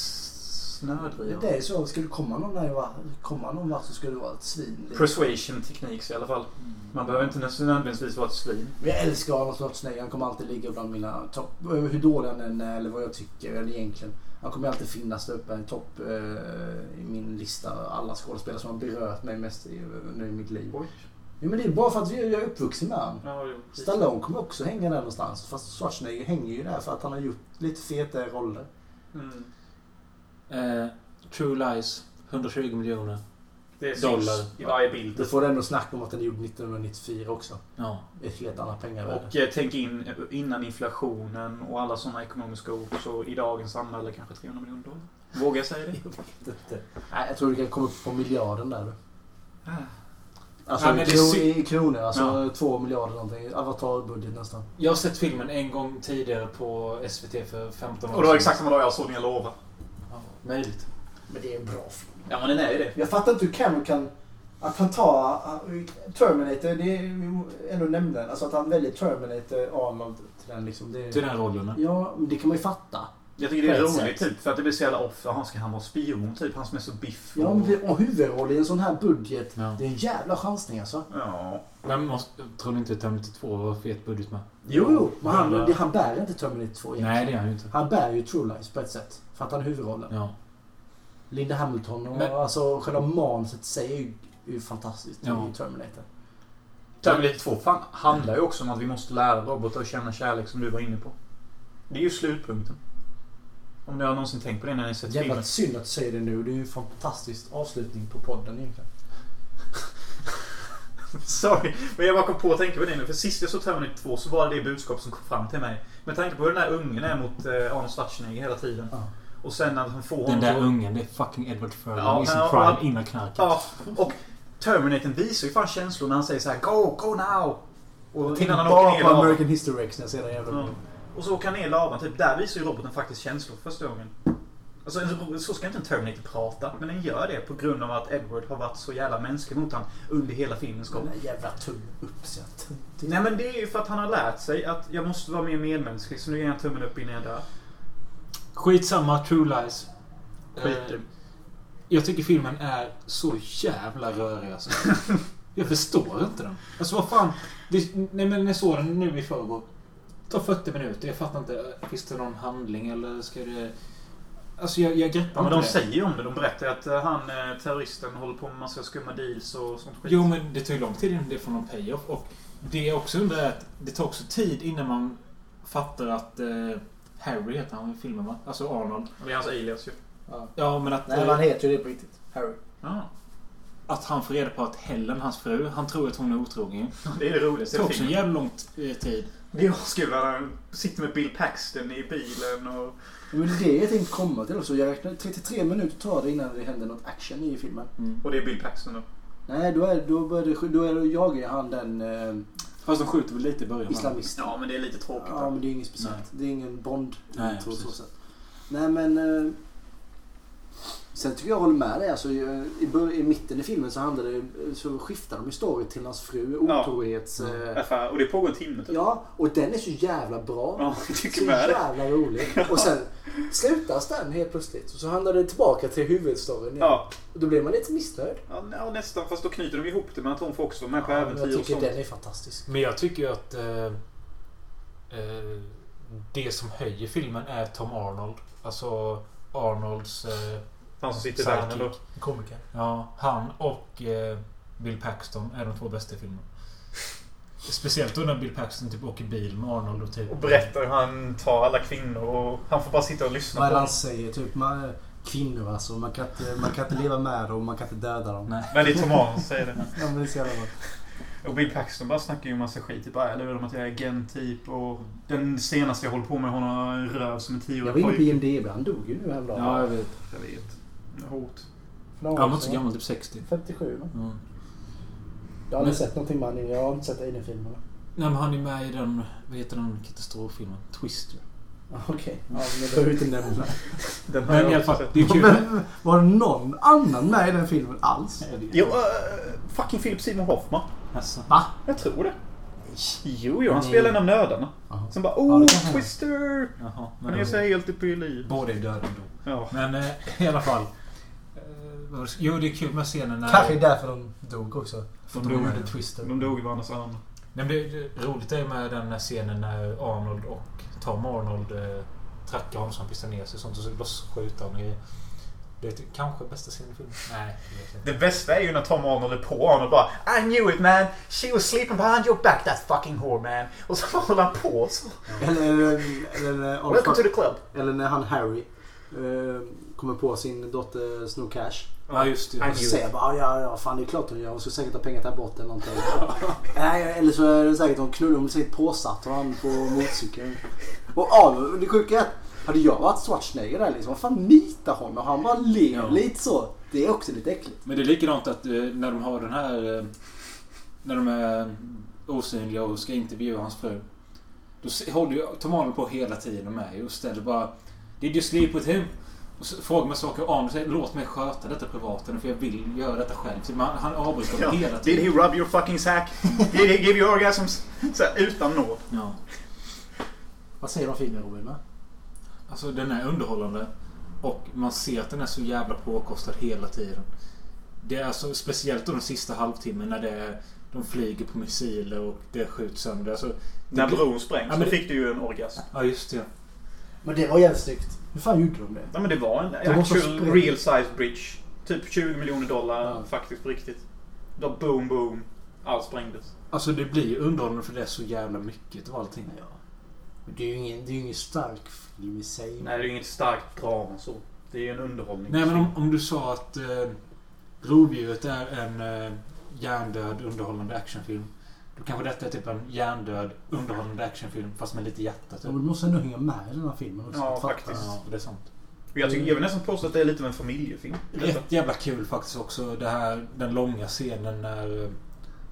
Speaker 2: snödriv.
Speaker 1: Det är så, skulle det komma någon där, va? komma någon vart så skulle det vara ett svin.
Speaker 2: Persuasion teknik i alla fall. Man behöver inte nödvändigtvis vara ett svin.
Speaker 1: Men jag älskar Arnold Schwarzenegger. Han kommer alltid ligga bland mina topp. Hur dålig han än är eller vad jag tycker eller egentligen. Han kommer alltid finnas där uppe en topp eh, i min lista. Alla skådespelare som har berört mig mest i, nu i mitt liv.
Speaker 2: Oj.
Speaker 1: Ja, men det är bara för att jag är uppvuxen med han.
Speaker 2: Ja, jo.
Speaker 1: Stallone kommer också hänga där någonstans. Fast Schwarzenegger hänger ju där för att han har gjort lite feta roller.
Speaker 2: Mm.
Speaker 3: Eh, True Lies. hundratjugo miljoner.
Speaker 2: Det är
Speaker 3: Dollar.
Speaker 2: syns i varje bild.
Speaker 1: Du får ändå snacka om att den är gjord nittonhundranittiofyra också.
Speaker 3: Ja.
Speaker 1: Ett helt annat pengarvärde.
Speaker 2: Och eh, tänk in innan inflationen och alla sådana ekonomiska ord så i dagens samhälle kanske trehundra miljoner dollar. Vågar jag säga det?
Speaker 1: Nej, jag tror du kan komma upp på miljarden där.
Speaker 2: Ah.
Speaker 1: Alltså
Speaker 3: Ja, men
Speaker 1: i,
Speaker 3: det
Speaker 1: kro-
Speaker 3: sy-
Speaker 1: i kronor, alltså
Speaker 3: Ja.
Speaker 1: två miljarder någonting. Avatar-budget nästan.
Speaker 3: Jag har sett filmen en gång tidigare på S V T för femton år
Speaker 2: Och det var exakt samma dag jag såg den, jag lovar.
Speaker 3: Ja, möjligt.
Speaker 1: Men det är en bra film.
Speaker 2: Ja, men den är ju det.
Speaker 1: Jag fattar inte hur Cameron kan... Att han tar uh, Terminator, det är ändå nämnden. Alltså att han väljer Terminator Arnold till den liksom. Det,
Speaker 3: Till den rollen.
Speaker 1: ja, men det kan man ju fatta.
Speaker 2: Jag tycker det är
Speaker 1: På ett
Speaker 2: roligt
Speaker 1: sätt.
Speaker 2: typ för att det blir så jävla off. Han ska han vara spion typ, han som är så biff.
Speaker 1: Ja, men det, och huvudroll i en sån här budget,
Speaker 3: Ja.
Speaker 1: det är en jävla chansning alltså.
Speaker 2: Ja.
Speaker 3: Men måste, tror ni inte Terminator två var fet budget med?
Speaker 1: Jo, jo, men han,
Speaker 2: men-
Speaker 1: det, han bär inte Terminator två egentligen.
Speaker 3: Nej, det är han ju inte.
Speaker 1: Han bär ju True Lies på ett sätt. För att han är huvudrollen.
Speaker 3: Ja.
Speaker 1: Linda Hamilton och
Speaker 3: Men-
Speaker 1: alltså själva manuset säger ju, är ju fantastiskt
Speaker 3: Ja.
Speaker 1: i Terminator.
Speaker 2: Terminator två fan, handlar ju också om att vi måste lära robotar att känna kärlek som du var inne på. Det är ju slutpunkten. Om ni har någonsin tänkt på det när ni sett filmen.
Speaker 1: Jävla synd att säga det nu. Det är ju en fantastisk avslutning på podden egentligen.
Speaker 2: Sorry, men jag bara kom på att tänka på det nu. För sist jag såg Terminator två så var det det budskap som kom fram till mig. Med tanke på hur den där ungen är mot eh, Arnold Schwarzenegger hela tiden.
Speaker 1: Ja.
Speaker 2: Och sen när han får
Speaker 3: Den
Speaker 2: honom
Speaker 3: där
Speaker 2: så-
Speaker 3: ungen, det är fucking Edward Furlong
Speaker 2: Ja,
Speaker 3: i sin
Speaker 2: ja,
Speaker 3: prime
Speaker 2: ja.
Speaker 3: innan knarket.
Speaker 2: Ja, och Terminator visar ju fan känslor när han säger så här: Go, go now! Och
Speaker 1: Tänk
Speaker 2: innan han åker
Speaker 1: bara
Speaker 2: ner
Speaker 1: på
Speaker 2: lavan.
Speaker 1: American History X när jag ser den jävla
Speaker 2: Ja. Och så åker han ner lavan. Typ, där visar ju roboten faktiskt känslor för första gången. Alltså, så ska inte en Terminator prata. Men den gör det på grund av att Edward har varit så jävla mänsklig mot han under hela filmens gång.
Speaker 1: Den där jävla tum upp så jag tänkte-
Speaker 2: Nej, men det är ju för att han har lärt sig att jag måste vara mer medmänsklig. Så nu ger jag tummen upp innan jag dör.
Speaker 3: Skitsamma, True Lies.
Speaker 2: Skit
Speaker 3: Eh,
Speaker 2: i.
Speaker 3: jag tycker filmen är så jävla rörig alltså. Jag förstår inte den. Alltså vad fan. Det, nej men jag såg den nu i förrgår. Det tar fyrtio minuter. Jag fattar inte. Finns det någon handling eller ska det... Alltså jag, jag greppar
Speaker 2: Ja, men
Speaker 3: inte
Speaker 2: de
Speaker 3: det.
Speaker 2: säger ju om det. De berättar ju att eh, han, eh, terroristen, håller på med massa skumma deals och sånt skit.
Speaker 3: Jo men det tar ju lång tid innan det får någon payoff. Och det jag också undrar är att det tar också tid innan man fattar att eh, Harry heter han i filmen va? Alltså Arnold.
Speaker 2: Det är hans alias ju.
Speaker 1: Ja.
Speaker 3: Ja men att...
Speaker 1: Nej, men han heter ju det på riktigt. Harry.
Speaker 2: Ja.
Speaker 3: att han får reda på att Helen, hans fru, han tror att hon är otrogen.
Speaker 9: Det är det roligaste.
Speaker 3: Det tar också en jävla lång tid.
Speaker 9: Det är askul när han sitter med Bill Paxton i bilen och...
Speaker 1: Men det är det jag tänkte komma till också. Jag räknar trettiotre minuter tar det innan det händer något action i filmen.
Speaker 3: Mm.
Speaker 9: Och det är Bill Paxton då?
Speaker 1: Nej, då är, då började, då är, då jagar han den eh,
Speaker 3: fast de skjuter väl lite i början.
Speaker 1: islamisten.
Speaker 9: Ja, men det är lite tråkigt.
Speaker 1: Ja, men det är inget speciellt.
Speaker 3: Nej.
Speaker 1: Det är ingen Bond.
Speaker 3: Nej,
Speaker 1: tror,
Speaker 3: precis.
Speaker 1: så sätt. Nej, men... Eh, sen tycker jag håller med dig. Alltså, i, i, I mitten i filmen så, handlar det, så skiftar de ju story till hans fru. Otrohets...
Speaker 9: Ja. Eh, och det pågår en timme typ.
Speaker 1: Ja, och den är så jävla bra.
Speaker 9: Ja, jag tycker
Speaker 1: så
Speaker 9: med det.
Speaker 1: jävla rolig. Och sen slutas den helt plötsligt. Och så handlar det tillbaka till huvudstoryn igen.
Speaker 9: Ja.
Speaker 1: Och då blir man lite missnöjd.
Speaker 9: Ja, nästan. Fast då knyter de ihop det med att hon får också människa
Speaker 1: Ja,
Speaker 9: äventyr
Speaker 1: jag
Speaker 9: och
Speaker 1: tycker
Speaker 9: sånt.
Speaker 1: den är fantastisk.
Speaker 10: Men jag tycker ju att eh, eh, det som höjer filmen är Tom Arnold. Alltså Arnolds eh,
Speaker 9: Han som sitter där då.
Speaker 10: komiker. Ja, han och eh, Bill Paxton är de två bästa i filmen. Speciellt då när Bill Paxton typ åker bil med Arnold och typ...
Speaker 9: Och berättar hur han tar alla kvinnor och han får bara sitta och lyssna
Speaker 1: Vad är
Speaker 9: på
Speaker 1: det han
Speaker 9: dem.
Speaker 1: säger? Typ man, kvinnor alltså. Man kan, inte, man kan inte leva med dem. Man kan inte döda dem.
Speaker 3: Nej.
Speaker 9: Men det är Tom Arnold säger det.
Speaker 1: Ja, men det är så jävla bra.
Speaker 9: Och Bill Paxton bara snackar ju en massa skit. Typ, jag lurar dem att jag är agent typ. Och den senaste jag håller på med hon har en röv som en tioårig
Speaker 1: Jag var inne på
Speaker 9: pojke.
Speaker 1: I M D B. Han dog ju nu häromdagen.
Speaker 3: Ja, jag vet.
Speaker 9: Jag vet. Hårt.
Speaker 3: Han var inte så gammal, typ sextio.
Speaker 1: femtiosju va?
Speaker 3: Mm.
Speaker 1: Jag har aldrig
Speaker 3: Men-
Speaker 1: sett någonting med honom. Jag har inte sett Alien-filmerna.
Speaker 3: Nej, men han är med i den, vad heter den katastroffilmen? Twister.
Speaker 1: Ah, Okej. Okay. Ja, men det behöver vi inte nämna.
Speaker 9: Den har
Speaker 3: Men
Speaker 9: jag
Speaker 3: i alla
Speaker 9: också
Speaker 3: fall,
Speaker 9: sett.
Speaker 3: det är kul.
Speaker 1: Men var det någon annan med i den filmen alls?
Speaker 9: Jo, uh, fucking Philip Seymour Hoffman.
Speaker 3: Alltså.
Speaker 1: Va?
Speaker 9: Jag tror det. Jo, jo, han
Speaker 1: Nej.
Speaker 9: spelar en av nödarna.
Speaker 1: Aha.
Speaker 9: Som bara,
Speaker 1: Ja,
Speaker 9: oh,
Speaker 1: det kan han.
Speaker 9: Twister!
Speaker 3: Jaha,
Speaker 9: Han är så helt uppe i liv.
Speaker 3: båda är döda då.
Speaker 9: Ja.
Speaker 3: Men eh, i alla fall. Eh, vad- jo, det är kul med scenen när...
Speaker 1: Kanske därför de dog också. För att
Speaker 3: De
Speaker 1: de
Speaker 3: dog.
Speaker 1: gjorde Twister.
Speaker 9: De dog i varandras armar.
Speaker 3: Nej, men det, det roligt är med den här scenen när Arnold och Tom Arnold eh, trackar honom som pistar ner sig och sånt och så lossskjuter honom i... Det är kanske bästa scenen i filmen. Nej, det vet jag inte.
Speaker 9: Det bästa är ju när Tom Arnold är på Arnold bara I knew it man, she was sleeping behind your back that fucking whore man. Och så håller han på så.
Speaker 1: Eller, eller, eller,
Speaker 9: Welcome to the club.
Speaker 1: eller när han Harry eh, kommer på sin dotter snor cash.
Speaker 3: Ja, just
Speaker 9: I
Speaker 3: det.
Speaker 1: Och så säger jag bara ja, ja, fan det är klart hon gör. Hon ska säkert ha pengar där bort eller någonting. Nej, eller så är det säkert hon knullar. Hon blir säkert påsatt och han på motorcykeln. Och ja, det sjuka är att hade jag varit Schwarzenegger där liksom, vad fan nitar honom? Han bara ler
Speaker 3: Ja.
Speaker 1: lite så. Det är också lite äckligt.
Speaker 3: Men det är likadant att eh, när de har den här... Eh, när de är osynliga och ska intervjua hans fru. Då se- håller ju Tom Arnold på hela tiden med och ställer bara Did you sleep with him? Och så frågar man saker och Arnold säger låt mig sköta detta privat för jag vill göra detta själv. Så man, han avbryter
Speaker 9: Ja.
Speaker 3: dem hela
Speaker 9: Did
Speaker 3: tiden.
Speaker 9: he rub your fucking sack? Did he give you orgasms? Så här, utan nåd.
Speaker 3: Ja.
Speaker 1: Vad säger de filmen Robin va?
Speaker 3: Alltså den är underhållande och man ser att den är så jävla påkostad hela tiden. Det är alltså speciellt då den sista halvtimmen när det är, de flyger på missiler och det skjuts sönder. Alltså, det
Speaker 9: När
Speaker 3: blir-
Speaker 9: bron sprängs
Speaker 3: Ja,
Speaker 9: så
Speaker 3: men det-
Speaker 9: fick du ju en orgasm.
Speaker 3: Ja, just det.
Speaker 1: Men det var jävligt snyggt. Hur fan gjorde de det?
Speaker 9: Ja, men det var en
Speaker 1: Det var så
Speaker 9: actual
Speaker 1: spräng-
Speaker 9: real size bridge. Typ tjugo miljoner dollar
Speaker 1: Ja.
Speaker 9: faktiskt på riktigt. Då boom boom. Allt sprängdes.
Speaker 3: Alltså det blir ju underhållande för det är så jävla mycket av allting.
Speaker 1: Ja. Men det är ju ingen, det är ju ingen stark film i sig.
Speaker 9: Nej, det är inget starkt drama så. Det är ju en underhållning.
Speaker 3: Nej, men om, om du sa att eh, Rovdjuret är en eh, hjärndöd underhållande actionfilm. Då kanske detta är typ en hjärndöd underhållande actionfilm fast med lite hjärta typ.
Speaker 1: Ja, men du måste ändå hänga med i den här filmen också.
Speaker 9: Ja,
Speaker 1: Att fatta.
Speaker 9: faktiskt.
Speaker 3: Ja, det är sant.
Speaker 9: Jag, tycker, jag vill nästan påstå att det är lite av en familjefilm.
Speaker 3: Rätt jävla kul faktiskt också det här, den långa scenen när eh,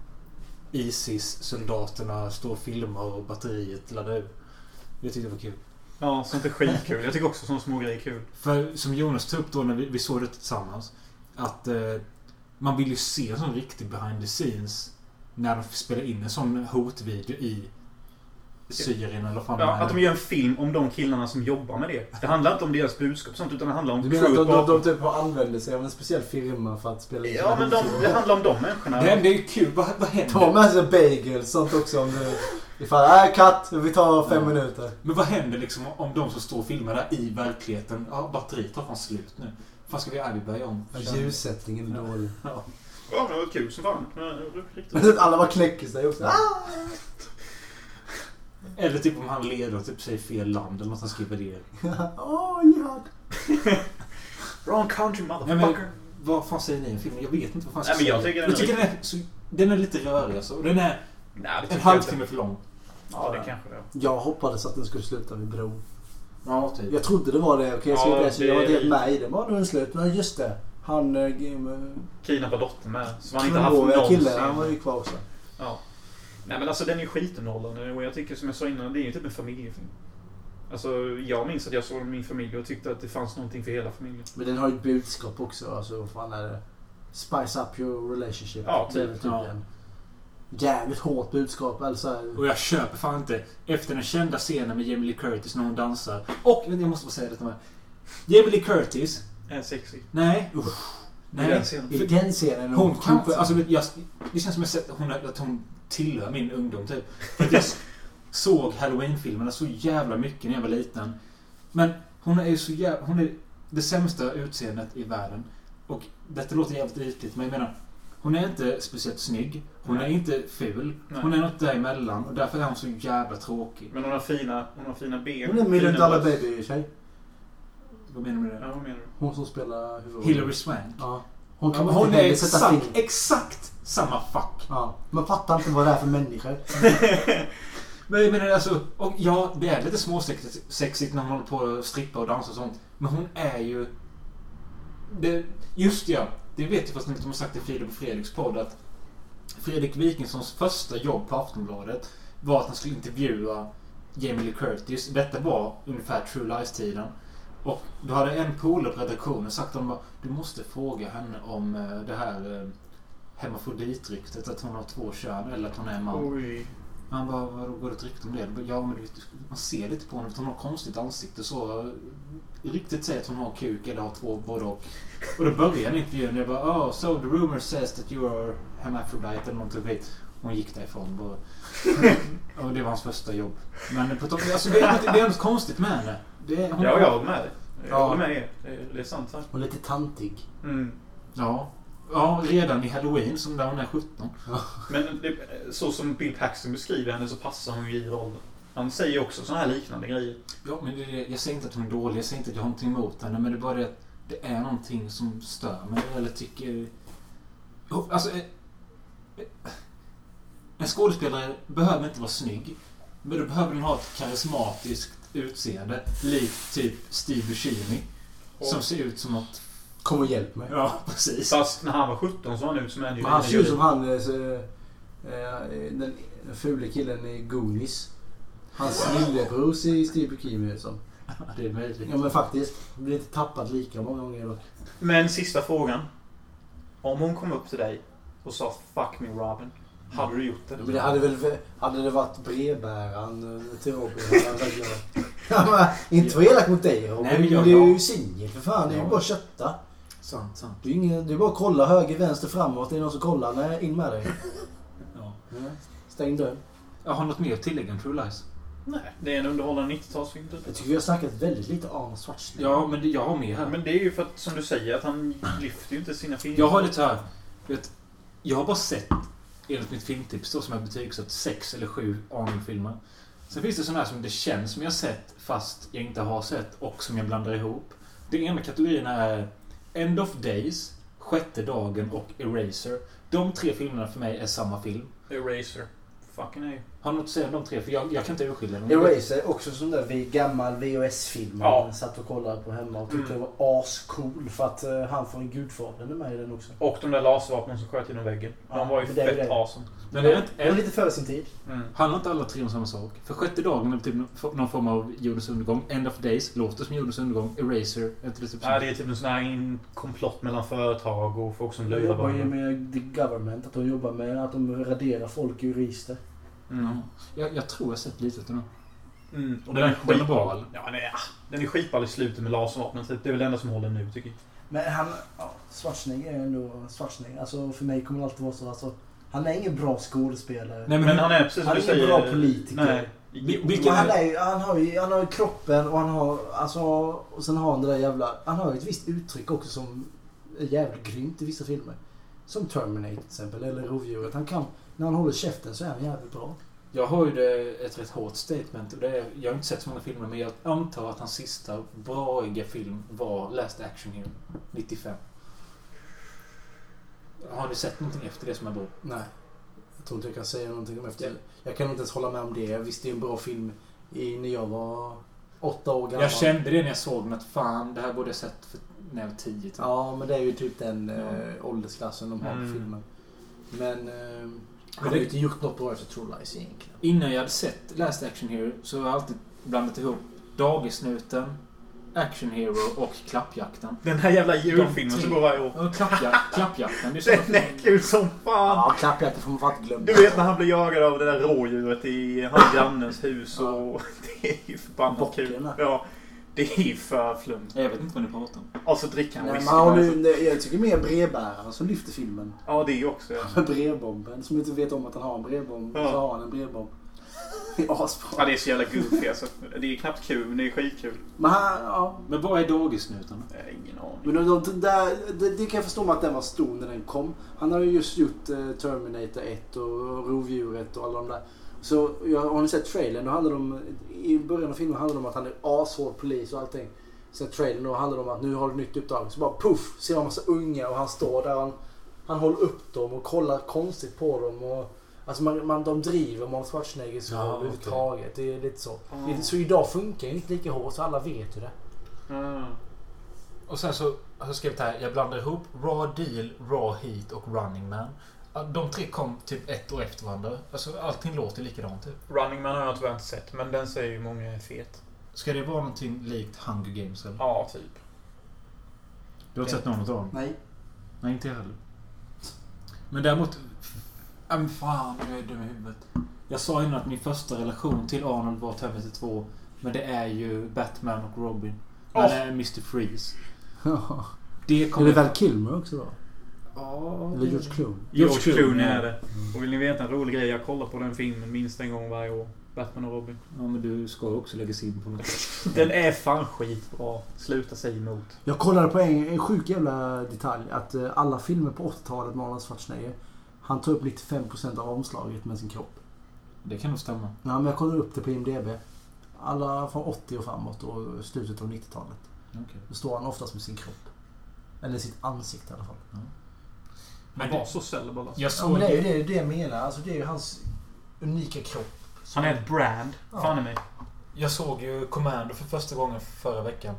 Speaker 3: ISIS-soldaterna står och filmar och batteriet laddar ur. Det tyckte jag var kul.
Speaker 9: Ja, sånt är skitkul. Jag tycker också sån små grejer är kul.
Speaker 3: För som Jonas tog upp då när vi, vi såg det tillsammans. Att eh, man vill ju se en sån riktig behind the scenes när de spelar in en sån hotvideo i Syrien eller vad fan
Speaker 9: Ja,
Speaker 3: det är.
Speaker 9: att de gör en film om de killarna som jobbar med det. Det handlar inte om deras budskap sånt, utan det handlar om
Speaker 1: Du menar att de, de,
Speaker 9: bakom.
Speaker 1: de typ använder sig av en speciell firma för att spela in
Speaker 9: Ja, men de, det handlar om de människorna.
Speaker 3: Det, det är ju kul. Vad, vad händer?
Speaker 1: Ta med sig bagels sånt också om du... Ifall, äh katt, vi tar fem
Speaker 3: Ja.
Speaker 1: minuter.
Speaker 3: Men vad händer liksom om de som står och filmar där i verkligheten? Ja, batteriet tar fan slut nu. Vad ska vi göra? Vi börjar om.
Speaker 1: Ja, ljussättningen är dålig.
Speaker 3: Ja.
Speaker 9: Ja, men det var kul som fan. Ja, riktigt.
Speaker 1: Men alla bara knäcker sig också. Ah!
Speaker 3: Eller typ om han leder och typ säger fel land eller något han skriver det.
Speaker 1: Åh, ja.
Speaker 9: Wrong country,
Speaker 3: Nej,
Speaker 9: motherfucker.
Speaker 3: men vad fan säger ni om filmen? Jag vet inte vad fan
Speaker 2: Nej, men jag tycker den,
Speaker 3: jag tycker
Speaker 2: är...
Speaker 3: den, är, så, den är lite rörig alltså. Och den är
Speaker 2: Nej,
Speaker 3: en halvtimme för lång.
Speaker 2: Ja, det kanske det.
Speaker 1: Jag hoppades att den skulle sluta vid bron.
Speaker 3: Ja, typ.
Speaker 1: Jag trodde det var det. Okej, jag,
Speaker 2: ja,
Speaker 1: det, så jag var
Speaker 2: det...
Speaker 1: helt med i det. Var nog en slut. Men just det. Han... Äh,
Speaker 2: kidnappade dottern med. Som han inte haft någon
Speaker 1: kille, han var ju kvar också.
Speaker 2: Ja. Nej, men alltså den är ju skitunderhållande. Och jag tycker som jag sa innan, det är ju typ en familjefilm. Alltså, jag minns att jag såg min familj och tyckte att det fanns någonting för hela familjen.
Speaker 1: Men den har ju ett budskap också. Alltså, vad fan är det? Spice up your relationship.
Speaker 2: Ja, typ.
Speaker 1: typ ja. Jävligt hårt budskap. Alltså.
Speaker 3: Och jag köper fan inte. Efter den kända scenen med Jamie Lee Curtis när hon dansar. Och, jag måste bara säga det med. Jamie Lee Curtis.
Speaker 2: Är sexy.
Speaker 3: Nej. Usch. Nej.
Speaker 1: Den scenen. I den scenen.
Speaker 3: Hon kanske, alltså, jag, det känns som jag sett hon, att hon tillhör min ungdom typ. För att jag såg Halloween-filmerna så jävla mycket när jag var liten. Men hon är ju så jävla... Hon är det sämsta utseendet i världen. Och detta låter jävligt ytligt, men jag menar... Hon är inte speciellt snygg. Hon Nej. är inte ful. Nej. Hon är något däremellan. Och därför är hon så jävla tråkig.
Speaker 2: Men hon har fina, hon har fina ben.
Speaker 1: Hon är Million Dollar Baby-tjej.
Speaker 3: Vad menar du med det?
Speaker 2: Ja, vad menar du?
Speaker 1: Hon som spelar huvudrollen.
Speaker 3: Hilary Swank.
Speaker 1: Ja. Hon, kan
Speaker 3: ja, hon är exakt, exakt samma fuck.
Speaker 1: Ja. Man fattar inte vad det är för människor.
Speaker 3: Men jag menar alltså, och ja, det är lite småsexigt när hon håller på att strippa och dansa och sånt. Men hon är ju... Det, just ja, det vet jag fast inte de har sagt i Filip och Fredriks podd att Fredrik Wikingssons första jobb på Aftonbladet var att han skulle intervjua Jamie Lee Curtis. Detta var ungefär True Lies-tiden. Och då hade en polare på redaktionen sagt att du måste fråga henne om det här hemafroditryktet, att hon har två kön eller att hon är en man.
Speaker 2: Oj.
Speaker 3: Han bara, vad går det ett rykte om det? Ja, men man ser lite på henne, hon har konstigt ansikte så riktigt säger att hon har kuk eller har två både och. Och då började intervjun och jag bara, oh, so the rumor says that you are hermaphrodite eller någonting skit. Hon gick därifrån bara. Och det var hans första jobb. Men på topp, alltså det är, det är något konstigt med henne. Det är, hon
Speaker 2: ja, jag håller med dig. Jag
Speaker 3: ja.
Speaker 2: håller med er. Det är, det är sant. Så.
Speaker 1: Hon är lite tantig.
Speaker 2: Mm.
Speaker 3: Ja. Ja, redan i Halloween som där hon är sjutton.
Speaker 1: Ja.
Speaker 2: Men det, så som Bill Paxton beskriver henne så passar hon ju i rollen. Han säger också såna här liknande grejer.
Speaker 3: Ja, men det, jag säger inte att hon är dålig. Jag säger inte att jag har någonting emot henne. Men det är bara det att det är någonting som stör mig. Eller tycker... Alltså... En skådespelare behöver inte vara snygg. Men då behöver den ha ett karismatiskt utseende. Likt typ Steve Buscemi. Oh. Som ser ut som något...
Speaker 1: Kom och hjälp mig.
Speaker 3: Ja, precis.
Speaker 2: Fast när han var sjutton så var han ut som en...
Speaker 1: Han ser ut som han... Så, äh, den, den fula killen i Goonies. Hans lillebror ser Steve Buscemi ut som.
Speaker 3: Det är möjligt.
Speaker 1: Ja, men faktiskt. Det blir inte tappat lika många gånger dock.
Speaker 2: Men sista frågan. Om hon kom upp till dig och sa fuck me Robin, hade du gjort det?
Speaker 1: Men det hade väl hade det varit brevbäraren till Robin. Ja, inte för elak mot dig Robin. Nej, men jag, det är ju singel för fan. Det är ju bara kötta.
Speaker 3: Sant, sant.
Speaker 1: Det är, ingen, det är bara att kolla höger, vänster, framåt. Det är någon som kollar. Nej, in med dig.
Speaker 3: Ja.
Speaker 1: Ja. Stäng dörren.
Speaker 3: Jag har något mer att tillägga än True Lies.
Speaker 2: Nej, det är en underhållande nittiotalsfilm.
Speaker 1: Jag tycker vi har snackat väldigt lite om Schwarzenegger.
Speaker 3: Ja, men det, jag har med här.
Speaker 2: Men det är ju för att, som du säger, att han lyfter ju inte sina filmer.
Speaker 3: Jag har lite här. Vet, jag har bara sett, enligt mitt filmtips då, som jag betygsatt sex eller sju Arnold-filmer. Sen finns det sådana här som det känns som jag sett, fast jag inte har sett, och som jag blandar ihop. Den ena kategorin är End of Days, Sjätte dagen och Eraser. De tre filmerna för mig är samma film.
Speaker 2: Eraser. Fucking A.
Speaker 3: Har något att säga om de tre? För jag, jag kan inte urskilja dem.
Speaker 1: Eraser, också som där vi gammal V H S-film.
Speaker 2: Ja.
Speaker 1: Satt och kollade på hemma och tyckte
Speaker 2: Mm.
Speaker 1: det var ascool för att uh, han får en gudfadern med i den också.
Speaker 2: Och de där laservapnen som sköt genom väggen. De
Speaker 1: Ja,
Speaker 2: var ju
Speaker 1: men det är
Speaker 2: fett
Speaker 1: det.
Speaker 2: awesome.
Speaker 3: Men det är inte,
Speaker 1: Det var lite före sin tid.
Speaker 2: Mm.
Speaker 3: handlar inte alla tre om samma sak? För Sjätte dagen är typ någon form av jordens undergång. End of Days låter som jordens undergång. Eraser är inte det typ
Speaker 2: Ja, det är typ en sån här komplott mellan företag och folk som
Speaker 1: De
Speaker 2: löjlar
Speaker 1: jobbar ju
Speaker 2: varandra.
Speaker 1: med the government. Att de jobbar med att de raderar folk ur register.
Speaker 2: Mm.
Speaker 3: Jag, jag tror jag har sett lite av den.
Speaker 2: Mm. Och
Speaker 3: Den är
Speaker 2: skit-
Speaker 3: bra, eller?
Speaker 2: Ja, den är, den är skitball i slutet med laservapnen. Typ. Det är väl det enda som håller nu, tycker jag.
Speaker 1: Men han, ja, Schwarzenegger är ändå Schwarzenegger. Alltså för mig kommer det alltid vara så. Alltså, han är ingen bra skådespelare.
Speaker 3: Nej, men,
Speaker 2: Men han är precis som
Speaker 1: han
Speaker 2: du
Speaker 1: är
Speaker 2: säger...
Speaker 1: ingen bra politiker.
Speaker 2: Nej.
Speaker 3: Vil-
Speaker 1: Men
Speaker 3: vilken
Speaker 1: han,
Speaker 3: är...
Speaker 1: är, ju- han, har ju, han har ju kroppen och han har, alltså, och sen har han det där jävla, han har ju ett visst uttryck också som är jävligt grymt i vissa filmer. Som Terminator till exempel, eller Rovdjuret. Han kan, när han håller käften så är han jävligt bra.
Speaker 3: Jag har ju det, ett rätt hårt statement. Och det är, jag har inte sett så många filmer, men jag antar att hans sista braiga film var Last Action Hero, nittiofem. Har ni sett någonting efter det som är bra?
Speaker 1: Nej. Jag tror inte jag kan säga någonting om efter. Jag kan inte ens hålla med om det. Jag visste det är en bra film i, när jag var åtta år gammal.
Speaker 3: Jag kände det när jag såg den att fan, det här borde jag sett för när jag var tio. Typ.
Speaker 1: Ja, men det är ju typ den
Speaker 3: ja.
Speaker 1: äh, åldersklassen de har
Speaker 3: mm.
Speaker 1: på filmen. Men äh, han har ju inte gjort något bra efter True Lies egentligen.
Speaker 3: Innan jag hade sett Last Action Hero så har jag alltid blandat ihop Dagisnuten, Action Hero och Klappjakten.
Speaker 9: Den här jävla julfilmen som går varje år.
Speaker 3: Ja, klappjak, Klappjakten. Det
Speaker 9: är den är kul som fan.
Speaker 1: Ja, Klappjakten får man fan inte glömma.
Speaker 9: Du vet när han blir jagad av det där rådjuret i hans grannens hus och det är ju förbannat kul. Ja, det är för flum.
Speaker 3: Jag vet inte vad ni pratar om.
Speaker 9: Och så dricker han
Speaker 1: Nej,
Speaker 9: whisky.
Speaker 1: man nu, jag tycker mer brevbäraren som lyfter filmen.
Speaker 9: Ja, det är också. Ja.
Speaker 1: Med brevbomben. Som inte vet om att han har en brevbomb.
Speaker 9: Ja.
Speaker 1: Så har han en brevbomb. Det är asbra.
Speaker 9: Ja, det är så jävla goofy alltså. Det är knappt kul, men det är skitkul.
Speaker 1: Men, han, ja.
Speaker 3: Men vad är Dagisnuten?
Speaker 9: Jag har ingen aning.
Speaker 1: Men de, de, där, det, det kan jag förstå med att den var stor när den kom. Han har ju just gjort eh, Terminator ett och Rovdjuret och alla de där. Så jag, har ni sett trailern? Då handlar de, i början av filmen handlar det om att han är ashård polis och allting. Så trailern då handlar det om att nu har du nytt uppdrag. Så bara puff, ser man massa unga och han står där. Han, han håller upp dem och kollar konstigt på dem. Och, alltså man, man, de driver med Schwarzeneggers roll
Speaker 3: ja,
Speaker 1: överhuvudtaget.
Speaker 3: okay.
Speaker 1: Det är lite så.
Speaker 3: Mm.
Speaker 1: Så idag funkar det inte lika hårt så alla vet ju det.
Speaker 3: Mm.
Speaker 10: Och sen så har jag skrivit här, jag blandar ihop Raw Deal, Raw Heat och Running Man. De tre kom typ ett år efter varandra. Alltså allting låter likadant typ.
Speaker 9: Running Man har jag tyvärr inte sett, men den säger ju många är fet.
Speaker 10: Ska det vara någonting likt Hunger Games eller?
Speaker 9: Ja, typ.
Speaker 10: Du har inte sett någon av dem?
Speaker 1: Nej.
Speaker 10: Nej, inte jag heller.
Speaker 3: Men däremot... Ja, men fan, jag är dum i huvudet. Jag sa innan att min första relation till Arnold var Terminator två. Men det är ju Batman och Robin. Han oh. är mister Freeze.
Speaker 1: Det kommer... Är det väl Kilmer också då?
Speaker 3: Ja.
Speaker 1: Eller George Clooney?
Speaker 9: George Clooney är det. Mm. Och vill ni veta en rolig grej? Jag kollar på den filmen minst en gång varje år. Batman och Robin.
Speaker 3: Ja, men du ska också lägga sig in på något.
Speaker 9: Den är fan skitbra. Sluta sig emot.
Speaker 1: Jag kollade på en, en sjuk jävla detalj. Att uh, alla filmer på åttiotalet med Arnold Schwarzenegger, han tar upp nittiofem procent av omslaget med sin kropp.
Speaker 3: Det kan nog stämma.
Speaker 1: Ja, men jag kollade upp det på I M D B. Alla från åttio och framåt och slutet av nittiotalet.
Speaker 3: Okay.
Speaker 1: Då står han oftast med sin kropp. Eller sitt ansikte i alla fall.
Speaker 3: Ja.
Speaker 9: Men det var så cellable alltså.
Speaker 1: Jag såg ja, men det är ju det, det jag menar. Alltså, det är ju hans unika kropp.
Speaker 9: Han är ett brand. Ja. Fan är mig.
Speaker 10: Jag såg ju Commando för första gången förra veckan.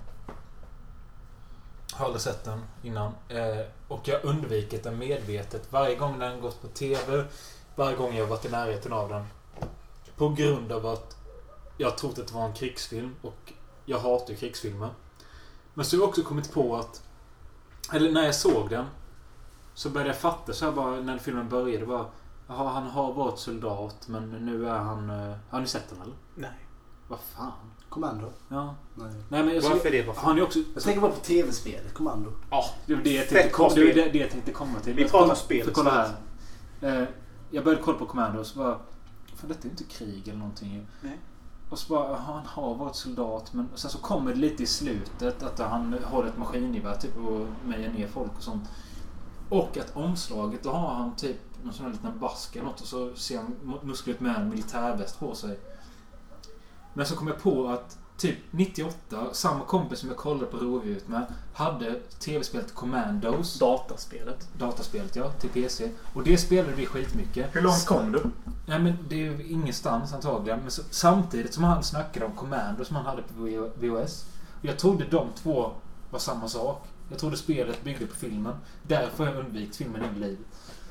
Speaker 10: Har aldrig sett den innan. Eh, och jag har undvikit den medvetet. Varje gång den gått på tv. Varje gång jag varit i närheten av den. På grund av att jag trodde att det var en krigsfilm. Och jag hatar ju krigsfilmer. Men så har jag också kommit på att... Eller när jag såg den. Så började jag fatta så här bara när filmen började. Bara, jaha, han har varit soldat. Men nu är han... Uh, har ni sett den eller?
Speaker 9: Nej.
Speaker 1: Vad fan? Commando?
Speaker 3: Ja.
Speaker 1: Nej.
Speaker 3: Nej men jag,
Speaker 9: varför det? Varför?
Speaker 3: Har ni också...
Speaker 1: Jag tänker bara på tv-spelet Commando.
Speaker 3: Ja, det är det jag tänkte, kom, det, det, det jag tänkte komma till.
Speaker 9: Vi pratar om spelet.
Speaker 3: Kolla här. Uh, jag började kolla på Commando och så bara... För detta är inte krig eller någonting.
Speaker 9: Nej.
Speaker 3: Och så bara, han har varit soldat. Men sen så kommer det lite i slutet att han håller ett maskingevär typ och mejar ner folk och sånt. Och att omslaget, då har han typ någon sån här liten bask eller något och så ser han muskligt med en militärväst på sig. Men så kom jag på att typ nittioåtta, samma kompis som jag kollade på Rovdjuret med, hade tv-spelet Commandos.
Speaker 9: Dataspelet.
Speaker 3: Dataspelet, ja, till P C. Och det spelade vi skitmycket.
Speaker 9: Hur långt kom du?
Speaker 3: Nej, men det är ju ingenstans antagligen. Men så, samtidigt som han snackade om Commando som han hade på V H S. Jag trodde de två var samma sak. Jag trodde spelet byggde på filmen. Därför har jag undvikit filmen i livet.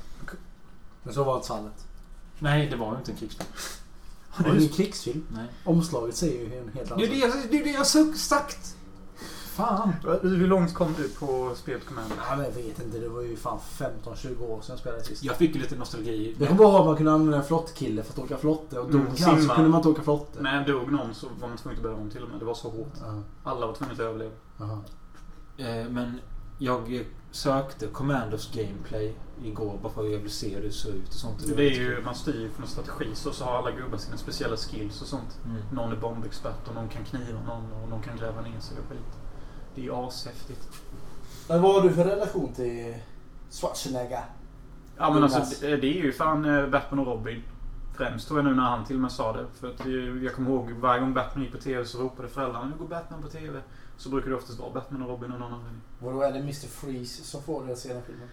Speaker 1: Men så var det fallet.
Speaker 3: Nej, det var ju inte en krigsfilm.
Speaker 1: Var det en krigsfilm?
Speaker 3: Nej.
Speaker 1: Omslaget säger ju en helt annan
Speaker 3: sak. Det är det, det, det jag har sagt. Fan.
Speaker 9: Hur långt kom du på spelet Commando?
Speaker 1: Ja, men jag vet inte. Det var ju fan femton tjugo år sedan jag spelade sist.
Speaker 3: Jag fick ju lite nostalgi.
Speaker 1: Jag kommer bara ihåg att man kunde använda en flottkille för att åka flotte. Och dog mm, han så kunde man inte åka flotte.
Speaker 9: Men dog någon så var man tvungen att börja om till och med. Det var så hårt. Uh-huh. Alla var tvungna att överleva.
Speaker 1: Uh-huh.
Speaker 3: Eh, men jag sökte Commandos gameplay igår bara för att jag ville se hur det ser ut och sånt.
Speaker 9: Det är ju, man styr ju från en strategi så, så har alla gubbar sina speciella skills och sånt. Mm. Någon är bombexpert och någon kan kniva någon och någon kan gräva ner sig och skit. Det är ju ashäftigt.
Speaker 1: Men vad har du för relation till Schwarzenegger?
Speaker 9: Ja men alltså det, det är ju fan Batman och Robin. Främst tror jag nu när han till och med sa det. För att jag kommer ihåg varje gång Batman gick på tv så ropade föräldrarna nu går Batman på tv. Så brukar det oftast vara Batman och Robin och någon annan.
Speaker 1: Vadå, är det mister Freeze som får det att se den filmen?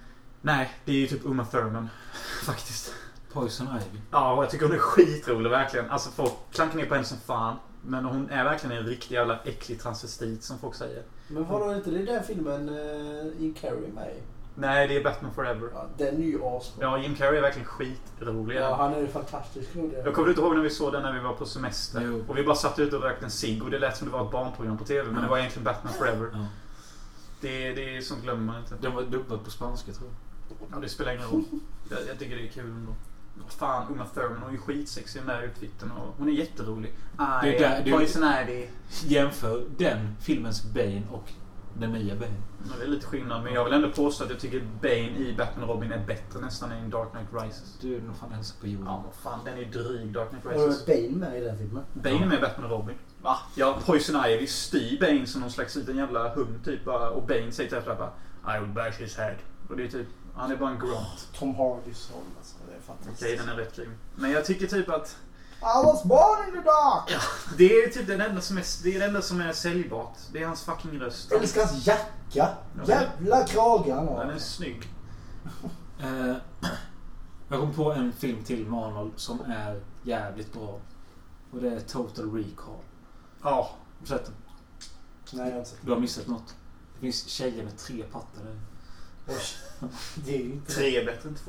Speaker 9: Nej, det är ju typ Uma Thurman. Faktiskt.
Speaker 3: Poison Ivy.
Speaker 9: Ja, och jag tycker hon är skitrolig verkligen. Alltså folk klankar ner på henne som fan. Men hon är verkligen en riktig jävla äcklig transvestit som folk säger.
Speaker 1: Men vadå, inte det den filmen uh, Jim Carrey med?
Speaker 9: Nej, det är Batman Forever.
Speaker 1: Ja, den är ju asbra.
Speaker 9: Ja, Jim Carrey är verkligen skitrolig.
Speaker 1: Ja, han är ju fantastisk rolig.
Speaker 9: Jag kommer inte ihåg när vi såg den när vi var på semester.
Speaker 3: Jo.
Speaker 9: Och vi bara satt ute och rökte en cigg och det lät som det var ett barnprogram på tv. Men
Speaker 3: ja.
Speaker 9: det var egentligen Batman Forever.
Speaker 3: Ja.
Speaker 9: Det, det är sånt glömmer man inte.
Speaker 3: Den var dubbad på spanska, tror jag.
Speaker 9: Ja, det spelar ingen roll. Jag, jag tycker det är kul ändå. Fan, Uma Thurman, hon är ju skitsexig i den där utfitten och hon är jätterolig. Aj,
Speaker 3: Det är där- det är-
Speaker 9: Poison Ivy.
Speaker 3: Jämför den filmens Bane och den nya Bane.
Speaker 9: Ja, det är lite skillnad, men jag vill ändå påstå att jag tycker Bane i Batman och Robin är bättre nästan än Dark Knight Rises.
Speaker 3: Du är nog fan hälsa på jorden.
Speaker 9: Ja, vad fan, den är dryg, Dark Knight
Speaker 1: Har
Speaker 9: Rises.
Speaker 1: du Bane med i den filmen?
Speaker 9: Bane är med i Batman och Robin. Va? Ja, Poison Ivy styr Bane som någon slags liten jävla hund typ. bara, Och Bane säger till efter bara I will bash his head. Och det är typ, han är bara en grunt.
Speaker 1: Tom Hardys roll alltså, det är fantastiskt.
Speaker 9: Okej, den är rätt grym. Men jag tycker typ att
Speaker 1: I was born in the dark!
Speaker 9: ja, det är typ den enda som är, det är det enda som är säljbart. Det är hans fucking röst.
Speaker 1: Jag älskar hans jacka. Jävla krage han har.
Speaker 9: Den är snygg.
Speaker 3: Eh, jag kom på en film till med Arnold som är jävligt bra. Och det är Total Recall.
Speaker 9: Ja.
Speaker 3: Har du sett den?
Speaker 1: Nej, jag har inte sett
Speaker 3: Du har missat något. Det finns tjejer med tre pattar där.
Speaker 1: Oj. Det är ju inte...
Speaker 9: Tre bättre än två.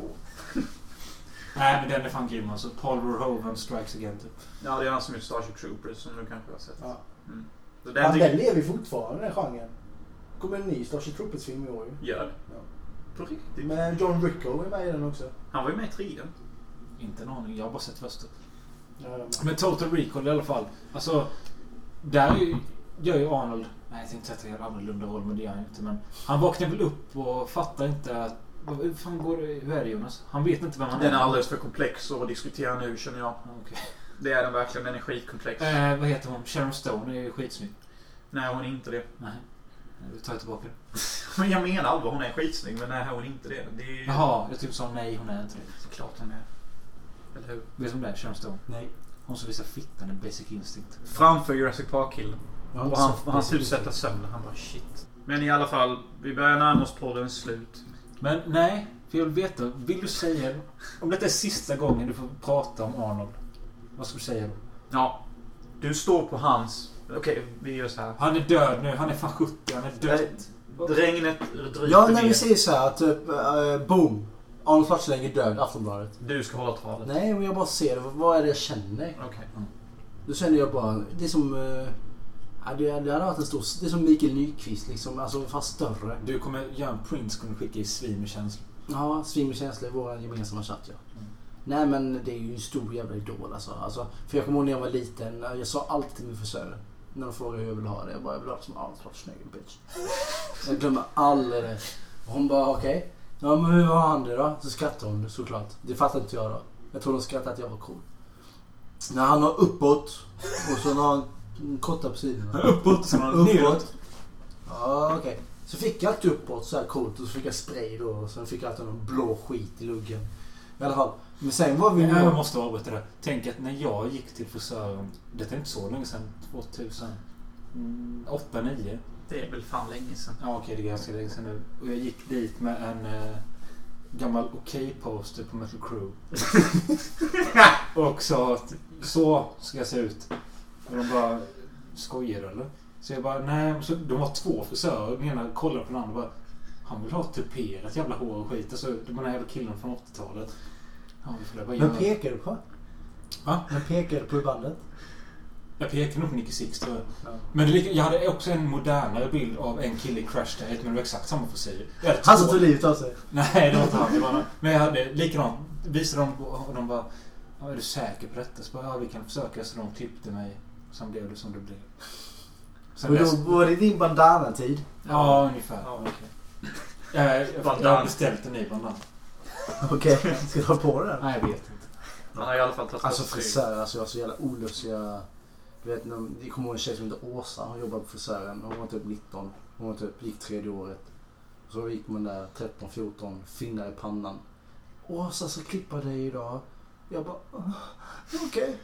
Speaker 3: Nej, men den är fan grym alltså. Paul Verhoeven strikes again typ.
Speaker 9: Ja, det är han som är Starship Troopers som du kanske har sett.
Speaker 1: Ja.
Speaker 9: Mm. Så
Speaker 1: Den,
Speaker 9: tycker-
Speaker 1: den lever fortfarande, den genren. Kommer en ny Starship Troopers-film i år ju.
Speaker 9: Gör det.
Speaker 1: Ja.
Speaker 9: På riktigt.
Speaker 1: Men John Ricco är med i den också.
Speaker 9: Han var ju med i trean.
Speaker 3: Inte en aning, jag har bara sett första.
Speaker 1: Ja,
Speaker 3: Men Total Recall i alla fall. Alltså, där är ju, gör ju Arnold... Nej, jag tänkte säga att han gör annorlunda roll, men det gör han inte. Men han vaknar väl upp och fattar inte att... Hur fan går det? Hur är det, Jonas? Han vet inte vem han är.
Speaker 9: Den är alldeles för komplex att diskutera nu, känner jag.
Speaker 3: Okay.
Speaker 9: Det är den verkligen, den är skitkomplex.
Speaker 3: Eh, vad heter hon? Sharon Stone är ju skitsnygg.
Speaker 9: Nej, hon är inte det.
Speaker 3: Nej, vi tar tillbaka det.
Speaker 9: Men jag menar allvar, hon är skitsnygg, men nej, hon är inte det. det är ju...
Speaker 3: Jaha, jag typ sa nej, hon är inte det.
Speaker 9: Så klart hon är. Eller hur?
Speaker 3: Vet du om det är? Sharon Stone?
Speaker 1: Nej.
Speaker 3: Hon som visar fittan i Basic Instinct.
Speaker 9: Framför Jurassic Park-killen.
Speaker 1: Ja,
Speaker 9: Och han,
Speaker 1: så-
Speaker 9: han ser ut att sätta sönder. Han bara shit. Men i alla fall, vi börjar närma oss på den slut.
Speaker 3: Men nej, för jag vill veta. Vill du säga... Om det är sista gången du får prata om Arnold. Vad ska du säga då?
Speaker 9: Ja. Du står på hans... Okej, okay, vi gör så här.
Speaker 3: Han är död nu. Han är fan sjuttio. Han är död.
Speaker 9: Regnet dryper
Speaker 1: Ja, när
Speaker 9: ner.
Speaker 1: vi säger så här, typ, uh, boom. Arnold Schwarzenegger död, Aftonbladet.
Speaker 9: Du ska hålla talet.
Speaker 1: Nej, men jag bara ser, vad är det jag känner?
Speaker 9: Okej. Okay.
Speaker 3: Mm.
Speaker 1: Då känner jag bara, det är som... Uh, ja, det, det hade varit en stor... Det är som Mikael Nyqvist, liksom, alltså fast större.
Speaker 3: Du kommer göra en print som du skicka i svin med känsla.
Speaker 1: Ja, svin med känsla i vår gemensamma chatt, ja. Mm. Nej, men det är ju en stor jävla idol alltså. alltså. För jag kommer ihåg när jag var liten, jag sa alltid till min frisör när de frågade hur jag ville ha det. Jag bara, jag vill ha det som Arnold Schwarzenegger, bitch. Jag glömmer aldrig det. Och hon bara, okej. Okay. Ja, men hur har han det då? Så skrattade hon såklart. Det fattade inte jag då. Jag tror de skrattade att jag var cool. När han har uppåt och så har han korta på sidorna.
Speaker 3: Uppåt och sen har han neråt.
Speaker 1: Ja, okej. Okay. Så fick jag alltid uppåt så här coolt och så fick jag spray då och sen fick jag alltid någon blå skit i luggen. I alla fall. Men sen var vi
Speaker 3: nu...
Speaker 1: nu...
Speaker 3: Jag måste avbryta det. Tänk att när jag gick till frisören, det är inte så länge sedan, tjugohundraåtta nio.
Speaker 9: Det är väl fan länge sedan.
Speaker 3: Ja, okej, det är ganska länge sedan nu. Och jag gick dit med en eh, gammal okej-poster på Metal Crew. Och sa att så ska jag se ut. Och de bara, skojar eller? Så jag bara, nej. Så de var två frisörer. Den ena kollade på den andra och bara, han vill ha tuperat jävla hår och skit. Alltså, det var den här jävla killen från åttiotalet. Ja, vi får det bara
Speaker 1: Men
Speaker 3: göra.
Speaker 1: pekar du på?
Speaker 3: Va?
Speaker 1: Men pekar du på bandet?
Speaker 3: Jag pekade nog på Nicky Six, tror jag.
Speaker 1: Ja.
Speaker 3: Men det, jag hade också en modernare bild av en kille i Crash Diet, men det var exakt samma frisyr.
Speaker 1: Han som tog livet av sig?
Speaker 3: Nej, det var inte han. Det var någon, men jag hade likadant. Visade dem och de bara, ja, är du säker på detta? Så bara, ja, vi kan försöka. Så de klippte mig. Sen blev det som det blev. Sen
Speaker 1: och då
Speaker 3: dess,
Speaker 1: var det din bandana-tid?
Speaker 3: ja, ungefär. Ja, okay. jag, jag, jag har beställt en ny bandana.
Speaker 1: Okej, okay. Ska du ha på den?
Speaker 3: Nej, jag vet inte.
Speaker 9: Han har i alla fall tagit
Speaker 1: Alltså frisör, alltså jag har så jävla olustiga... Du vet, när, jag kommer ihåg en tjej som heter Åsa. Hon jobbade på frisören. Hon var typ nitton. Hon var typ, gick tredje året. Så gick man där tretton fjorton, finnar i pannan. Åsa ska klippa dig idag. Jag bara, okej. Okay.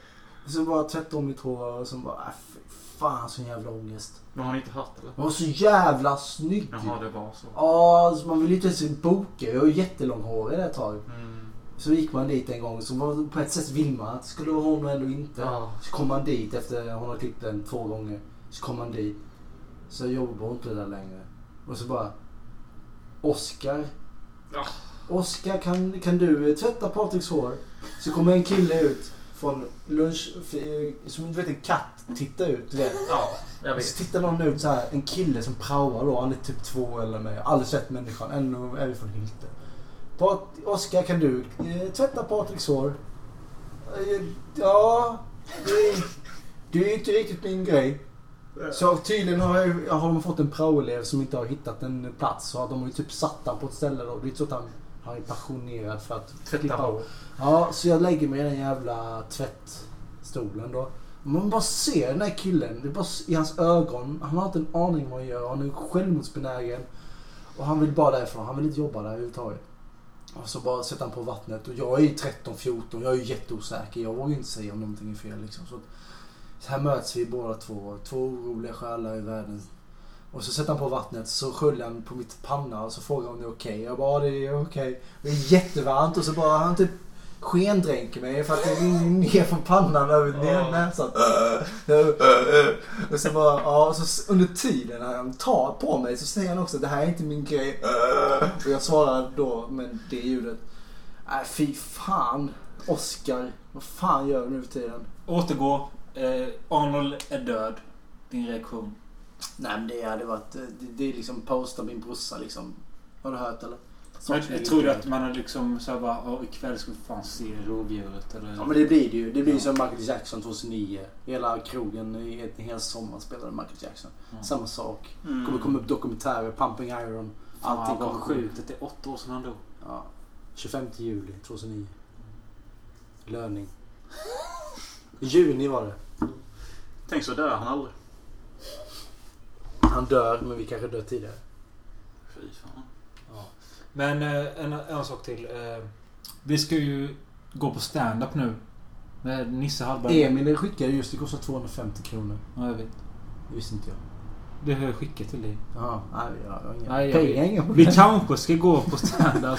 Speaker 1: Så bara tvättade om mitt hår och så bara, äh, fan så jävla ångest.
Speaker 2: Men har ni inte hatt eller?
Speaker 1: Det var så jävla snyggt.
Speaker 2: Jaha, det var så.
Speaker 1: Ja, alltså, man vill ju inte ens boka. Jag har ju jättelånghårig det ett tag.
Speaker 2: Mm.
Speaker 1: Så gick man dit en gång så var på ett sätt vill man att skulle hon ändå inte.
Speaker 2: Ja.
Speaker 1: Så kom man dit efter hon har klippt den två gånger. Så kom man dit. Så jobbar hon inte där längre. Och så bara Oscar.
Speaker 2: Ja.
Speaker 1: Oscar, kan, kan du tvätta Patriks hår? Så kommer en kille ut från lunch, som du vet en katt tittar ut. Du vet.
Speaker 2: Ja, jag vet.
Speaker 1: Så tittar någon ut så här, en kille som praoar då, han är typ två eller mer. Aldrig sett människan, ändå är vi från Hylte. Pat- Oscar, kan du eh, tvätta Patriks hår? Eh, ja, det, det är inte riktigt min grej. Så tydligen har, jag, har de fått en praoelev som inte har hittat en plats. Så de har ju typ satt han på ett ställe då. Det är inte så att han, han är passionerad för att
Speaker 2: Tvätta hår.
Speaker 1: Ja, så jag lägger mig i den jävla tvättstolen då. Man bara ser den här killen, det är bara i hans ögon. Han har inte en aning vad han gör. Han är självmordsbenägen. Och han vill bara därifrån. Han vill inte jobba där överhuvudtaget. Och så bara sätter han på vattnet. Och jag är ju tretton fjorton. Jag är ju jätteosäker. Jag vågar ju inte säga om någonting är fel liksom. Så, så här möts vi båda två. Två oroliga själar i världen. Och så sätter han på vattnet. Så sköljer han på mitt panna. Och så frågar han om det är okej. Okay. Jag bara, det är okej. Okay. Det är jättevarmt. Och så bara han typ skendränker mig. För att det rinner ner från pannan över ner näsan. Och så bara, ja. Så under tiden när han tar på mig. Så säger han också, det här är inte min grej. Och jag svarar då med det ljudet. Nej, fy fan. Oscar, vad fan gör du nu för tiden?
Speaker 3: Återgå. Eh, Arnold är död. Din reaktion?
Speaker 1: Nej, men det hade varit, det, det är liksom posta min brorsa liksom. Har du hört eller?
Speaker 3: Så jag, jag tror att man har liksom så här bara, oh, ikväll ska vi fan se rovdjuret eller...
Speaker 1: Ja, men det blir det ju. Det blir ju som Michael Jackson tjugohundraniio. Hela krogen i en hel sommar spelade Michael Jackson. Mm. Samma sak. Mm. Kommer komma upp dokumentärer, Pumping Iron.
Speaker 3: Allting kom sjukt. Det är åtta år sedan han dog.
Speaker 1: Ja. tjugofemte juli tjugohundranio. Löning. I juni var det.
Speaker 2: Tänk så dör han aldrig.
Speaker 1: Han dör, men vi kanske dör tidigare.
Speaker 2: Fy fan.
Speaker 3: Ja. Men eh, en, en sak till. Eh, vi ska ju gå på stand-up nu. Med Nisse Hallberg.
Speaker 1: Emil skickade just, det kostar tvåhundrafemtio kronor.
Speaker 3: Ja, jag vet.
Speaker 1: Det visste inte jag.
Speaker 3: Det har jag skickat till dig.
Speaker 1: Ja, nej, jag har inga
Speaker 3: nej,
Speaker 1: pengar.
Speaker 3: Vi kanske ska gå på stand-up.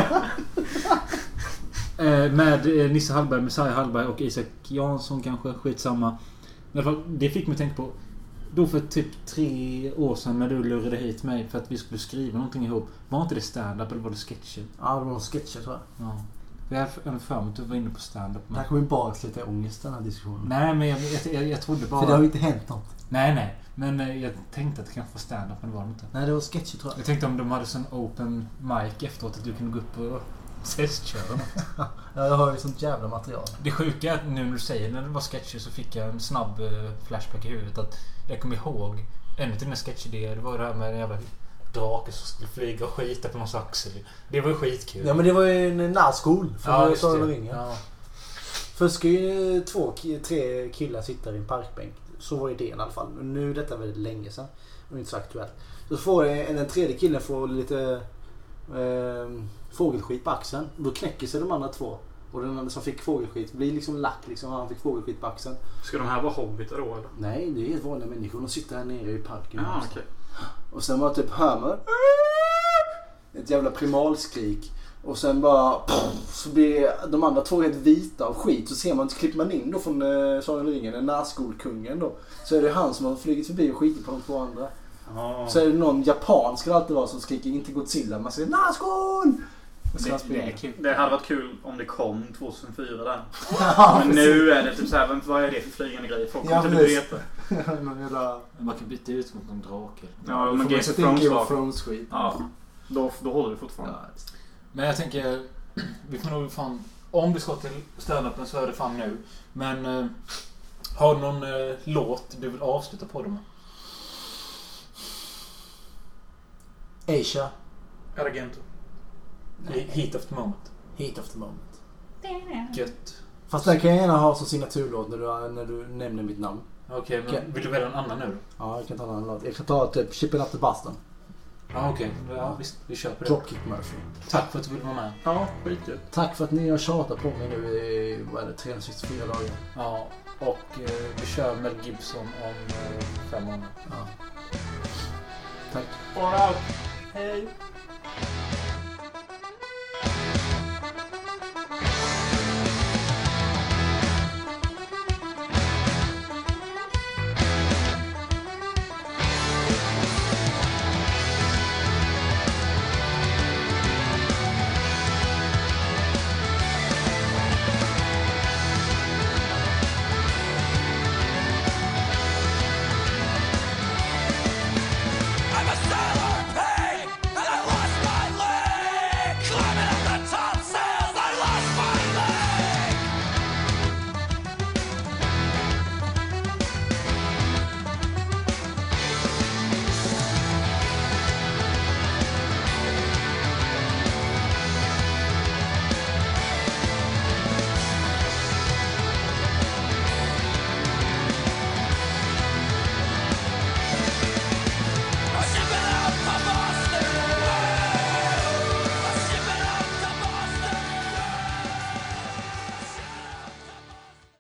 Speaker 3: eh, med eh, Nisse Hallberg, Messiah Hallberg och Isak Jansson kanske. Skitsamma. Det fick mig tänka på. Då för typ tre år sedan när du lurade hit mig för att vi skulle skriva någonting ihop. Var inte det stand-up eller var det sketcher?
Speaker 1: Ja, det var sketcher tror jag.
Speaker 3: Ja. Jag hade för mig att du var inne på stand-up.
Speaker 1: Men... Det här kommer ju bara lite ångest den här diskussionen.
Speaker 3: Nej, men jag, jag, jag, jag trodde bara...
Speaker 1: För det har ju inte hänt något.
Speaker 3: Nej, nej. Men jag tänkte att det kanske var stand-up, men det var det inte.
Speaker 1: Nej, det var sketcher tror jag.
Speaker 3: Jag tänkte om de hade sån open mic efteråt att du kunde gå upp och testköra något.
Speaker 1: Ja, jag har ju sånt jävla material.
Speaker 3: Det sjuka är att nu när du säger när det var sketcher så fick jag en snabb flashback i huvudet att jag kommer ihåg en av dina sketchidéer. Det var det här med en jävla drake som skulle flyga och skita på någons axel. Det var ju skitkul.
Speaker 1: Ja, men det var ju en närskol.
Speaker 3: Ja, just det.
Speaker 1: Ja. Först ska ju två, tre killar sitta i en parkbänk. Så var idén i alla fall. Nu är detta väldigt länge sedan. Och inte så aktuellt. Så får den tredje killen få lite eh, fågelskit på axeln. Då knäcker sig de andra två. Och den som fick fågelskit blir liksom lack liksom. Han fick fågelskit på axeln.
Speaker 2: Ska de här vara hobbitar då eller?
Speaker 1: Nej, det är helt vanliga människor. De sitter här nere i parken.
Speaker 2: Ja, okej.
Speaker 1: Och sen bara typ hör man ett jävla primalskrik. Och sen bara pff, så blir de andra två helt vita av skit. Så ser man, så klipper man in då från eh, Sagan om ringen, den närskolkungen då. Så är det han som har flugit förbi och skitit på de två andra. Oh. Så är det någon japan ska det alltid vara som skriker, inte Godzilla. Man säger närskol!
Speaker 2: Det, det, kul. Det hade varit kul om det kom tjugohundrafyra där. Ja, men nu är det typ såhär, vad är det för flygande grejer? Folk kommer inte veta.
Speaker 3: Man kan byta ut mot en drake.
Speaker 2: Ja, men Game of Thrones skit. Ja, då, då håller det fortfarande. Ja.
Speaker 3: Men jag tänker, vi får nog fan, om vi ska till stand-upen så är det fan nu. Men eh, har du någon eh, låt du vill avsluta på dem?
Speaker 1: Asia.
Speaker 2: Argento.
Speaker 3: Heat of the moment.
Speaker 1: Heat of the moment.
Speaker 3: Gött.
Speaker 1: Fast den kan jag gärna ha som signaturlåt när du, när du nämner mitt namn.
Speaker 3: Okej, okay, men vill du välja en annan nu då?
Speaker 1: Ja, jag kan ta en annan låt. Jag kan ta typ Shipping Up the Boston.
Speaker 3: Ja, okej. Okay. Ja, visst. Vi kör på det.
Speaker 1: Dropkick Murphy.
Speaker 3: Tack för att du ville vara med.
Speaker 2: Ja, skitgött.
Speaker 1: Tack för att ni har tjatat på mig nu i, vad är det, trehundrasextiofyra dagar.
Speaker 3: Ja.
Speaker 10: Och eh, vi kör Mel Gibson om eh, fem månader.
Speaker 1: Ja. Tack.
Speaker 10: All out. Hej.